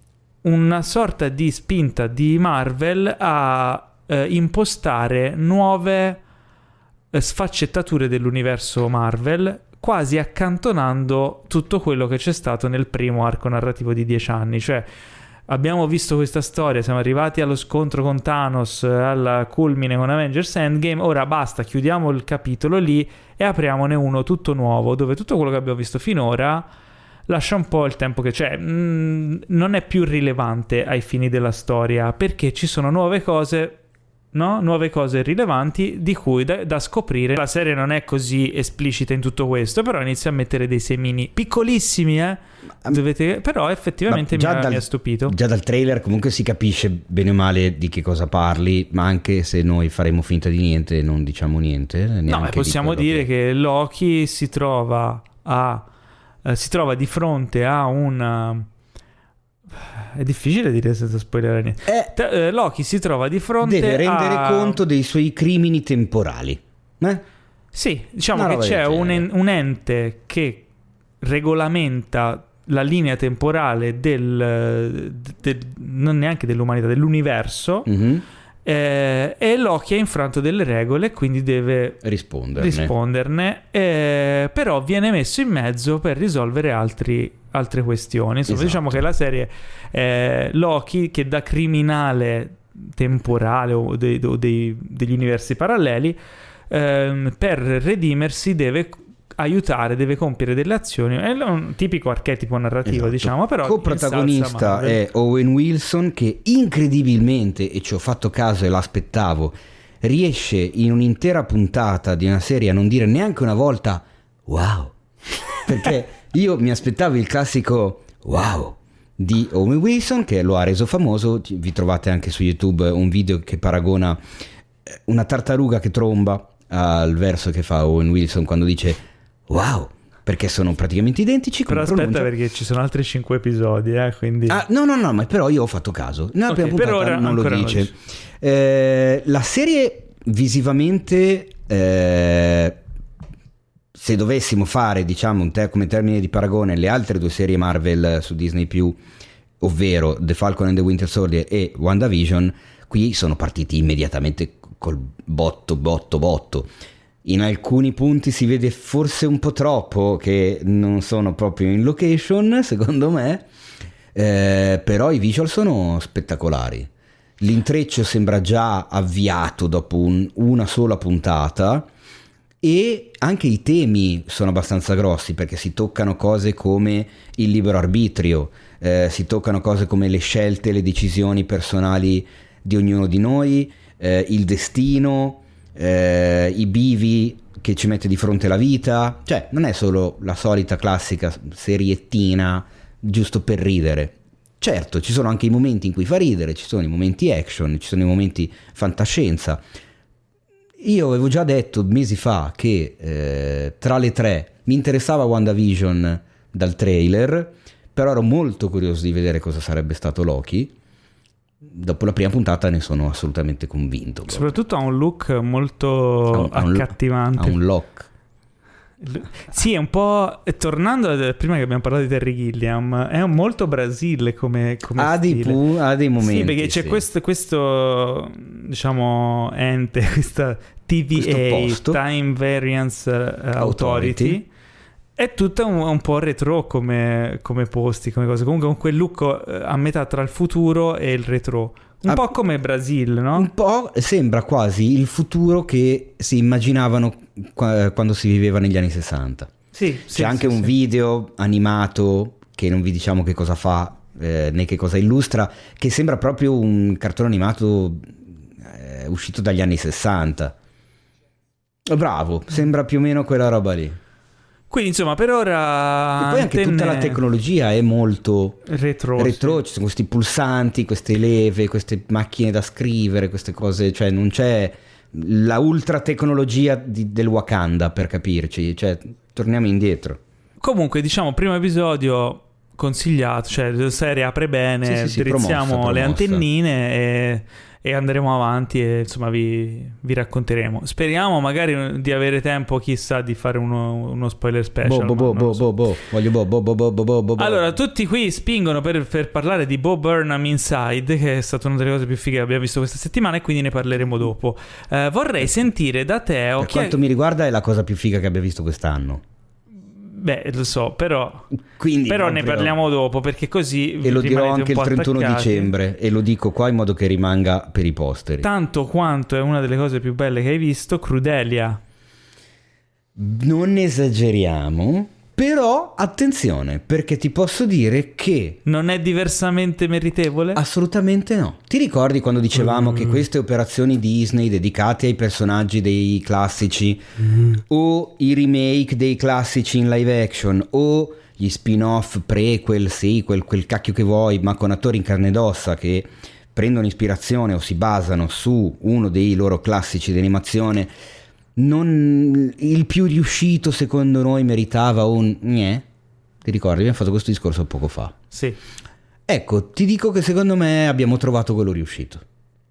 sorta di spinta di Marvel a impostare nuove sfaccettature dell'universo Marvel, quasi accantonando tutto quello che c'è stato nel primo arco narrativo di 10 anni. Cioè, abbiamo visto questa storia, siamo arrivati allo scontro con Thanos, al culmine con Avengers Endgame, ora basta, chiudiamo il capitolo lì e apriamone uno tutto nuovo, dove tutto quello che abbiamo visto finora lascia un po' il tempo che c'è, non è più rilevante ai fini della storia, perché ci sono nuove cose, no? Nuove cose rilevanti di cui da scoprire. La serie non è così esplicita in tutto questo, però inizia a mettere dei semini piccolissimi, però effettivamente mi ha stupito. Già dal trailer comunque si capisce bene o male di che cosa parli, ma anche se noi faremo finta di niente e non diciamo niente, no, possiamo dire che Loki si trova di fronte a un... È difficile dire senza spoilerare niente. Loki si trova di fronte deve rendere conto dei suoi crimini temporali. Sì, diciamo che c'è un ente che regolamenta la linea temporale non neanche dell'umanità, dell'universo. E Loki ha infranto delle regole e quindi deve risponderne, però viene messo in mezzo per risolvere altre questioni. Insomma, diciamo che la serie Loki, che da criminale temporale o degli universi paralleli, per redimersi deve aiutare, deve compiere delle azioni. È un tipico archetipo narrativo, diciamo, però coprotagonista è Owen Wilson, che incredibilmente, e ci ho fatto caso e l'aspettavo, riesce in un'intera puntata di una serie a non dire neanche una volta wow, perché io mi aspettavo il classico wow di Owen Wilson, che lo ha reso famoso. Vi trovate anche su YouTube un video che paragona una tartaruga che tromba al verso che fa Owen Wilson quando dice wow, perché sono praticamente identici. Però aspetta, perché ci sono altri 5 episodi, quindi... no, ma però io ho fatto caso. Nella prima puntata per ora non lo dice. La serie visivamente, se dovessimo fare, diciamo, come termine di paragone, le altre 2 serie Marvel su Disney+, ovvero The Falcon and the Winter Soldier e WandaVision, qui sono partiti immediatamente col botto. In alcuni punti si vede forse un po' troppo che non sono proprio in location, secondo me, però i visual sono spettacolari. L'intreccio sembra già avviato dopo una sola puntata, e anche i temi sono abbastanza grossi, perché si toccano cose come il libero arbitrio, si toccano cose come le scelte e le decisioni personali di ognuno di noi, il destino, i bivi che ci mette di fronte la vita. Cioè non è solo la solita classica seriettina giusto per ridere. Certo, ci sono anche i momenti in cui fa ridere, ci sono i momenti action, ci sono i momenti fantascienza. Io avevo già detto mesi fa che tra le tre mi interessava WandaVision dal trailer, però ero molto curioso di vedere cosa sarebbe stato Loki. Dopo la prima puntata ne sono assolutamente convinto. Soprattutto ha un look molto accattivante. Ha un look. Sì, è un po'. Tornando prima che abbiamo parlato di Terry Gilliam, è un molto Brasile come ha dei momenti. Sì, perché c'è questo diciamo ente, questa TVA, Time Variance Authority. È tutta un po' retro come posti, come cose. Comunque con quel look a metà tra il futuro e il retro. Un po' come Brasile, no? Un po' sembra quasi il futuro che si immaginavano quando si viveva negli anni 60. C'è anche un video animato che non vi diciamo che cosa fa né che cosa illustra, che sembra proprio un cartone animato uscito dagli anni 60. Bravo, sembra più o meno quella roba lì. Quindi insomma per ora e poi anche tutta la tecnologia è molto retro, sì. Ci sono questi pulsanti, queste leve, queste macchine da scrivere, queste cose, cioè non c'è la ultra tecnologia del Wakanda, per capirci, cioè torniamo indietro. Comunque diciamo primo episodio consigliato, cioè la serie apre bene, drizziamo le antennine e andremo avanti e insomma vi racconteremo. Speriamo magari di avere tempo, chissà, di fare uno spoiler special. Allora tutti qui spingono per parlare di Bo Burnham Inside, che è stata una delle cose più fighe che abbiamo visto questa settimana, e quindi ne parleremo dopo. Vorrei sentire da Teo, per quanto mi riguarda è la cosa più figa che abbia visto quest'anno. Beh, lo so, però proprio... ne parliamo dopo, perché così e lo dirò anche il 31 dicembre e lo dico qua in modo che rimanga per i posteri. Tanto quanto è una delle cose più belle che hai visto, Crudelia. Non esageriamo, però attenzione, perché ti posso dire che non è diversamente meritevole? Assolutamente no. Ti ricordi quando dicevamo che queste operazioni Disney dedicate ai personaggi dei classici o i remake dei classici in live action o gli spin-off, prequel, sequel, quel cacchio che vuoi, ma con attori in carne ed ossa che prendono ispirazione o si basano su uno dei loro classici di animazione, il più riuscito secondo noi meritava un gnè? Ti ricordi? Abbiamo fatto questo discorso poco fa. Sì. Ecco, ti dico che secondo me abbiamo trovato quello riuscito.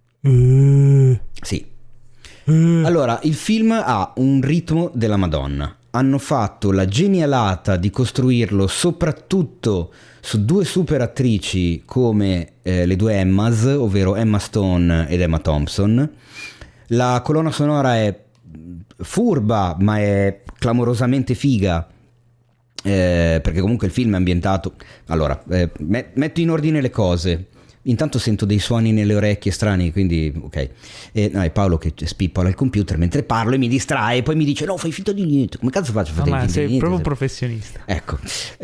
Sì. Allora, il film ha un ritmo della Madonna. Hanno fatto la genialata di costruirlo soprattutto su due super attrici come le due Emmas, ovvero Emma Stone ed Emma Thompson. La colonna sonora è furba, ma è clamorosamente figa, perché comunque il film è ambientato. Allora, metto in ordine le cose. Intanto sento dei suoni nelle orecchie strani, quindi ok. No, è Paolo che spippola il computer mentre parlo e mi distrae, e poi mi dice no, fai finta di niente. Come cazzo faccio? Ma sei proprio professionista. Ecco.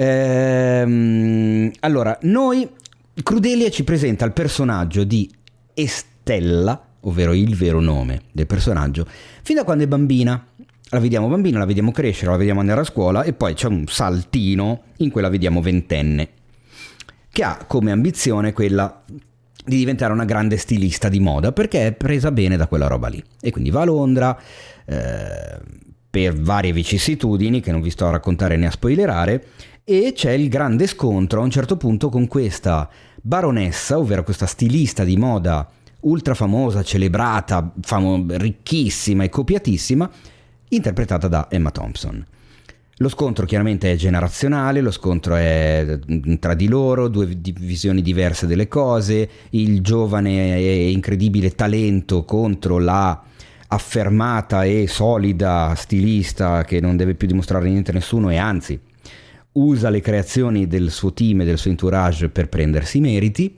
Allora, Crudelia ci presenta il personaggio di Estella, ovvero il vero nome del personaggio, fin da quando è bambina. La vediamo crescere, la vediamo andare a scuola, e poi c'è un saltino in cui la vediamo ventenne, che ha come ambizione quella di diventare una grande stilista di moda, perché è presa bene da quella roba lì, e quindi va a Londra per varie vicissitudini che non vi sto a raccontare né a spoilerare, e c'è il grande scontro a un certo punto con questa baronessa, ovvero questa stilista di moda ultra famosa, celebrata, ricchissima e copiatissima, interpretata da Emma Thompson. Lo scontro chiaramente è generazionale, lo scontro è tra di loro, due visioni diverse delle cose, il giovane e incredibile talento contro la affermata e solida stilista che non deve più dimostrare niente a nessuno, e anzi usa le creazioni del suo team e del suo entourage per prendersi i meriti.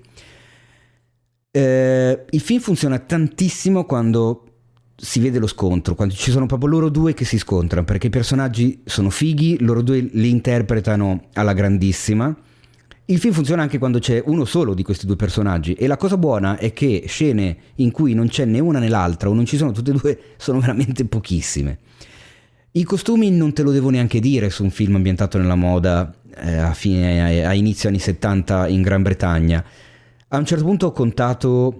Il film funziona tantissimo quando si vede lo scontro, quando ci sono proprio loro due che si scontrano, perché i personaggi sono fighi, loro due li interpretano alla grandissima, Il film funziona anche quando c'è uno solo di questi due personaggi, e la cosa buona è che scene in cui non c'è né una né l'altra o non ci sono tutte e due sono veramente pochissime. I costumi non te lo devo neanche dire su un film ambientato nella moda a inizio anni 70 in Gran Bretagna. A un certo punto ho contato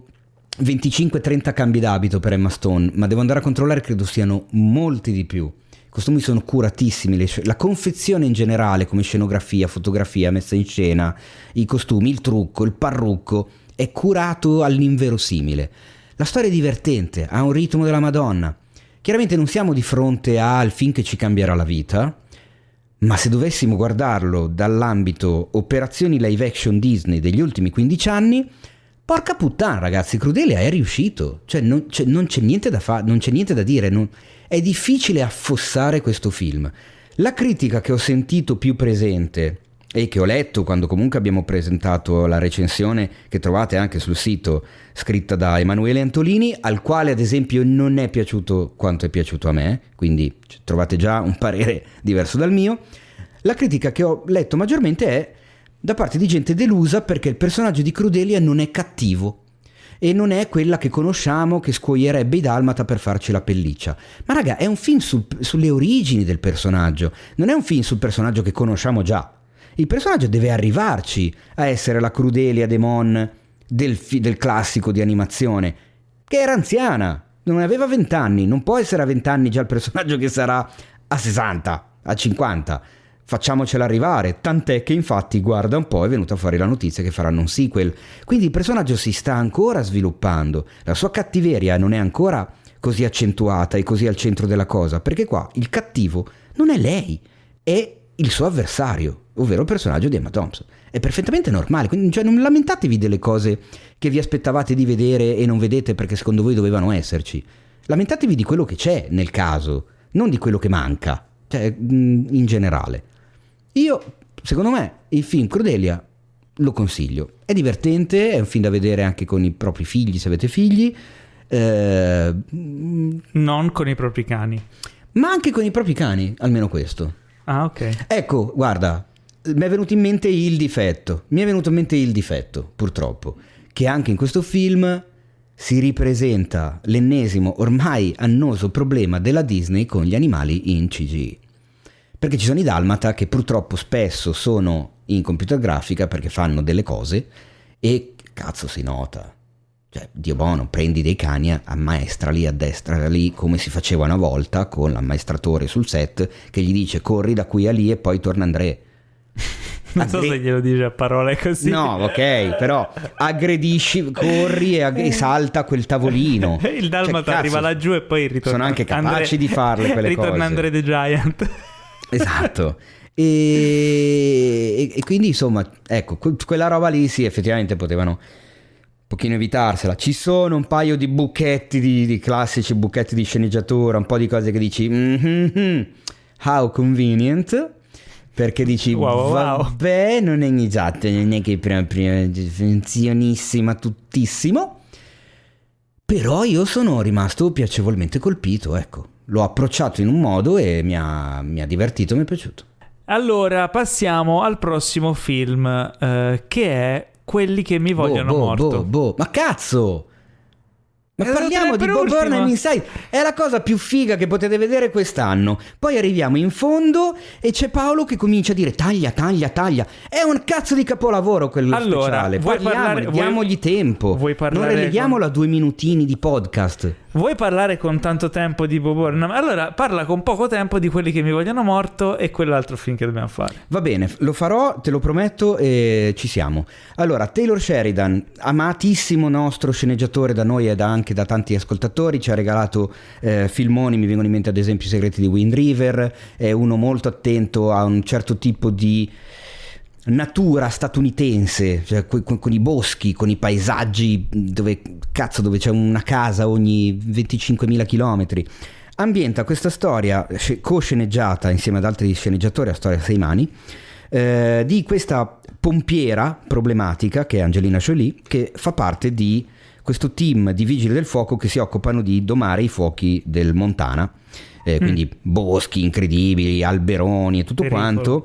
25-30 cambi d'abito per Emma Stone, ma devo andare a controllare, credo siano molti di più. I costumi sono curatissimi, la confezione in generale, come scenografia, fotografia, messa in scena, i costumi, il trucco, il parrucco, è curato all'inverosimile. La storia è divertente, ha un ritmo della Madonna. Chiaramente non siamo di fronte al film che ci cambierà la vita, ma se dovessimo guardarlo dall'ambito operazioni live action Disney degli ultimi 15 anni, porca puttana ragazzi, Crudelia è riuscito, cioè non c'è niente da fare, non c'è niente da dire, è difficile affossare questo film. La critica che ho sentito più presente e che ho letto quando comunque abbiamo presentato la recensione, che trovate anche sul sito, scritta da Emanuele Antolini, al quale ad esempio non è piaciuto quanto è piaciuto a me, quindi trovate già un parere diverso dal mio. La critica che ho letto maggiormente è da parte di gente delusa perché il personaggio di Crudelia non è cattivo e non è quella che conosciamo che scuoierebbe i dalmata per farci la pelliccia. Ma raga, è un film sulle origini del personaggio, non è un film sul personaggio che conosciamo già. Il personaggio deve arrivarci a essere la Crudelia Demon del classico di animazione, che era anziana, non aveva 20 anni, non può essere a 20 anni già il personaggio che sarà a 60, a 50. Facciamocela arrivare, tant'è che infatti guarda un po' è venuta fuori la notizia che faranno un sequel, quindi il personaggio si sta ancora sviluppando, la sua cattiveria non è ancora così accentuata e così al centro della cosa, perché qua il cattivo non è lei, è il suo avversario, ovvero il personaggio di Emma Thompson. È perfettamente normale, quindi cioè, non lamentatevi delle cose che vi aspettavate di vedere e non vedete perché secondo voi dovevano esserci. Lamentatevi di quello che c'è nel caso, non di quello che manca, cioè in generale. Secondo me, il film Crudelia lo consiglio. È divertente, è un film da vedere anche con i propri figli, se avete figli. Non con i propri cani. Ma anche con i propri cani, almeno questo. Ah, ok. Ecco, guarda, mi è venuto in mente il difetto, purtroppo, che anche in questo film si ripresenta l'ennesimo, ormai annoso problema della Disney con gli animali in CGI. Perché ci sono i dalmata che purtroppo spesso sono in computer grafica perché fanno delle cose e cazzo si nota. Cioè, Dio buono, prendi dei cani, ammaestrali, addestrali come si faceva una volta con l'ammaestratore sul set che gli dice corri da qui a lì e poi torna André. Non so se glielo dice a parole così. No, ok, però aggredisci, corri e salta quel tavolino. Il dalmata arriva laggiù e poi ritorna. Sono anche capaci di farle quelle cose. Ritorna André the Giant. Esatto. E quindi insomma, ecco, quella roba lì sì, effettivamente potevano un pochino evitarsela. Ci sono un paio di buchetti di classici buchetti di sceneggiatura, un po' di cose che dici how convenient, perché dici vabbè, non è esatto, non è che proprio funzionissima tuttissimo, però io sono rimasto piacevolmente colpito, ecco. L'ho approcciato in un modo e mi ha divertito, mi è piaciuto. Allora passiamo al prossimo film, che è Quelli che mi vogliono morto. Ma cazzo! Ma parliamo di Bo Burnham Inside, è la cosa più figa che potete vedere quest'anno. Poi arriviamo in fondo e c'è Paolo che comincia a dire taglia. È un cazzo di capolavoro quello speciale. Diamogli tempo. Non releghiamolo a 2 minutini di podcast. Vuoi parlare con tanto tempo di Bo Burnham? Allora parla con poco tempo di Quelli che mi vogliono morto e quell'altro film che dobbiamo fare. Va bene, lo farò, te lo prometto, e ci siamo. Allora, Taylor Sheridan, amatissimo nostro sceneggiatore da noi ed anche da tanti ascoltatori, ci ha regalato filmoni, mi vengono in mente ad esempio I segreti di Wind River, è uno molto attento a un certo tipo di natura statunitense, cioè con i boschi, con i paesaggi dove c'è una casa ogni 25.000 chilometri. Ambienta questa storia co-sceneggiata insieme ad altri sceneggiatori a storia a 6 mani, di questa pompiera problematica che è Angelina Jolie, che fa parte di questo team di vigili del fuoco che si occupano di domare i fuochi del Montana, quindi boschi incredibili, alberoni e tutto quanto.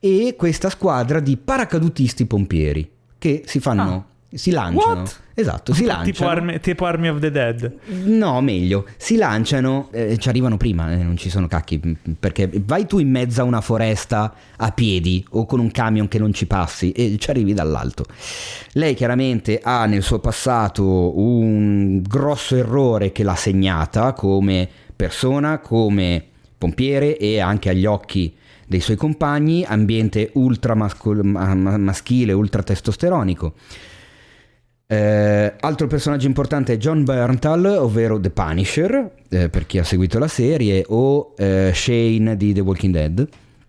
e questa squadra di paracadutisti pompieri che si lanciano. What? Esatto, si lanciano. Tipo Army of the Dead. No, meglio, si lanciano, ci arrivano prima, non ci sono cacchi, perché vai tu in mezzo a una foresta a piedi o con un camion che non ci passi e ci arrivi dall'alto. Lei chiaramente ha nel suo passato un grosso errore che l'ha segnata come persona, come pompiere e anche agli occhi dei suoi compagni, ambiente ultra maschile, ultra testosteronico. Altro personaggio importante è John Bernthal, ovvero The Punisher, per chi ha seguito la serie, o Shane di The Walking Dead,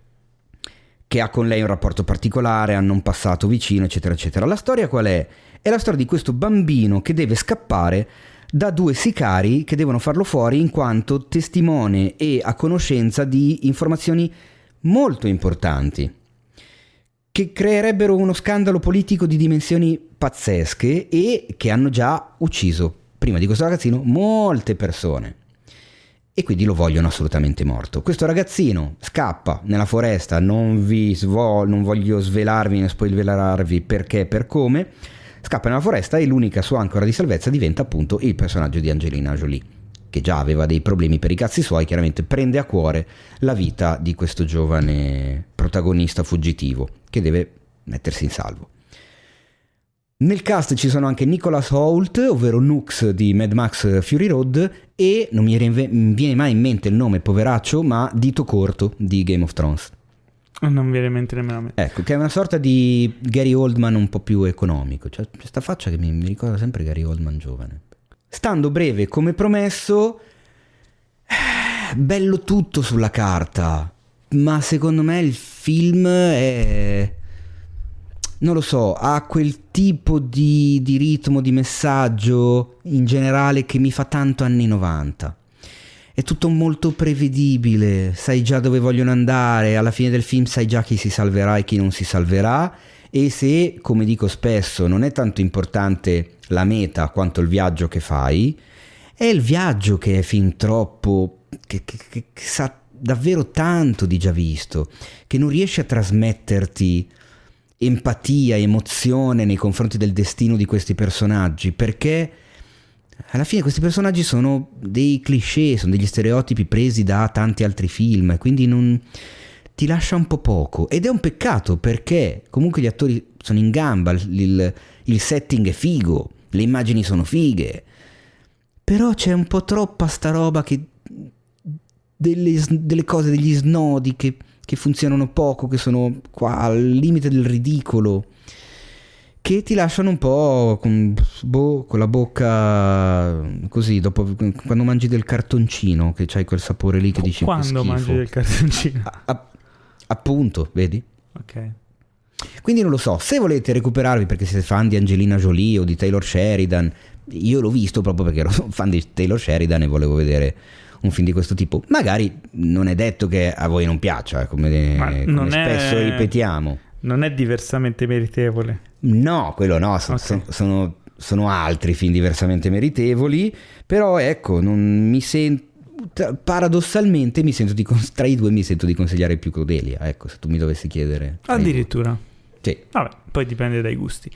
che ha con lei un rapporto particolare, hanno un passato vicino, eccetera eccetera. La storia qual è? È la storia di questo bambino che deve scappare da 2 sicari che devono farlo fuori in quanto testimone e a conoscenza di informazioni molto importanti che creerebbero uno scandalo politico di dimensioni pazzesche e che hanno già ucciso, prima di questo ragazzino, molte persone. E quindi lo vogliono assolutamente morto. Questo ragazzino scappa nella foresta, non voglio svelarvi né spoilerarvi perché e per come, scappa nella foresta e l'unica sua ancora di salvezza diventa appunto il personaggio di Angelina Jolie, che già aveva dei problemi per i cazzi suoi, chiaramente prende a cuore la vita di questo giovane protagonista fuggitivo che deve mettersi in salvo. Nel cast ci sono anche Nicholas Hoult, ovvero Nux di Mad Max Fury Road, e non mi viene mai in mente il nome, poveraccio, ma Dito Corto di Game of Thrones. Non viene in mente nemmeno a me. Ecco, che è una sorta di Gary Oldman un po' più economico. Cioè, questa faccia che mi ricorda sempre Gary Oldman giovane. Stando breve, come promesso, bello tutto sulla carta, ma secondo me il film è... non lo so, ha quel tipo di ritmo, di messaggio in generale che mi fa tanto anni 90. È tutto molto prevedibile, sai già dove vogliono andare, alla fine del film sai già chi si salverà e chi non si salverà, e se, come dico spesso, non è tanto importante la meta quanto il viaggio che fai, è il viaggio che è fin troppo, che sa davvero tanto di già visto, che non riesce a trasmetterti empatia, emozione nei confronti del destino di questi personaggi, perché alla fine questi personaggi sono dei cliché, sono degli stereotipi presi da tanti altri film, quindi non ti lascia un po' poco, ed è un peccato perché comunque gli attori sono in gamba, il setting è figo, le immagini sono fighe, però c'è un po' troppa sta roba che delle cose, degli snodi che funzionano poco, che sono qua al limite del ridicolo, che ti lasciano un po' con la bocca così, dopo quando mangi del cartoncino, che c'hai quel sapore lì che dici quando mangi del cartoncino. Appunto, vedi? Ok. Quindi non lo so, se volete recuperarvi perché siete fan di Angelina Jolie o di Taylor Sheridan, io l'ho visto proprio perché ero fan di Taylor Sheridan e volevo vedere un film di questo tipo. Magari non è detto che a voi non piaccia, come spesso ripetiamo. Non è diversamente meritevole. No, quello no, sono altri film diversamente meritevoli, però ecco, non mi sento, paradossalmente mi sento tra i due mi sento di consigliare più Crudelia, ecco, se tu mi dovessi chiedere. Addirittura. Sì. Vabbè, poi dipende dai gusti.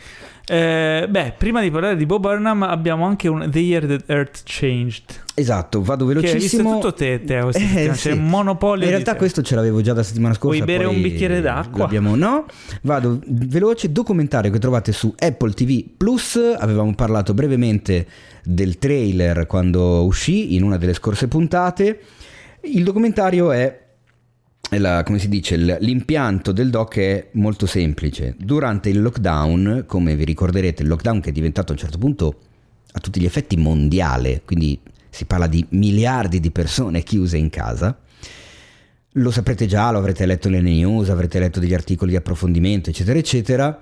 Prima di parlare di Bo Burnham abbiamo anche un The Year That Earth Changed. Esatto, vado velocissimo. Che hai visto tutto te c'è sì. un monopolio. In realtà questo ce l'avevo già la settimana scorsa. Vuoi bere un bicchiere d'acqua? No, vado veloce. Documentario che trovate su Apple TV Plus. Avevamo parlato brevemente del trailer quando uscì in una delle scorse puntate. Il documentario è come si dice, l'impianto del doc è molto semplice. Durante il lockdown, come vi ricorderete, il lockdown che è diventato a un certo punto a tutti gli effetti mondiale, quindi si parla di miliardi di persone chiuse in casa, lo saprete già, lo avrete letto nelle news, avrete letto degli articoli di approfondimento, eccetera eccetera.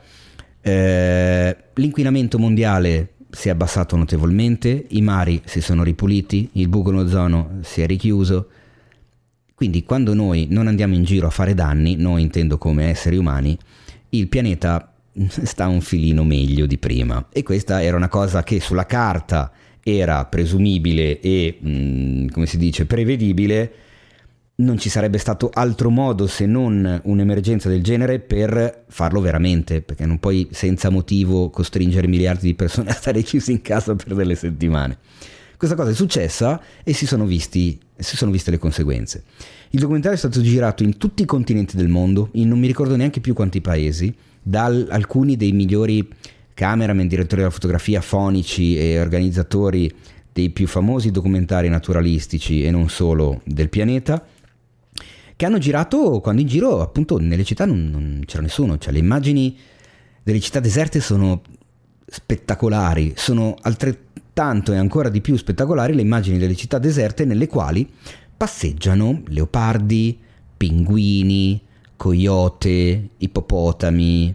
L'inquinamento mondiale si è abbassato notevolmente, i mari si sono ripuliti, il buco d'ozono si è richiuso. Quindi quando noi non andiamo in giro a fare danni, noi intendo come esseri umani, il pianeta sta un filino meglio di prima. E questa era una cosa che sulla carta era presumibile e, come si dice, prevedibile, non ci sarebbe stato altro modo se non un'emergenza del genere per farlo veramente, perché non puoi senza motivo costringere miliardi di persone a stare chiusi in casa per delle settimane. Questa cosa è successa e si sono viste le conseguenze. Il documentario è stato girato in tutti i continenti del mondo, in non mi ricordo neanche più quanti paesi, da alcuni dei migliori cameraman, direttori della fotografia, fonici e organizzatori dei più famosi documentari naturalistici e non solo del pianeta, che hanno girato quando in giro appunto nelle città non c'era nessuno. Cioè le immagini delle città deserte sono spettacolari, sono altrettanto e ancora di più spettacolari le immagini delle città deserte nelle quali passeggiano leopardi, pinguini, coyote, ippopotami,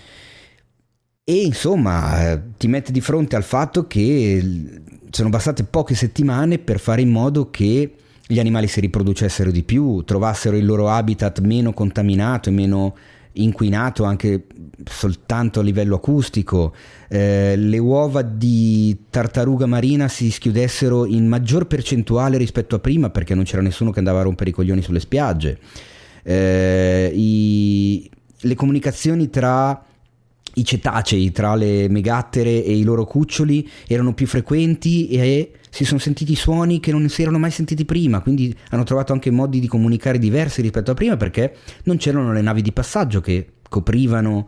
e insomma ti mette di fronte al fatto che sono bastate poche settimane per fare in modo che gli animali si riproducessero di più, trovassero il loro habitat meno contaminato e meno inquinato anche soltanto a livello acustico, le uova di tartaruga marina si schiudessero in maggior percentuale rispetto a prima perché non c'era nessuno che andava a rompere i coglioni sulle spiagge, le comunicazioni tra i cetacei, tra le megattere e i loro cuccioli erano più frequenti e si sono sentiti suoni che non si erano mai sentiti prima, quindi hanno trovato anche modi di comunicare diversi rispetto a prima perché non c'erano le navi di passaggio che coprivano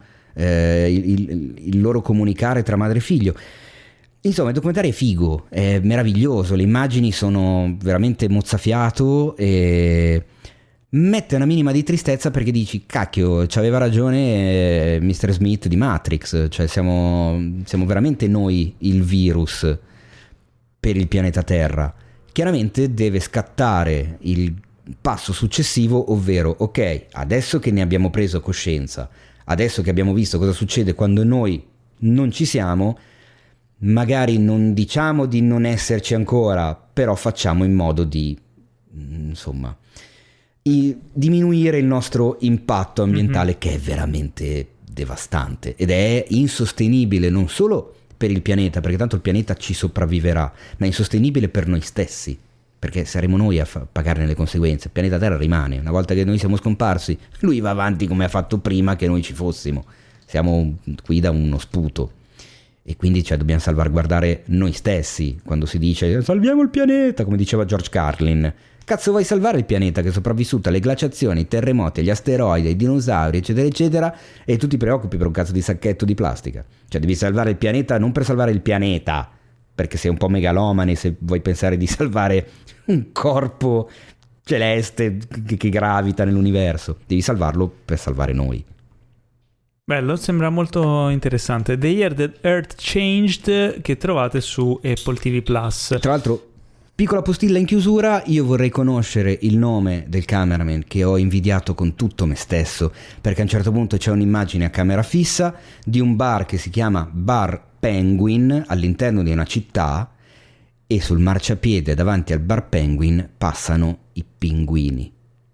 il loro comunicare tra madre e figlio. Insomma, il documentario è figo, è meraviglioso, le immagini sono veramente mozzafiato e mette una minima di tristezza perché dici cacchio, c'aveva ragione Mr. Smith di Matrix, cioè siamo veramente noi il virus per il pianeta Terra. Chiaramente deve scattare il passo successivo, ovvero ok, adesso che ne abbiamo preso coscienza, adesso che abbiamo visto cosa succede quando noi non ci siamo, magari non diciamo di non esserci ancora, però facciamo in modo di insomma diminuire il nostro impatto ambientale, che è veramente devastante ed è insostenibile non solo per il pianeta, perché tanto il pianeta ci sopravviverà, ma è insostenibile per noi stessi, perché saremo noi a pagarne le conseguenze. Il pianeta Terra rimane, una volta che noi siamo scomparsi, lui va avanti come ha fatto prima che noi ci fossimo, siamo qui da uno sputo. E quindi dobbiamo salvaguardare noi stessi. Quando si dice salviamo il pianeta, come diceva George Carlin, cazzo vuoi salvare il pianeta che è sopravvissuto alle glaciazioni, ai terremoti, agli asteroidi, ai dinosauri, eccetera eccetera, e tu ti preoccupi per un cazzo di sacchetto di plastica? Cioè devi salvare il pianeta non per salvare il pianeta, perché sei un po' megalomane se vuoi pensare di salvare un corpo celeste che gravita nell'universo, devi salvarlo per salvare noi. Bello, sembra molto interessante. The Year That Earth Changed, che trovate su Apple TV+. Tra l'altro, piccola postilla in chiusura, io vorrei conoscere il nome del cameraman che ho invidiato con tutto me stesso, perché a un certo punto c'è un'immagine a camera fissa di un bar che si chiama Bar Penguin all'interno di una città e sul marciapiede davanti al Bar Penguin passano i pinguini.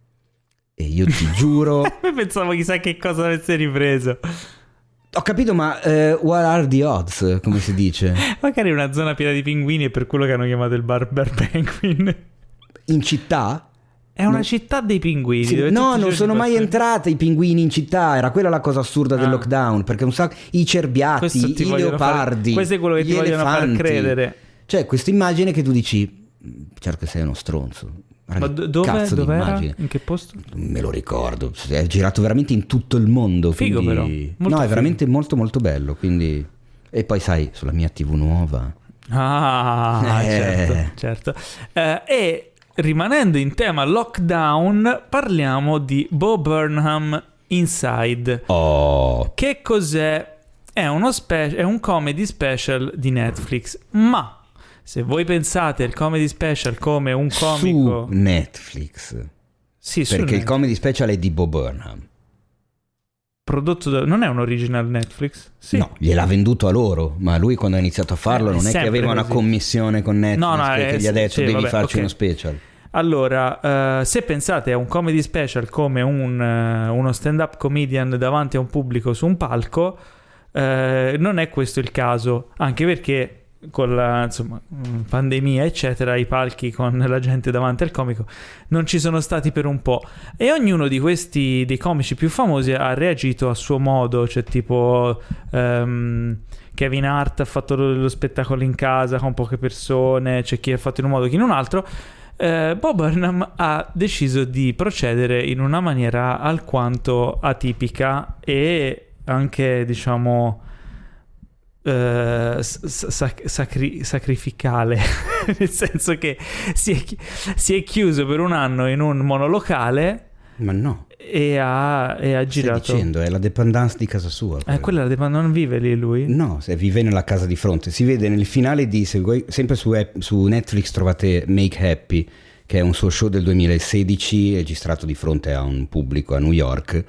E io ti giuro... Pensavo chissà che cosa avesse ripreso. Ho capito, ma what are the odds, come si dice? Magari una zona piena di pinguini, è per quello che hanno chiamato il Bar Penguin. In città? È una città dei pinguini. Sì, no, non sono mai entrati i pinguini in città. Era quella la cosa assurda del lockdown, perché un sacco i cerbiati, i leopardi, questo è quello che ti vogliono far credere. Cioè, questa immagine che tu dici, certo che sei uno stronzo. Ma dov'era? In che posto? Non me lo ricordo. È girato veramente in tutto il mondo. Figo, quindi... però. No, è figo. Veramente molto molto bello. Quindi... E poi sai, sulla mia TV nuova. Certo. E rimanendo in tema lockdown, parliamo di Bo Burnham Inside. Che cos'è? È un comedy special di Netflix, ma se voi pensate il comedy special come un comico su Netflix, sì, perché il comedy special è di Bo Burnham, prodotto da... non è un original Netflix? Sì. No, gliel'ha venduto a loro, ma lui quando ha iniziato a farlo non è che aveva una commissione con Netflix che gli ha detto devi farci uno special. Allora, se pensate a un comedy special come uno stand-up comedian davanti a un pubblico su un palco, non è questo il caso, anche perché con la pandemia eccetera, i palchi con la gente davanti al comico non ci sono stati per un po', e ognuno di questi dei comici più famosi ha reagito a suo modo. Cioè tipo Kevin Hart ha fatto lo spettacolo in casa con poche persone, c'è chi ha fatto in un modo, chi in un altro. Bob Burnham ha deciso di procedere in una maniera alquanto atipica e anche, diciamo, sacrificale, nel senso che si è chiuso per un anno in un monolocale. Ma no. E ha girato. Stai dicendo, è la dépendance di casa sua. Quella è la dépendance, non vive lì lui? No, vive nella casa di fronte. Si vede nel finale di, sempre su Netflix trovate Make Happy, che è un suo show del 2016 registrato di fronte a un pubblico a New York,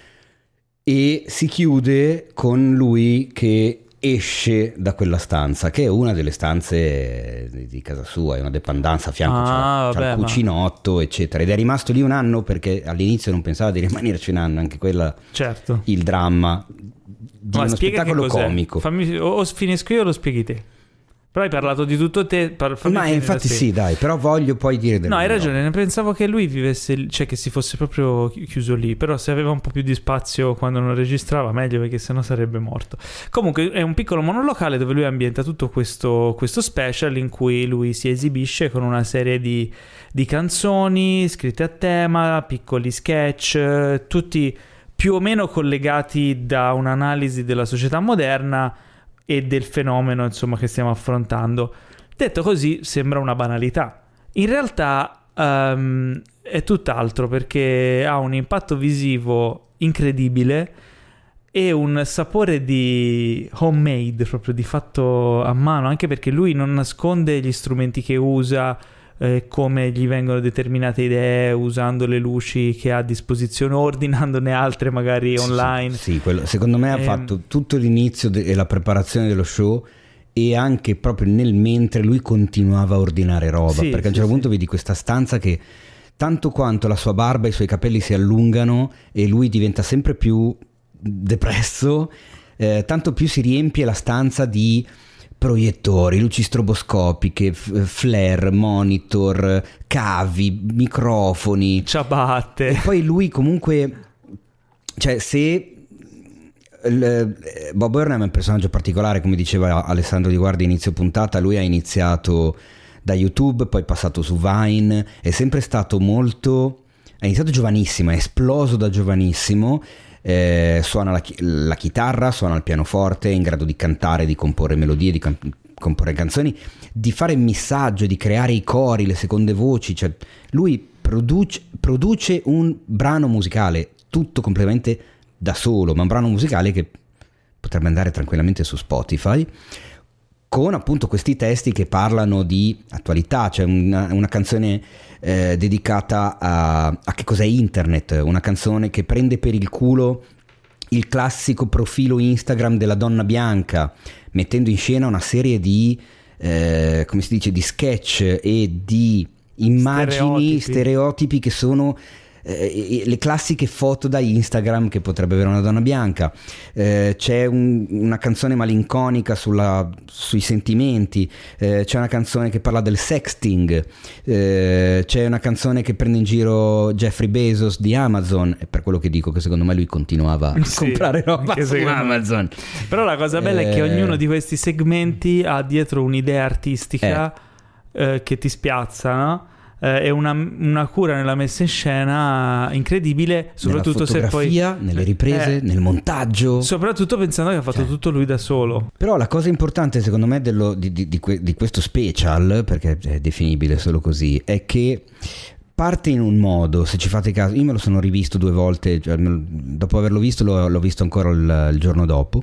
e si chiude con lui che esce da quella stanza, che è una delle stanze di casa sua, è una dépendance, a fianco c'è il cucinotto eccetera, ed è rimasto lì un anno perché all'inizio non pensava di rimanerci un anno, anche quella, certo, il dramma di uno spettacolo comico. O finisco io o lo spieghi te? Però hai parlato di tutto te. Ma infatti sì, dai, però voglio poi dire del no, hai ragione, ne pensavo che lui vivesse, cioè che si fosse proprio chiuso lì. Però se aveva un po' più di spazio quando non registrava, meglio, perché sennò sarebbe morto. Comunque è un piccolo monolocale dove lui ambienta tutto questo special in cui lui si esibisce con una serie di canzoni scritte a tema, piccoli sketch, tutti più o meno collegati da un'analisi della società moderna e del fenomeno, insomma, che stiamo affrontando. Detto così sembra una banalità. In realtà è tutt'altro, perché ha un impatto visivo incredibile e un sapore di homemade, proprio di fatto a mano, anche perché lui non nasconde gli strumenti che usa, come gli vengono determinate idee, usando le luci che ha a disposizione, ordinandone altre magari online. Sì, quello, secondo me ha fatto tutto l'inizio e la preparazione dello show, e anche proprio nel mentre lui continuava a ordinare roba, perché a un certo punto vedi questa stanza che tanto quanto la sua barba e i suoi capelli si allungano e lui diventa sempre più depresso, tanto più si riempie la stanza di proiettori, luci stroboscopiche, flare, monitor, cavi, microfoni, ciabatte. E poi lui comunque, cioè, se Bob Burnham è un personaggio particolare, come diceva Alessandro Di Guardi inizio puntata, lui ha iniziato da YouTube, poi è passato su Vine, è sempre stato ha iniziato giovanissimo, è esploso da giovanissimo. Suona la chitarra, suona il pianoforte, è in grado di cantare, di comporre melodie, di comporre canzoni, di fare missaggio, di creare i cori, le seconde voci. Cioè, lui produce un brano musicale tutto completamente da solo, ma un brano musicale che potrebbe andare tranquillamente su Spotify, con appunto questi testi che parlano di attualità. C'è una canzone dedicata a che cos'è internet, una canzone che prende per il culo il classico profilo Instagram della donna bianca, mettendo in scena una serie di come si dice, di sketch e di immagini, stereotipi che sono le classiche foto da Instagram che potrebbe avere una donna bianca. C'è una canzone malinconica sui sentimenti, c'è una canzone che parla del sexting, c'è una canzone che prende in giro Jeffrey Bezos di Amazon, è per quello che dico che secondo me lui continuava a comprare roba su Amazon. Però la cosa bella è che ognuno di questi segmenti ha dietro un'idea artistica che ti spiazza, no? È una cura nella messa in scena incredibile, soprattutto se poi nelle riprese, nel montaggio, soprattutto pensando che ha fatto tutto lui da solo. Però la cosa importante secondo me di questo special, perché è definibile solo così, è che parte in un modo, se ci fate caso, io me lo sono rivisto 2 volte, cioè, dopo averlo visto l'ho visto ancora il giorno dopo.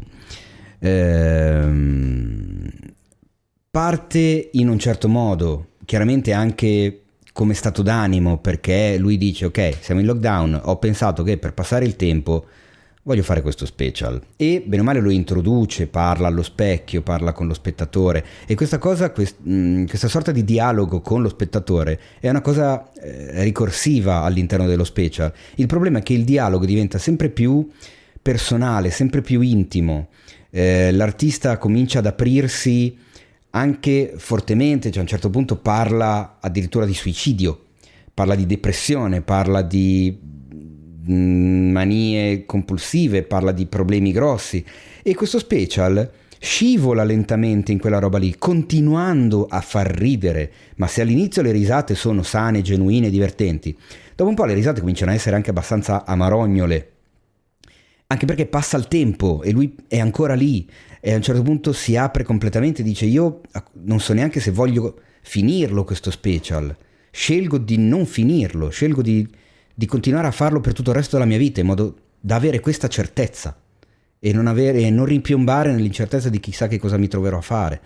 Parte in un certo modo, chiaramente anche come stato d'animo, perché lui dice ok, siamo in lockdown, ho pensato che per passare il tempo voglio fare questo special, e bene o male lo introduce, parla allo specchio, parla con lo spettatore, e questa cosa, questa sorta di dialogo con lo spettatore è una cosa ricorsiva all'interno dello special. Il problema è che il dialogo diventa sempre più personale, sempre più intimo, l'artista comincia ad aprirsi anche fortemente, cioè a un certo punto parla addirittura di suicidio, parla di depressione, parla di manie compulsive, parla di problemi grossi, e questo special scivola lentamente in quella roba lì, continuando a far ridere, ma se all'inizio le risate sono sane, genuine, divertenti, dopo un po' le risate cominciano a essere anche abbastanza amarognole, anche perché passa il tempo e lui è ancora lì, e a un certo punto si apre completamente e dice: io non so neanche se voglio finirlo questo special, scelgo di non finirlo, scelgo di continuare a farlo per tutto il resto della mia vita, in modo da avere questa certezza e non rimpiombare nell'incertezza di chissà che cosa mi troverò a fare.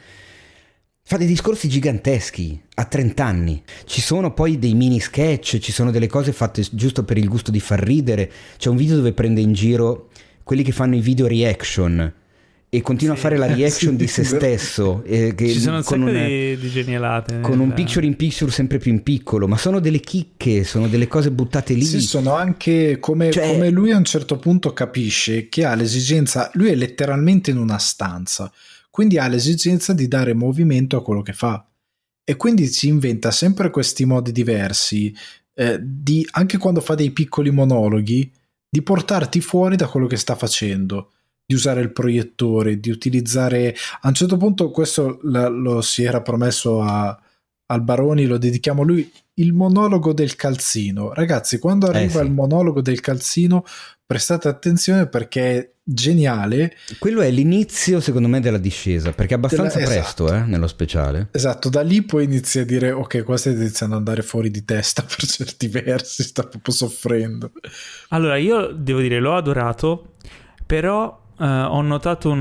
Fa dei discorsi giganteschi a 30 anni. Ci sono poi dei mini sketch, ci sono delle cose fatte giusto per il gusto di far ridere. C'è un video dove prende in giro quelli che fanno i video reaction e continua a fare la reaction di se stesso, ci sono un sacco di genialate con un picture in picture sempre più in piccolo, ma sono delle chicche, sono delle cose buttate lì. Sì, sono anche come lui a un certo punto capisce che ha l'esigenza, lui è letteralmente in una stanza, quindi ha l'esigenza di dare movimento a quello che fa, e quindi si inventa sempre questi modi diversi, anche quando fa dei piccoli monologhi, di portarti fuori da quello che sta facendo, di usare il proiettore, di utilizzare, a un certo punto questo lo si era promesso al Baroni, lo dedichiamo a lui, il monologo del calzino. Ragazzi, quando arriva il monologo del calzino, prestate attenzione perché è geniale. Quello è l'inizio, secondo me, della discesa, perché è abbastanza presto, nello speciale. Esatto, da lì poi inizi a dire: ok, qua stai iniziando ad andare fuori di testa per certi versi, sta proprio soffrendo. Allora, io devo dire, l'ho adorato, però ho notato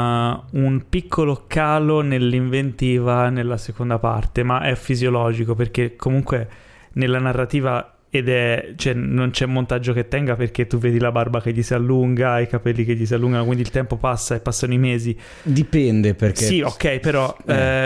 un piccolo calo nell'inventiva nella seconda parte, ma è fisiologico, perché comunque nella narrativa cioè non c'è montaggio che tenga, perché tu vedi la barba che gli si allunga, i capelli che gli si allungano, quindi il tempo passa e passano i mesi. Dipende, perché sì, ok, però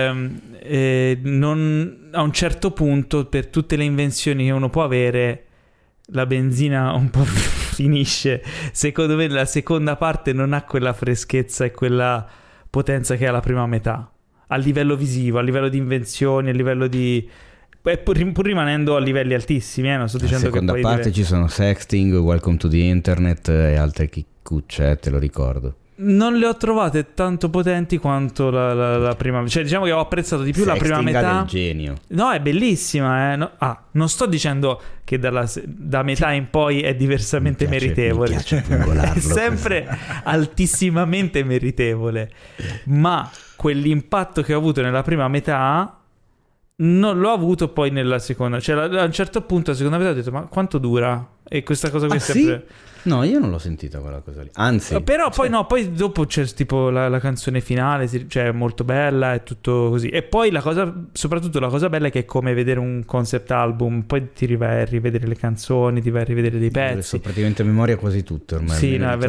non, a un certo punto, per tutte le invenzioni che uno può avere, la benzina un po' finisce. Secondo me la seconda parte non ha quella freschezza e quella potenza che ha la prima metà, a livello visivo, a livello di invenzioni, a livello di... pur rimanendo a livelli altissimi, non sto dicendo che poi... La seconda parte ci sono sexting, welcome to the internet e altre chiccucce, lo ricordo. Non le ho trovate tanto potenti quanto la prima, cioè diciamo che ho apprezzato di più la prima metà. Del genio. No, è bellissima, non sto dicendo che da metà in poi è diversamente meritevole, è sempre altissimamente meritevole, ma quell'impatto che ho avuto nella prima metà non l'ho avuto poi nella seconda, cioè a un certo punto la seconda metà ho detto: ma quanto dura? E questa cosa qui è sempre... Sì? No, io non l'ho sentita quella cosa lì. Anzi, però poi no, poi dopo c'è tipo la canzone finale, cioè è molto bella, è tutto così. E poi soprattutto la cosa bella è che è come vedere un concept album, poi ti vai a rivedere le canzoni, ti vai a rivedere dei pezzi. So praticamente a memoria quasi tutte ormai. Sì, no, è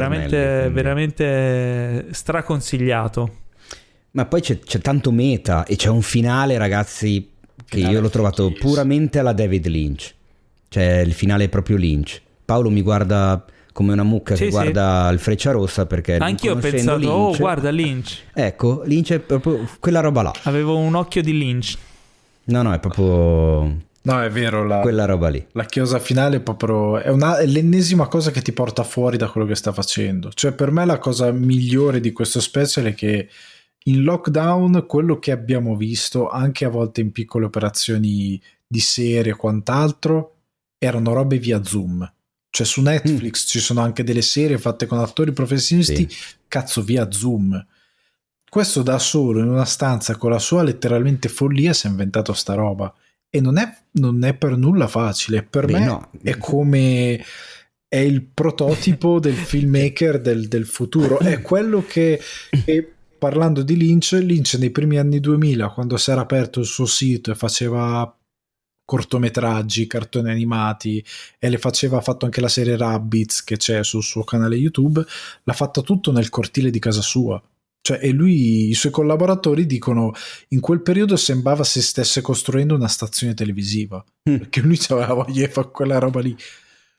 veramente straconsigliato. Ma poi c'è tanto meta e c'è un finale, ragazzi, che io l'ho trovato puramente alla David Lynch. Cioè il finale è proprio Lynch. Paolo mi guarda come una mucca che guarda il Frecciarossa, perché anch'io ho pensato Lynch, guarda Lynch. Ecco, Lynch è proprio quella roba là. Avevo un occhio di Lynch. No, è proprio... No, è vero, quella roba lì. La chiosa finale è proprio è l'ennesima cosa che ti porta fuori da quello che sta facendo. Cioè per me la cosa migliore di questo special è che in lockdown quello che abbiamo visto, anche a volte in piccole operazioni di serie o quant'altro, erano robe via Zoom. Cioè su Netflix ci sono anche delle serie fatte con attori professionisti, cazzo, via Zoom. Questo da solo in una stanza con la sua letteralmente follia si è inventato sta roba, e non è per nulla facile. Per me è come è il prototipo del filmmaker del futuro, è quello che parlando di Lynch nei primi anni 2000, quando si era aperto il suo sito e faceva cortometraggi, cartoni animati, e ha fatto anche la serie Rabbids che c'è sul suo canale YouTube, l'ha fatta tutto nel cortile di casa sua. Cioè, e lui, i suoi collaboratori dicono, in quel periodo sembrava si stesse costruendo una stazione televisiva, perché lui aveva voglia di fare quella roba lì.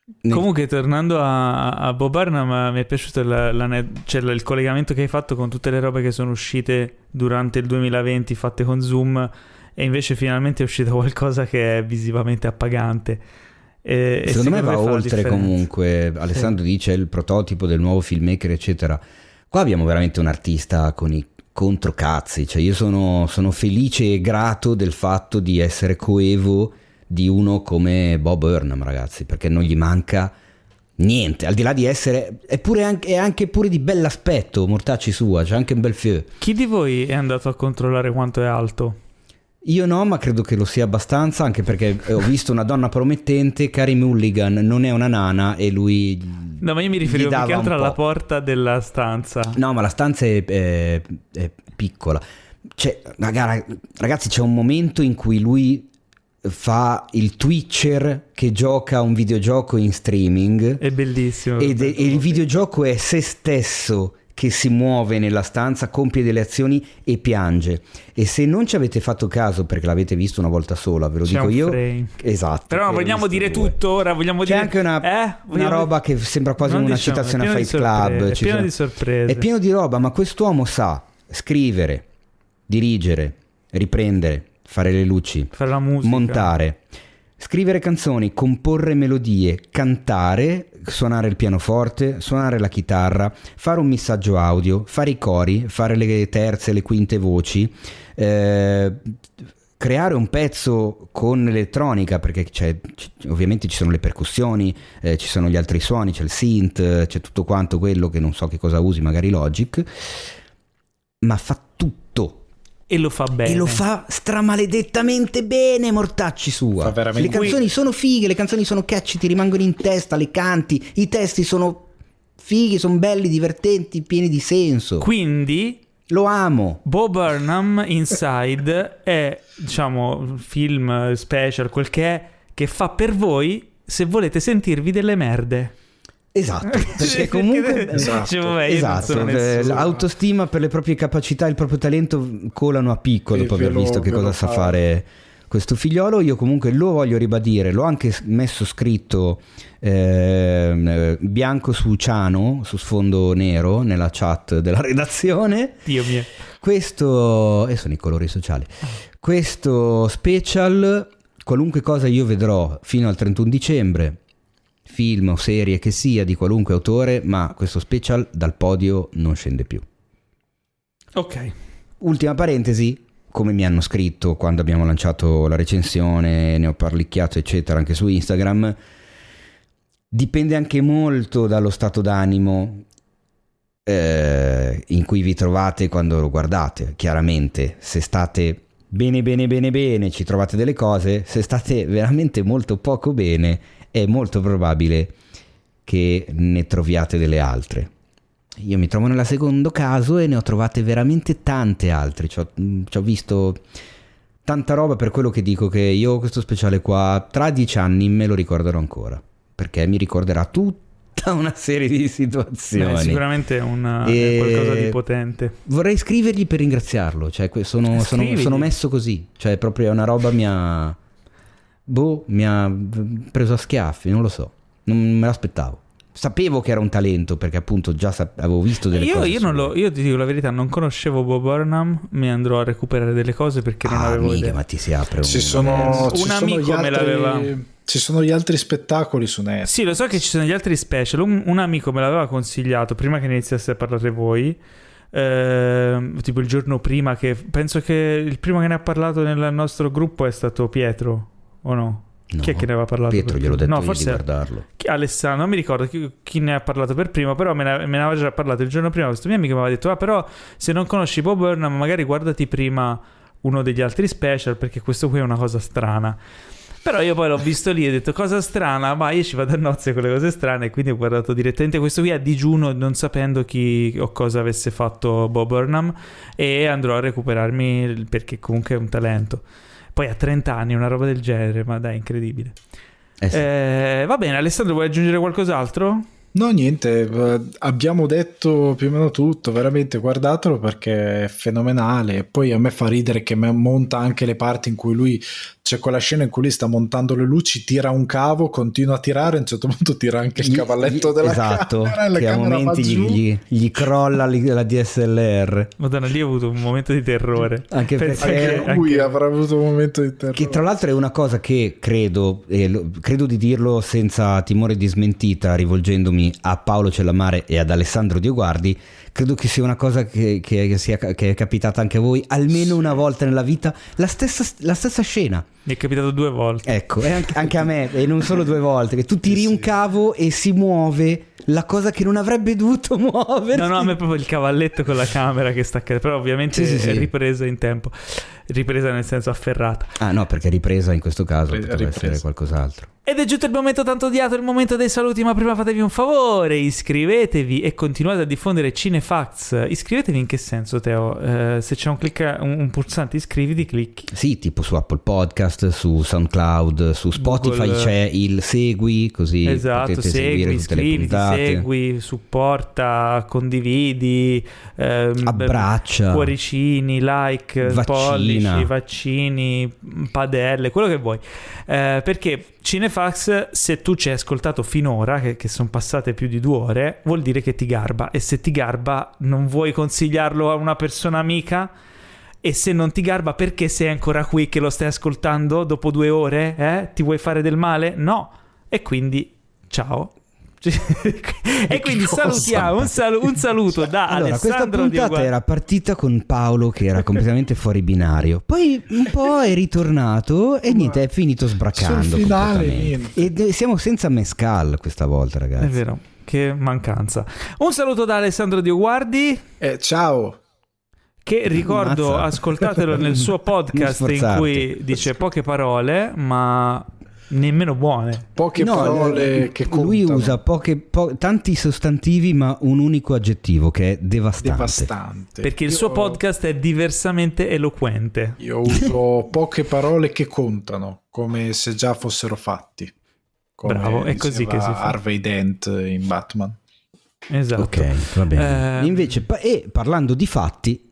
Comunque, tornando a Bo Burnham, mi è piaciuto il collegamento che hai fatto con tutte le robe che sono uscite durante il 2020 fatte con Zoom, e invece finalmente è uscito qualcosa che è visivamente appagante. Secondo me va oltre comunque. Alessandro dice il prototipo del nuovo filmmaker eccetera. Qua abbiamo veramente un artista con i controcazzi, cioè io sono felice e grato del fatto di essere coevo di uno come Bo Burnham, ragazzi, perché non gli manca niente, al di là di essere è anche pure di bell'aspetto, mortacci sua, c'è anche un bel fieu. Chi di voi è andato a controllare quanto è alto? Io no, ma credo che lo sia abbastanza, anche perché ho visto una donna promettente. Carey Mulligan non è una nana e lui... No, ma io mi riferivo più che altro alla porta della stanza. No, ma la stanza è piccola. Cioè, ragazzi, c'è un momento in cui lui fa il Twitcher che gioca un videogioco in streaming. È bellissimo. E il videogioco è se stesso che si muove nella stanza, compie delle azioni e piange. E se non ci avete fatto caso, perché l'avete visto una volta sola, ve lo c'è dico un io. Frame. Esatto. Però vogliamo dire tutto ora, vogliamo c'è dire... anche una roba che sembra quasi una citazione a Fight Club. È pieno di sorprese. È pieno di roba, ma quest'uomo sa scrivere, dirigere, riprendere, fare le luci, fare la musica, montare, scrivere canzoni, comporre melodie, cantare, suonare il pianoforte, suonare la chitarra, fare un missaggio audio, fare i cori, fare le terze, le quinte voci, creare un pezzo con l'elettronica, perché ovviamente ci sono le percussioni, ci sono gli altri suoni, c'è il synth, c'è tutto quanto quello che non so che cosa usi, magari Logic, ma fa tutto. E lo fa bene. E lo fa stramaledettamente bene, mortacci sua. Le canzoni sono fighe, le canzoni sono catchy, ti rimangono in testa, le canti, i testi sono fighi, sono belli, divertenti, pieni di senso. Quindi lo amo. Bo Burnham Inside è, diciamo, film special, quel che fa per voi se volete sentirvi delle merde. Esatto, perché comunque esatto. L'autostima per le proprie capacità, il proprio talento colano a picco dopo aver visto che cosa sa fare questo figliolo. Io comunque lo voglio ribadire, l'ho anche messo scritto bianco su ciano, su sfondo nero nella chat della redazione. Dio mio. Questo, e sono i colori sociali. Questo special, qualunque cosa io vedrò fino al 31 dicembre, film o serie che sia di qualunque autore, ma questo special dal podio non scende più. Ok. Ultima parentesi, come mi hanno scritto quando abbiamo lanciato la recensione, ne ho parlicchiato eccetera anche su Instagram, dipende anche molto dallo stato d'animo in cui vi trovate quando lo guardate. Chiaramente, se state bene, ci trovate delle cose. Se state veramente molto poco bene, è molto probabile che ne troviate delle altre. Io mi trovo nella secondo caso e ne ho trovate veramente tante altre. Ci ho visto tanta roba, per quello che dico che io questo speciale qua tra 10 anni me lo ricorderò ancora, perché mi ricorderà tutta una serie di situazioni. Sicuramente è qualcosa di potente. Vorrei scrivergli per ringraziarlo, cioè sono messo così, cioè proprio una roba mi ha preso a schiaffi, non lo so, non me l'aspettavo. Sapevo che era un talento, perché appunto già avevo visto delle cose. Io ti dico la verità, non conoscevo Bo Burnham, mi andrò a recuperare delle cose perché non avevo idea. Ma ti si apre un amico me l'aveva. Ci sono gli altri spettacoli su Netflix. Sì, lo so che ci sono gli altri special. Un amico me l'aveva consigliato prima che iniziasse a parlare voi. Tipo il giorno prima, che penso che il primo che ne ha parlato nel nostro gruppo è stato Pietro, o no? No, chi è che ne aveva parlato? Pietro, gliel'ho detto io forse di guardarlo. Alessandro, non mi ricordo chi ne ha parlato per primo, però me ne aveva già parlato il giorno prima. Questo mio amico mi aveva detto: però se non conosci Bo Burnham, magari guardati prima uno degli altri special, perché questo qui è una cosa strana. Però io poi l'ho visto lì e ho detto: cosa strana? Ma io ci vado a nozze con le cose strane, e quindi ho guardato direttamente questo qui a digiuno, non sapendo chi o cosa avesse fatto Bo Burnham, e andrò a recuperarmi perché comunque è un talento. Poi a 30 anni una roba del genere, ma dai, incredibile. Sì. Va bene, Alessandro, vuoi aggiungere qualcos'altro? No, niente, abbiamo detto più o meno tutto, veramente guardatelo perché è fenomenale. E poi a me fa ridere che monta anche le parti in cui lui c'è quella scena in cui lui sta montando le luci, tira un cavo, continua a tirare, a un certo punto tira anche il cavalletto della camera, e la che a momenti gli crolla la DSLR. Madonna, lì ho avuto un momento di terrore. Anche perché lui avrà avuto un momento di terrore. Che tra l'altro è una cosa che credo di dirlo senza timore di smentita, rivolgendomi a Paolo Cellamare e ad Alessandro Dioguardi, credo che sia una cosa che è capitata anche a voi almeno una volta nella vita, la stessa scena. Mi è capitato 2 volte. Ecco, e anche a me, e non solo 2 volte, che tu tiri un cavo e si muove la cosa che non avrebbe dovuto muoversi. No, a me proprio il cavalletto con la camera che sta, però ovviamente è ripresa in tempo. Ripresa nel senso afferrata. Ah no, perché ripresa in questo caso potrebbe essere qualcos'altro. Ed è giunto il momento tanto odiato, il momento dei saluti, ma prima fatevi un favore, iscrivetevi e continuate a diffondere Cinefacts. Iscrivetevi in che senso, Teo? Se c'è un pulsante iscriviti, clicchi. Sì, tipo su Apple Podcast, su SoundCloud, su Spotify Google. C'è il segui, così potete seguire tutte le puntate. Segui, supporta, condividi, abbraccia, cuoricini, like, pollici, vaccini, padelle, quello che vuoi, perché Cinefacts, se tu ci hai ascoltato finora, che sono passate più di 2 ore, vuol dire che ti garba, e se ti garba non vuoi consigliarlo a una persona amica? E se non ti garba, perché sei ancora qui che lo stai ascoltando dopo 2 ore? Ti vuoi fare del male? No. E quindi ciao. E quindi salutiamo un saluto da Alessandro. Questa puntata era partita con Paolo che era completamente fuori binario, poi un po' è ritornato e niente, è finito sbracando sul finale, e siamo senza mescal questa volta, ragazzi. È vero, che mancanza. Un saluto da Alessandro Dioguardi. Ciao. Che ricordo, ascoltatelo nel suo podcast in cui dice poche parole ma nemmeno buone. Poche parole che contano. Lui usa tanti sostantivi ma un unico aggettivo che è devastante. Perché il suo podcast è diversamente eloquente. Io uso poche parole che contano, come se già fossero fatti. Come bravo, è così che si fa. Harvey Dent in Batman. Esatto. Ok, va bene. Invece, parlando di fatti,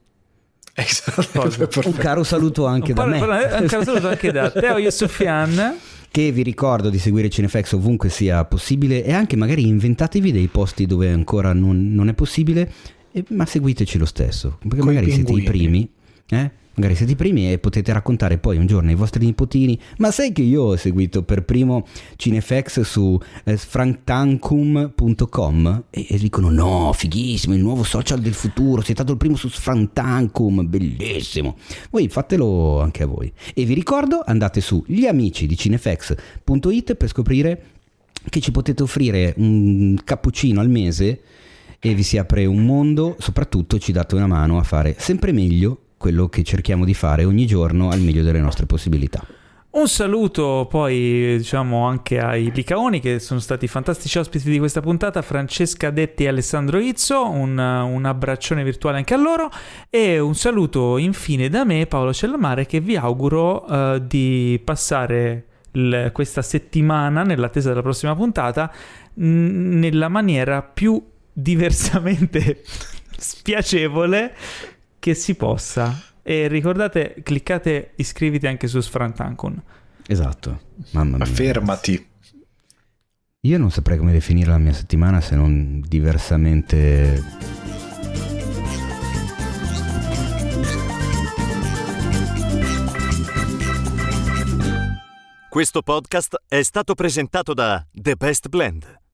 un caro saluto anche da me. Un caro saluto anche da Teo Yusufian, che vi ricordo di seguire Cinefacts ovunque sia possibile, e anche magari inventatevi dei posti dove ancora non è possibile, ma seguiteci lo stesso, perché magari siete i primi, magari siete i primi e potete raccontare poi un giorno ai vostri nipotini: ma sai che io ho seguito per primo Cinefacts su sfranctancum.com, e dicono: no, fighissimo, il nuovo social del futuro, sei stato il primo su Sfranctancum, bellissimo. Voi fatelo anche a voi. E vi ricordo, andate su gliamicidicinefax.it per scoprire che ci potete offrire un cappuccino al mese e vi si apre un mondo. Soprattutto ci date una mano a fare sempre meglio quello che cerchiamo di fare ogni giorno al meglio delle nostre possibilità. Un saluto poi anche ai Licaoni, che sono stati fantastici ospiti di questa puntata, Francesca Detti e Alessandro Izzo, un abbraccione virtuale anche a loro, e un saluto infine da me, Paolo Cellamare, che vi auguro di passare questa settimana, nell'attesa della prossima puntata, nella maniera più diversamente spiacevole che si possa. E ricordate, cliccate iscriviti anche su Sfranctancum. Esatto, mamma mia. Fermati. Io non saprei come definire la mia settimana se non diversamente. Questo podcast è stato presentato da The Best Blend,